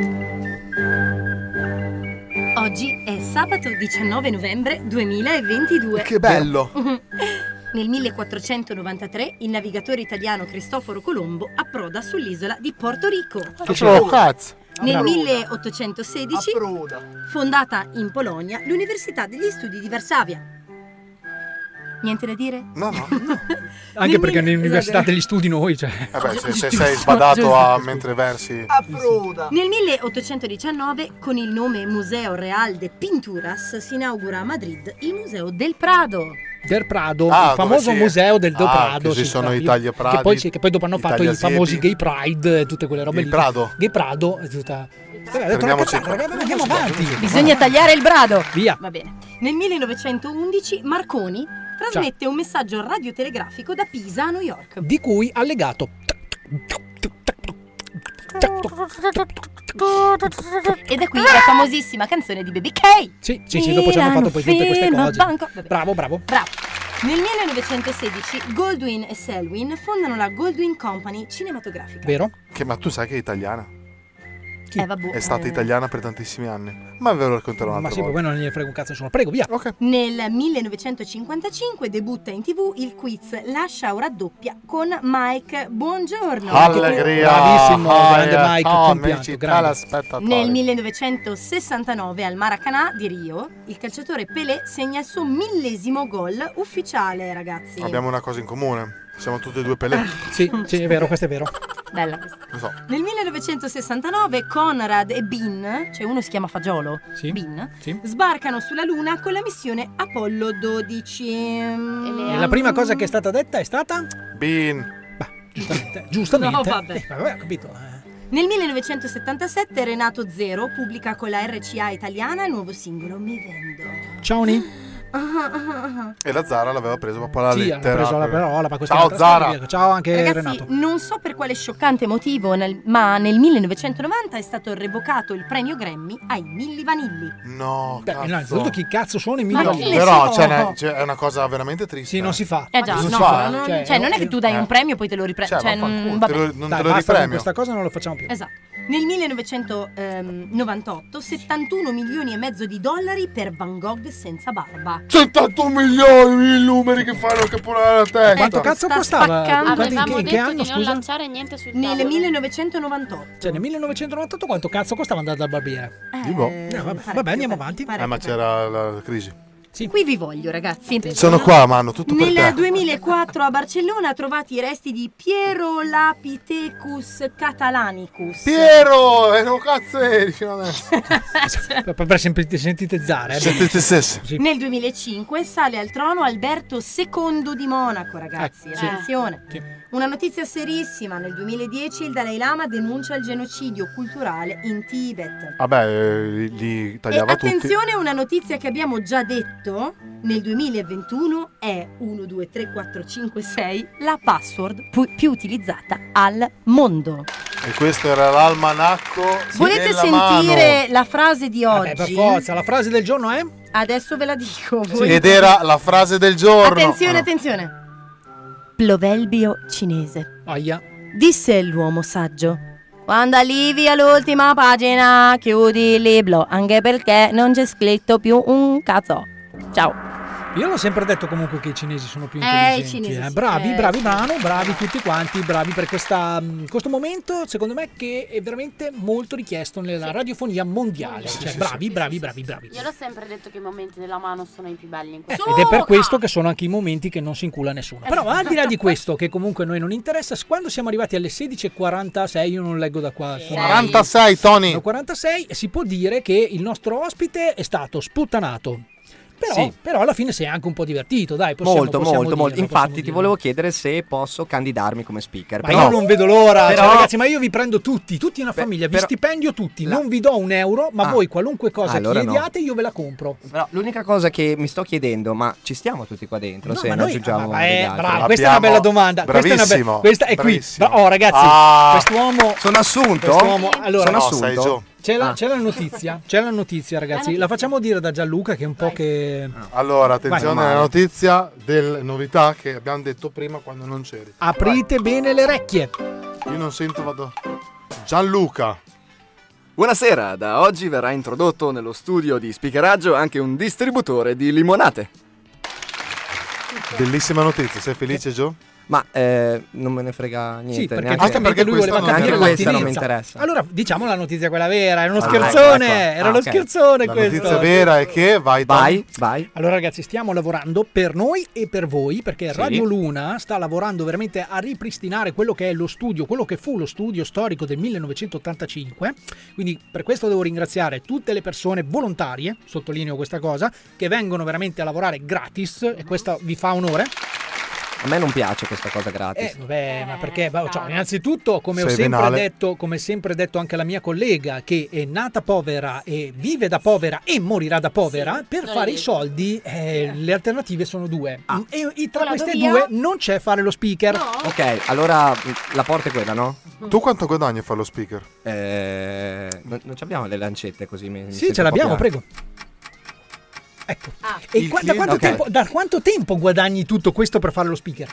Oggi è sabato diciannove novembre duemilaventidue. Che bello! Nel millequattrocentonovantatré il navigatore italiano Cristoforo Colombo approda sull'isola di Porto Rico. Che c'è cazzo? Nel Bravo. milleottocentosedici, fondata in Polonia l'Università degli Studi di Varsavia. Niente da dire? No, no. Anche perché nell'università degli studi noi, cioè. Vabbè, se, se sei sbadato a mentre versi. Nel milleottocentodiciannove, con il nome Museo Real de Pinturas, si inaugura a Madrid il Museo del Prado. Del Prado, Ah, il famoso dove si- museo del Do Ah, Prado. che ci sì, sono sì, i tagliapradi, che poi, sì, che poi dopo hanno i fatto i tagliasiepi. famosi Gay Pride e tutte quelle robe Il lì. Prado? Gay Prado e tutta. Vabbè, ho detto una Fermiamoci cazzata, qua. ragazzi, andiamo avanti. Bisogna tagliare il brado. Via. Va bene. Nel millenovecentoundici Marconi trasmette un messaggio radiotelegrafico da Pisa a New York. Di cui allegato. Ed è qui la famosissima canzone di Baby K. Sì, sì, sì, dopo ci hanno fatto poi tutte queste Fino a cose. banco. Vabbè. Bravo, bravo. Bravo. Nel millenovecentosedici Goldwyn e Selwyn fondano la Goldwyn Company cinematografica. Vero? Che, ma tu sai che è italiana? Eh, vabbè, È stata eh. italiana per tantissimi anni. Ma ve lo racconterò Ma un'altra sì, volta. poi non gliene frega un cazzo nessuno. Prego, via. Ok. Nel millenovecentocinquantacinque debutta in tivù il quiz Lascia o raddoppia con Mike Buongiorno. Allegria. Bravissimo, grande Ah, Mike, ah, compianto, amici, grande. telespettatori. Nel millenovecentosessantanove al Maracanã di Rio il calciatore Pelé segna il suo millesimo gol ufficiale, ragazzi. Abbiamo una cosa in comune. Siamo tutti e due Pelé. Sì, sì, è vero, questo è vero. Bella questa. Lo so. Nel millenovecentosessantanove Conrad e Bean, cioè uno si chiama Fagiolo, Sì. Bean, Sì. sbarcano sulla Luna con la missione Apollo dodici. E la prima cosa che è stata detta è stata? Bean. Giustamente. Giustamente. No, vabbè. Eh, vabbè, ho capito. eh. Nel millenovecentosettantasette Renato Zero pubblica con la R C A italiana il nuovo singolo Mi Vendo. Ciao Ni. E la Zara l'aveva preso proprio alla Sì, hanno lettera. preso la parola per questa Ciao altra Zara. storia. Ciao anche Ragazzi, Renato. non so per quale scioccante motivo, nel- ma nel millenovecentonovanta è stato revocato il premio Grammy ai Milli Vanilli. No, Beh, cazzo. innanzitutto chi cazzo sono i Ma milioni? chi ne Però so? cioè, ne- cioè, è una cosa veramente triste. Sì, non si fa. Eh già, non no, si fa, no, no, cioè, cioè, non è che tu dai eh. un premio e poi te lo riprendi. Cioè, Cioè, vaffanculo, mm, te vabbè. lo- non Dai, te lo basta con ripremio. questa cosa, non lo facciamo più. Esatto. Nel millenovecentonovantotto settantuno milioni e mezzo di dollari per Van Gogh senza barba. settantun milioni i numeri che fanno capolare la testa. Quanto cazzo sta costava? spaccando. Quanti- in Avevamo che, in che detto anno, di non scusa? lanciare niente sul Nel tavolo. millenovecentonovantotto. Cioè nel millenovecentonovantotto quanto cazzo costava andare dal barbiere? Eh, Di boh. Eh, vabbè, parecchio, vabbè, andiamo parecchio, avanti. Eh, parecchio, ma c'era la crisi. Sì. Qui vi voglio, ragazzi. Sono qua, mano, tutto per Nel te. duemilaquattro a Barcellona trovati i resti di Piero Lapithecus catalanicus. Piero! E non cazzo eri fino adesso. per, per sempli- sintetizzare. eh. Sentite stesso. Sì. Nel duemilacinque sale al trono Alberto secondo di Monaco, ragazzi. Ecco, sì. Attenzione. Sì. Una notizia serissima. Nel duemiladieci il Dalai Lama denuncia il genocidio culturale in Tibet. Vabbè, eh, li, li tagliava e tutti. attenzione, una notizia che abbiamo già detto nel duemilaventuno è uno due tre quattro cinque sei la password pu- più utilizzata al mondo. E questo era l'almanacco. Volete nella sentire mano. la frase di oggi? Vabbè, per forza, la frase del giorno è? Adesso ve la dico. voi- Ed era la frase del giorno. Attenzione, Oh, no. attenzione. Plovelbio cinese. Aia. Disse l'uomo saggio: quando arrivi all'ultima pagina chiudi il libro, anche perché non c'è scritto più un cazzo. Ciao. Io l'ho sempre detto comunque che i cinesi sono più Eh, intelligenti. i cinesi eh. sì. Bravi, Eh, bravi, sì. brano, bravi tutti quanti, bravi per questa, mh, questo momento, secondo me, che è veramente molto richiesto nella radiofonia mondiale. Sì, Cioè, sì, bravi, sì, bravi, bravi, bravi. Io l'ho sempre detto che i momenti della mano sono i più belli in questo Ed è per questo che sono anche i momenti che non si incula nessuno. Però al di là di questo, che comunque a noi non interessa, quando siamo arrivati alle sedici e quarantasei, io non leggo da qua. sono- quarantasei, Tony. sono quarantasei, si può dire che il nostro ospite è stato sputtanato. Però, Sì. però alla fine sei anche un po' divertito, dai, possiamo, molto, possiamo molto, molto. dirlo, Infatti, possiamo ti dirlo. volevo chiedere se posso candidarmi come speaker. Ma però, io non vedo l'ora, però- cioè, ragazzi, ma io vi prendo tutti, tutti una famiglia, vi però- stipendio tutti, La- non vi do un euro, ma Ah. voi qualunque cosa Allora no. chiediate io ve la compro. Però l'unica cosa che mi sto chiedendo, ma ci stiamo tutti qua dentro? No, se ma non noi- aggiungiamo ma- eh, degli altri? bravo, questa è una bella domanda. Questa è una be- Bravissimo, questa è qui. bravissimo. Oh, ragazzi, Ah. quest'uomo. Sono assunto? Quest'uomo, allora, Sono No, assunto? sei giù. C'è la, Ah. c'è la notizia, c'è la notizia, ragazzi. La facciamo dire da Gianluca, che è un po' che. Allora, attenzione Vai. alla notizia delle novità che abbiamo detto prima quando non c'eri. Aprite bene le orecchie. Io non sento, vado. Gianluca. Buonasera, da oggi verrà introdotto nello studio di speakeraggio anche un distributore di limonate. Bellissima notizia, sei felice, Gio? Ma eh, non me ne frega niente. Sì, perché neanche- giustamente lui voleva anche capire questa non mi l'utilizza. interessa. Allora, diciamo la notizia quella vera, era uno Ah, scherzone, ecco. era Ah, uno ok. scherzone La questo. notizia vera è che vai, Tony. Vai, vai. Allora ragazzi, stiamo lavorando per noi e per voi, perché Sì. Radio Luna sta lavorando veramente a ripristinare quello che è lo studio, quello che fu lo studio storico del millenovecentottantacinque. Quindi per questo devo ringraziare tutte le persone volontarie, sottolineo questa cosa, che vengono veramente a lavorare gratis, e questo vi fa onore. A me non piace questa cosa gratis. Eh, vabbè, ma perché? Bah, cioè, innanzitutto, come ho Sei sempre venale. detto, come sempre detto anche la mia collega, che è nata povera e vive da povera e morirà da povera, Sì, per non fare è i soldi eh, le alternative sono due. Ah. E, e tra O la queste do via. due non c'è fare lo speaker. No? Ok, allora la porta è quella, no? Tu quanto guadagni a fare lo speaker? Eh, non, non ci abbiamo le lancette così. Mi, mi Sì, sento ce un po' l'abbiamo, piano. prego. Ecco. Ah. E Il qua- da, cliente- quanto ok. tempo, da quanto tempo guadagni tutto questo per fare lo speaker?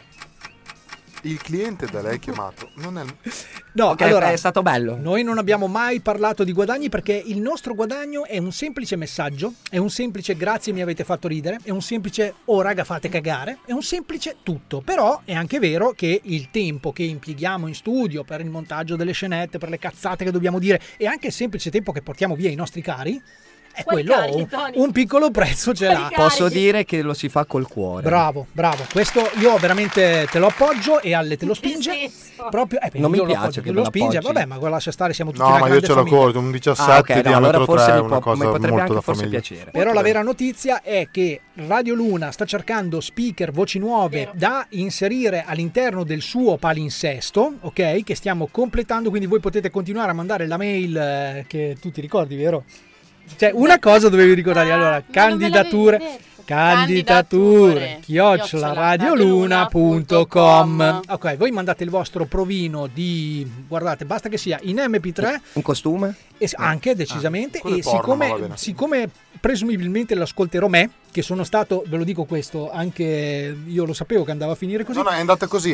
Il cliente da lei chiamato non è. No, Ok, allora, è stato bello. noi non abbiamo mai parlato di guadagni, perché il nostro guadagno è un semplice messaggio, è un semplice grazie mi avete fatto ridere, è un semplice oh raga fate cagare, è un semplice tutto. Però è anche vero che il tempo che impieghiamo in studio per il montaggio delle scenette, per le cazzate che dobbiamo dire, e anche il semplice tempo che portiamo via i nostri cari, è Quali quello carichi, un, Tony? un piccolo prezzo ce l'ha. Posso dire che lo si fa col cuore. Bravo, bravo. Questo io veramente te lo appoggio e Alle te lo spinge. Proprio, eh, Non mi io lo piace appoggio, che te me lo lo spinge. appoggi. Vabbè, ma quello lascia stare, siamo tutti No, una ma io grande ce l'ho famiglia. corto, un diciassette Ah, ok, no, diametro allora forse tre, mi una può- cosa mi potrebbe molto anche da forse famiglia. piacere. Però la Molto vera notizia è che Radio Luna sta cercando speaker, voci nuove da inserire all'interno del suo palinsesto, ok? Che stiamo completando, quindi voi potete continuare a mandare la mail eh, che tu ti ricordi, vero? Cioè, una cosa dovevi ricordare, allora, Ah, ma non me l'avevi candidature, detto. candidature, Candidature, chiocciola radioluna punto com. Ok, voi mandate il vostro provino di, guardate, basta che sia in emme pi tre, Un costume? e anche decisamente, quello e è porno, ma va siccome, bene. siccome presumibilmente l'ascolterò me, che sono stato, ve lo dico questo, anche io lo sapevo che andava a finire così. No, no, è andata così.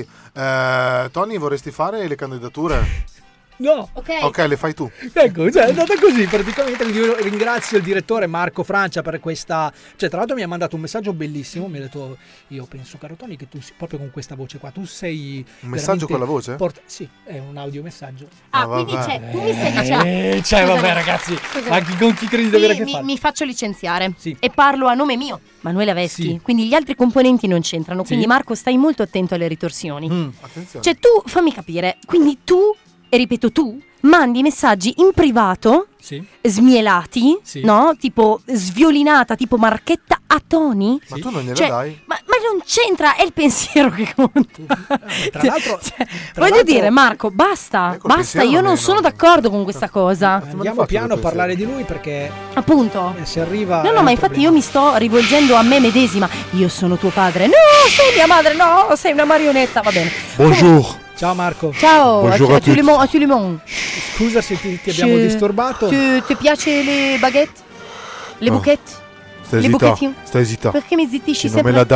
Eh, Tony, vorresti fare le candidature? No. Ok. Ok, le fai tu. Ecco, cioè è andata così praticamente. Quindi io ringrazio il direttore Marco Francia per questa. Cioè, tra l'altro mi ha mandato un messaggio bellissimo. Mi ha detto: io penso, caro Tony, che tu sei proprio con questa voce qua. Tu sei. Un messaggio veramente con la voce? port- sì, è un audiomessaggio. Ah, Ah, quindi vabbè. c'è, tu mi stai dicendo. Eh, cioè, Scusami. vabbè, ragazzi, Scusami. ma chi, con chi credi di avere a Mi, che mi- fare? mi faccio licenziare Sì. e parlo a nome mio, Manuela Veschi. Sì. Quindi gli altri componenti non c'entrano. Quindi, Sì. Marco, stai molto attento alle ritorsioni. Mm. Attenzione. Cioè, tu fammi capire. Quindi tu, e ripeto tu, mandi messaggi in privato, Sì. smielati, Sì. no? Tipo sviolinata, tipo marchetta a Tony. Ma tu non gliele Cioè, dai? Ma, ma non c'entra, è il pensiero che conta. Tra l'altro, Cioè, tra voglio l'altro- dire, Marco, basta, Ecco, il basta. pensiero Io non non è- sono non- d'accordo con questa cosa. Andiamo faccio piano a il parlare pensiero. di lui, perché Appunto. eh, se arriva. No, è no, un ma infatti problema. io mi sto rivolgendo a me medesima. Io sono tuo padre. No, sei mia madre. No, sei una marionetta. Va bene. Bonjour. Ciao Marco. Ciao, Bonjour a, a tu le tutti. mon, a tu le mon. Scusa se ti, ti abbiamo Je- disturbato. Ti, ti piace le baguette? Le No. bouquette? Stai Le zitta. bouquettine? Stai zitta. Perché mi zittisci Che non me sempre? la dai.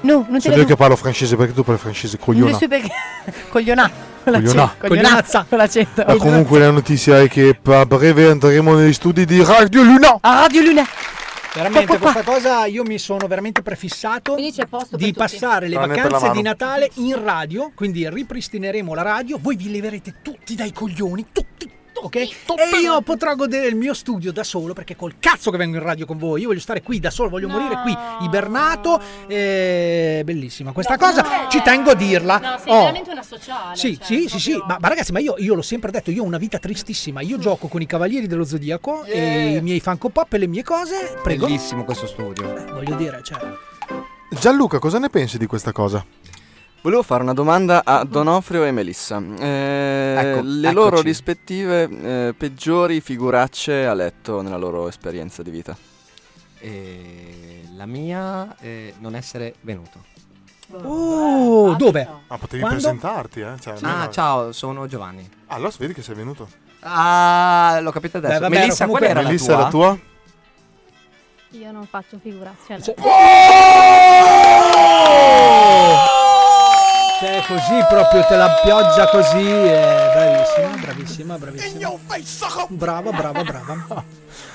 No, non te Sono la io che parlo francese, perché tu parli francese, cogliona. Non so perché. Coglionà. Con la Coglionà. C- Coglionazza. Con l'accento. Ma comunque la notizia è che a breve andremo negli studi di Radio Luna. A Radio Luna. Veramente questa cosa io mi sono veramente prefissato Quindi c'è posto di per tutti. passare le Tranne per la vacanze mano. di Natale in radio, quindi ripristineremo la radio, voi vi leverete tutti dai coglioni, tutti, ok? E io potrò godere il mio studio da solo, perché col cazzo che vengo in radio con voi, io voglio stare qui da solo, voglio morire qui, ibernato, e... bellissima questa No, cosa, no. ci tengo a dirla. No, sei Oh. veramente una sociale. Sì, cioè, sì, sì, sì, ma, ma ragazzi, ma io, io l'ho sempre detto, io ho una vita tristissima, io gioco con i Cavalieri dello Zodiaco e i miei Funko Pop e le mie cose, prego. Bellissimo questo studio. Eh, voglio dire, cioè... Gianluca, cosa ne pensi di questa cosa? Volevo fare una domanda a Donofrio e Melissa. Eh, Ecco, le eccoci. loro rispettive eh, peggiori figuracce a letto nella loro esperienza di vita. E la mia è non essere venuto. Oh, dove? Ah, potevi Quando? presentarti, eh? Cioè, Ah, almeno- ciao, sono Giovanni. Ah, allora vedi che sei venuto. Ah, l'ho capito adesso. Beh, vabbè, Melissa, comunque- qual era Melissa, la tua? la tua? Io non faccio figuracce a Cioè- letto. Cioè, così proprio te la pioggia così. eh, bravissima, bravissima, bravissima. Brava, brava, brava.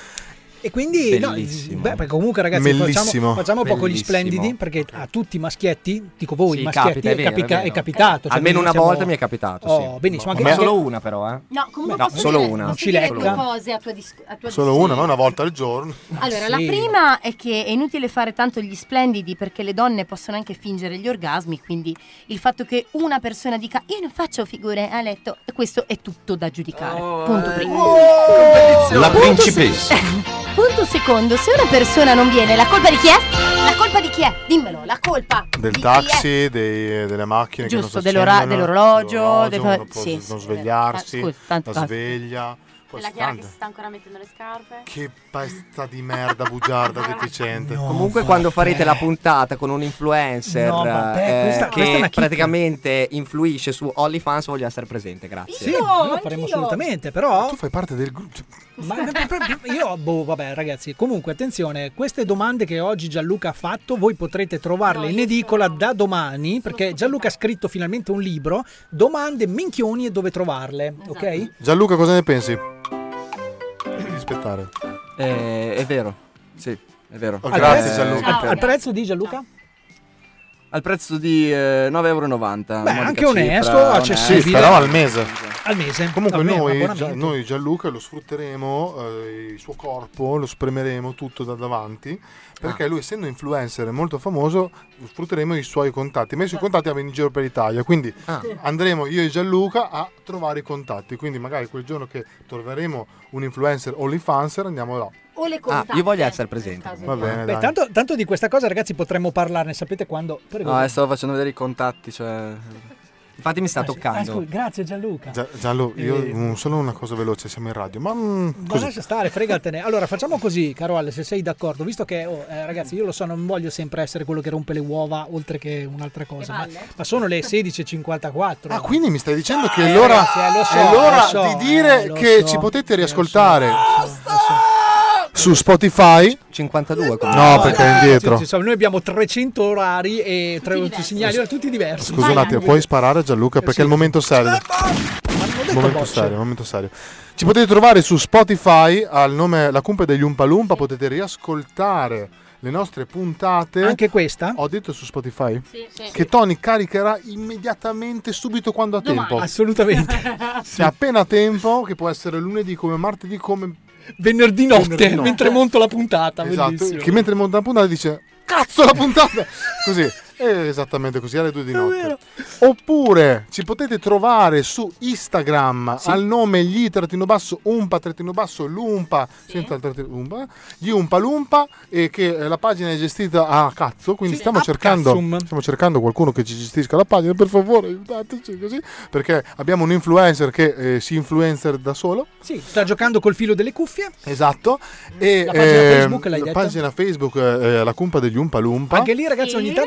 E quindi, no, Bellissimo. beh, perché comunque ragazzi Bellissimo. facciamo, facciamo un po' con gli Bellissimo. splendidi, perché a tutti i maschietti, dico voi Sì, maschietti, capita, è è, vero, capica- è vero. è capitato. cioè, Almeno quindi una siamo- volta mi è capitato, Oh, sì. benissimo, anche- Ma anche- solo una però, eh. No, comunque No, posso solo dire, una. posso Ci dire lecca. due cose a tua, dis- a tua Solo dis- una, ma una volta al giorno. Allora, Sì. la prima è che è inutile fare tanto gli splendidi perché le donne possono anche fingere gli orgasmi, quindi il fatto che una persona dica io non faccio figure a letto, questo è tutto da giudicare. Punto primo. La Punto principessa. se- Punto secondo, se una persona non viene, la colpa di chi è? La colpa di chi è? Dimmelo, la colpa Del di chi taxi, dei- delle macchine Giusto, che non si dell'ora- accendono, dell'orologio, dell'orologio, del- uno può sì, non sì, svegliarsi, eh, scusa, tanto- la sveglia. Poi Della Chiara che tante- si sta ancora mettendo le scarpe. Che pesta di merda bugiarda deficiente. No, Comunque vabbè. quando farete la puntata con un influencer No, vabbè, eh, questa- che questa è una chicca. praticamente influisce su OnlyFans, voglio essere presente, grazie. Sì, Io, noi lo faremo anch'io. assolutamente, però Tu fai parte del gruppo. ma, io boh, vabbè ragazzi, comunque attenzione, queste domande che oggi Gianluca ha fatto voi potrete trovarle No, in io edicola sono- da domani, perché Gianluca ha scritto finalmente un libro, domande minchioni e dove trovarle, ok? Gianluca, cosa ne pensi? Devi aspettare. Eh, è vero, sì, è vero. Oh, grazie, Eh, Gianluca. Al, al prezzo di Gianluca? Al prezzo di eh, nove virgola novanta Beh, euro. anche onesto, accessibile. Sì, però al mese. Al mese. Comunque Vabbè, noi, abbonamento. Gia- noi Gianluca lo sfrutteremo, eh, il suo corpo lo spremeremo tutto da davanti, perché lui essendo influencer e molto famoso sfrutteremo i suoi contatti, ma i suoi contatti vanno in giro per l'Italia, quindi Ah. andremo io e Gianluca a trovare i contatti, quindi magari quel giorno che troveremo un influencer o l'influencer andiamo là. O le Ah, contatte. io voglio essere presente. Va bene, Beh, dai. tanto, tanto di questa cosa ragazzi potremmo parlarne, sapete quando? Prego. No, eh, stavo facendo vedere i contatti, cioè... Infatti mi sta Ah, sì. Ah, toccando. scusa, grazie Gianluca. Gia- Gianlu, io Eh. mm, solo una cosa veloce, siamo in radio, ma mm, Ma così. lascia stare, fregatene. Allora facciamo così, caro Ale, se sei d'accordo, visto che oh, eh, ragazzi, io lo so, non voglio sempre essere quello che rompe le uova oltre che un'altra cosa, ma, ma sono le sedici e cinquantaquattro. Ah, quindi mi stai dicendo che Eh, è l'ora, ragazzi, eh, lo so, è l'ora lo so, di dire eh, lo che so, ci potete eh, lo riascoltare so, lo so, lo so. su Spotify. cinquantadue come No, perché è indietro. Sì, sì, sì, noi abbiamo trecento orari e tre diversi. segnali, tutti diversi. Scusa un attimo, puoi sparare a Gianluca perché sì. è il momento serio. Ma non ho detto Momento bocce. serio, momento serio. Ci potete trovare su Spotify al nome La Cumpa degli Umpa Lumpa, potete riascoltare le nostre puntate. Anche questa? Ho detto su Spotify? Sì, sì. Che Tony caricherà immediatamente subito quando ha Domani. tempo. Assolutamente. Se ha appena tempo, che può essere lunedì come martedì come Venerdì notte, Venerdì notte. mentre monto la puntata. esatto, bellissimo. che mentre monta la puntata dice cazzo la puntata così, è esattamente così alle due di notte. Oppure ci potete trovare su Instagram Sì. al nome gli trattino basso umpa trattino basso lumpa senza il trattino umpa gli umpa lumpa, e che eh, la pagina è gestita a cazzo, quindi Sì, stiamo a cercando cazzum. stiamo cercando qualcuno che ci gestisca la pagina, per favore aiutateci così, perché abbiamo un influencer che eh, si influencer da solo. Sì, sta giocando col filo delle cuffie. Esatto. E La pagina ehm, Facebook l'hai la detto? pagina Facebook eh, la Cumpa degli Umpa Lumpa. Anche lì ragazzi Sì. ogni tanto cresciamo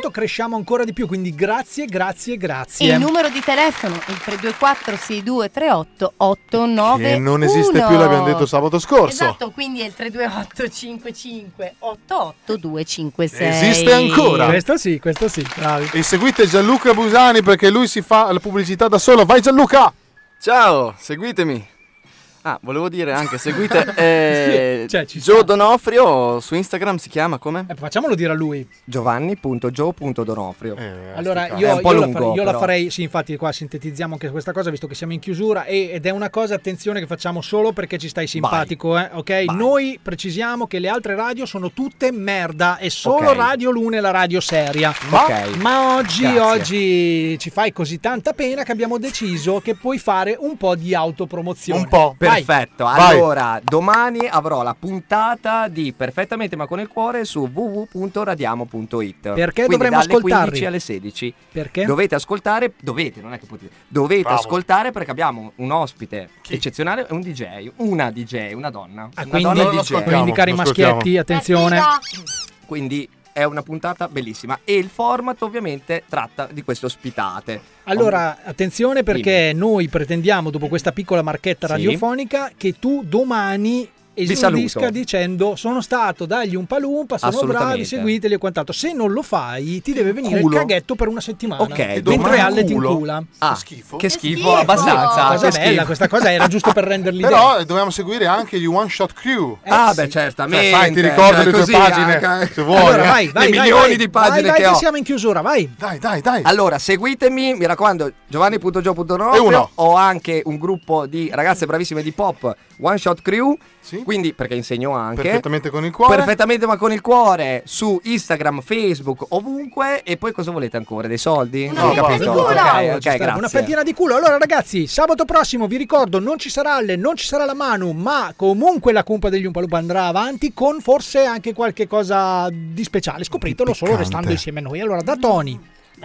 conosciamo ancora di più, quindi grazie, grazie, grazie. E il numero di telefono è il tre due quattro sei due tre otto otto nove uno. Che non esiste più, l'abbiamo detto sabato scorso. Esatto, quindi è il tre due otto cinque cinque otto otto due cinque sei. Esiste ancora. Questo sì, questo sì, bravi. E seguite Gianluca Busani perché lui si fa la pubblicità da solo. Vai Gianluca! Ciao, seguitemi. Ah, volevo dire anche, seguite eh, Sì, cioè, ci Gio sta. Donofrio, su Instagram si chiama come? Eh, facciamolo dire a lui. giovanni punto gio punto donofrio. Allora È io, un po' io la lungo, farei, io la però. farei, sì, infatti qua sintetizziamo anche questa cosa visto che siamo in chiusura e- ed è una cosa, attenzione, che facciamo solo perché ci stai simpatico, eh, ok? Noi precisiamo che le altre radio sono tutte merda e solo Ok. Radio Luna è la radio seria. Ma- Ok. Ma oggi, Grazie. oggi ci fai così tanta pena che abbiamo deciso che puoi fare un po' di autopromozione. Un po'. Vai. Perfetto, Vai. allora domani avrò la puntata di Perfettamente ma con il cuore su w w w punto radiamo punto it. Perché Quindi dovremmo dalle ascoltarli? quindici alle sedici. Perché? Dovete ascoltare, dovete, non è che potete, dovete Bravo. ascoltare perché abbiamo un ospite eccezionale e un D J, una D J, una donna. Ah, una quindi, donna lo D J. ascoltiamo. quindi cari lo maschietti, ascoltiamo. attenzione. Quindi è una puntata bellissima e il format ovviamente tratta di queste ospitate. Allora, attenzione perché noi pretendiamo, dopo questa piccola marchetta Sì. radiofonica, che tu domani esordisca saluto. dicendo sono stato dagli Umpalumpa, sono Assolutamente. bravi, seguiteli e quant'altro. Se non lo fai ti deve venire Culo. il caghetto per una settimana. Ok, mentre domani Alle ti culo. incula. Ah, schifo. che Che schifo, schifo. abbastanza. Cosa che bella, schifo. questa cosa era giusto per renderli idea. Però eh, dobbiamo seguire anche gli One Shot Crew. Ah, sì. beh, certamente. Cioè, sai, ti ricordi cioè, le tue così, pagine, anche- se vuoi. Allora, eh. vai, vai, Le vai, milioni vai. di pagine vai, vai, che ho. siamo in chiusura, vai. Dai, dai, dai. Allora, seguitemi, mi raccomando, giovanni punto gio punto E donofrio. uno. Ho anche un gruppo di ragazze bravissime di pop, One Shot Crew. Sì. Quindi, perché insegno anche. Perfettamente con il cuore. Perfettamente ma con il cuore su Instagram, Facebook, ovunque. E poi cosa volete ancora? Dei soldi? Una Non ho fettina capito. di culo. Ok, Ci ok, sta, grazie. Una fettina di culo. Allora ragazzi, sabato prossimo vi ricordo non ci sarà Alle, non ci sarà la Manu, ma comunque la cumpa degli Umpalumpa andrà avanti con forse anche qualche cosa di speciale. Scopritelo solo piccante. restando insieme a noi. Allora da Tony,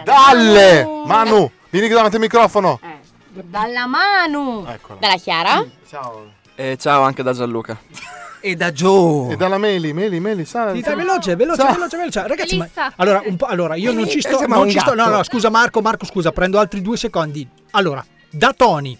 Dalle! Manu, vieni davanti al microfono. Dalla Manu. Eccola. Dalla Chiara? Ciao. E ciao anche da Gianluca. E da Joe. E dalla Meli, Meli, Meli, sai. sì, dai, veloce, veloce, Ciao. veloce, veloce. Ragazzi, ma, Melissa. allora, un po', allora io non ci sto, sembra non un ci sto. No, gatto. no, scusa Marco, Marco, scusa, prendo altri due secondi. Allora, da Tony,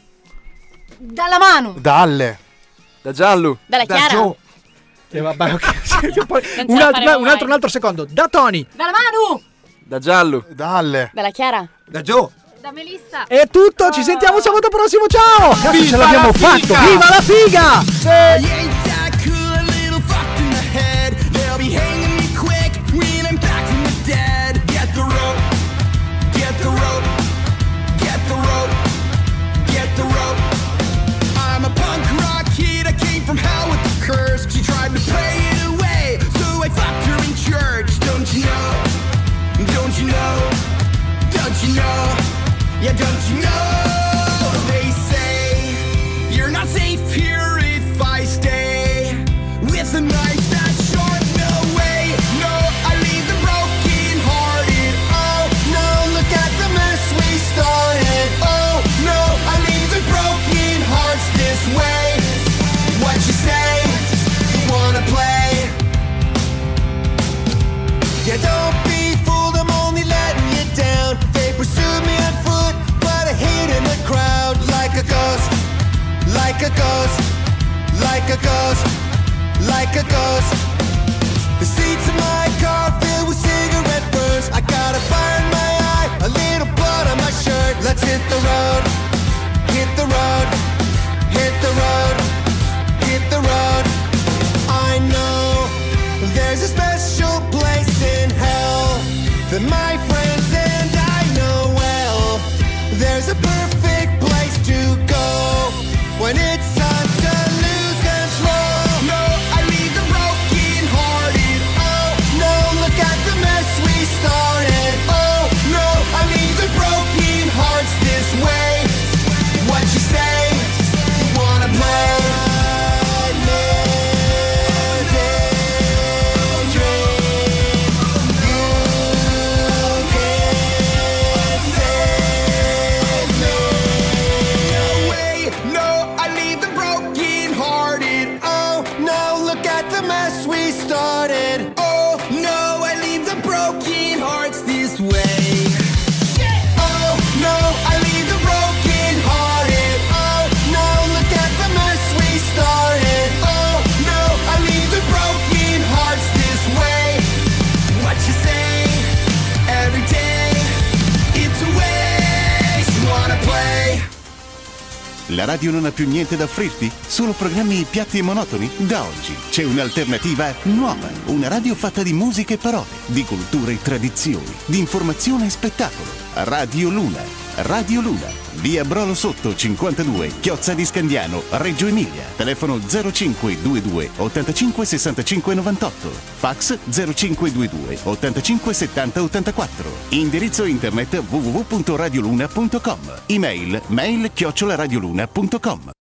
Dalla Manu. Dalle. Da Gianlu. Dalla Da Chiara? Joe. eh, vabbè, ok. Poi ce un, la altro, faremo un altro, mai. un altro secondo. Da Tony. Dalla Manu. Da Gianlu. Dalle. Dalla Chiara? Da Joe. Da Melissa? È tutto, ci sentiamo sabato prossimo, ciao! Cazzo, ce Viva l'abbiamo la fatto! figa! Viva la figa! Ain't that cool, a little fucked in the head. They'll be hanging me quick when I'm back from the dead. Get the rope, get the rope, get the rope, get the rope. I'm a punk rock kid, I came from hell with the curse. She tried to pray it away, so I fucked her in church. Don't you know, don't you know, don't you know, yeah, don't you know? They say you're not safe here if I stay with a knife that's sharp. No way, no, I leave the broken hearted. Oh no, look at the mess we started. Oh no, I leave the broken hearts this way. What you say? You wanna play? Yeah, don't be fooled, I'm only letting you down. They pursued me on foot, but I hid in the crowd like a ghost, like a ghost, like a ghost, like a ghost. The seats in my car filled with cigarette burns. I got a fire in my eye, a little blood on my shirt. Let's hit the road, hit the road, hit the road, hit the road. I know there's a special place in hell that my friends and I know well. There's a perfect place to go when it's time to lose control. No, I leave the broken hearted. Oh no, look at the mess we started. Oh no, I leave the broken hearts this way. La radio non ha più niente da offrirti? Solo programmi piatti e monotoni? Da oggi c'è un'alternativa nuova. Una radio fatta di musica e parole, di cultura e tradizioni, di informazione e spettacolo. Radio Luna. Radio Luna, via Brolo Sotto cinquantadue, Chiozza di Scandiano, Reggio Emilia. Telefono zero cinque due due ottantacinque sessantacinque novantotto. Fax zero cinque due due ottantacinque settanta ottantaquattro. Indirizzo internet w w w punto radioluna punto com. Email mail chiocciola radioluna punto com.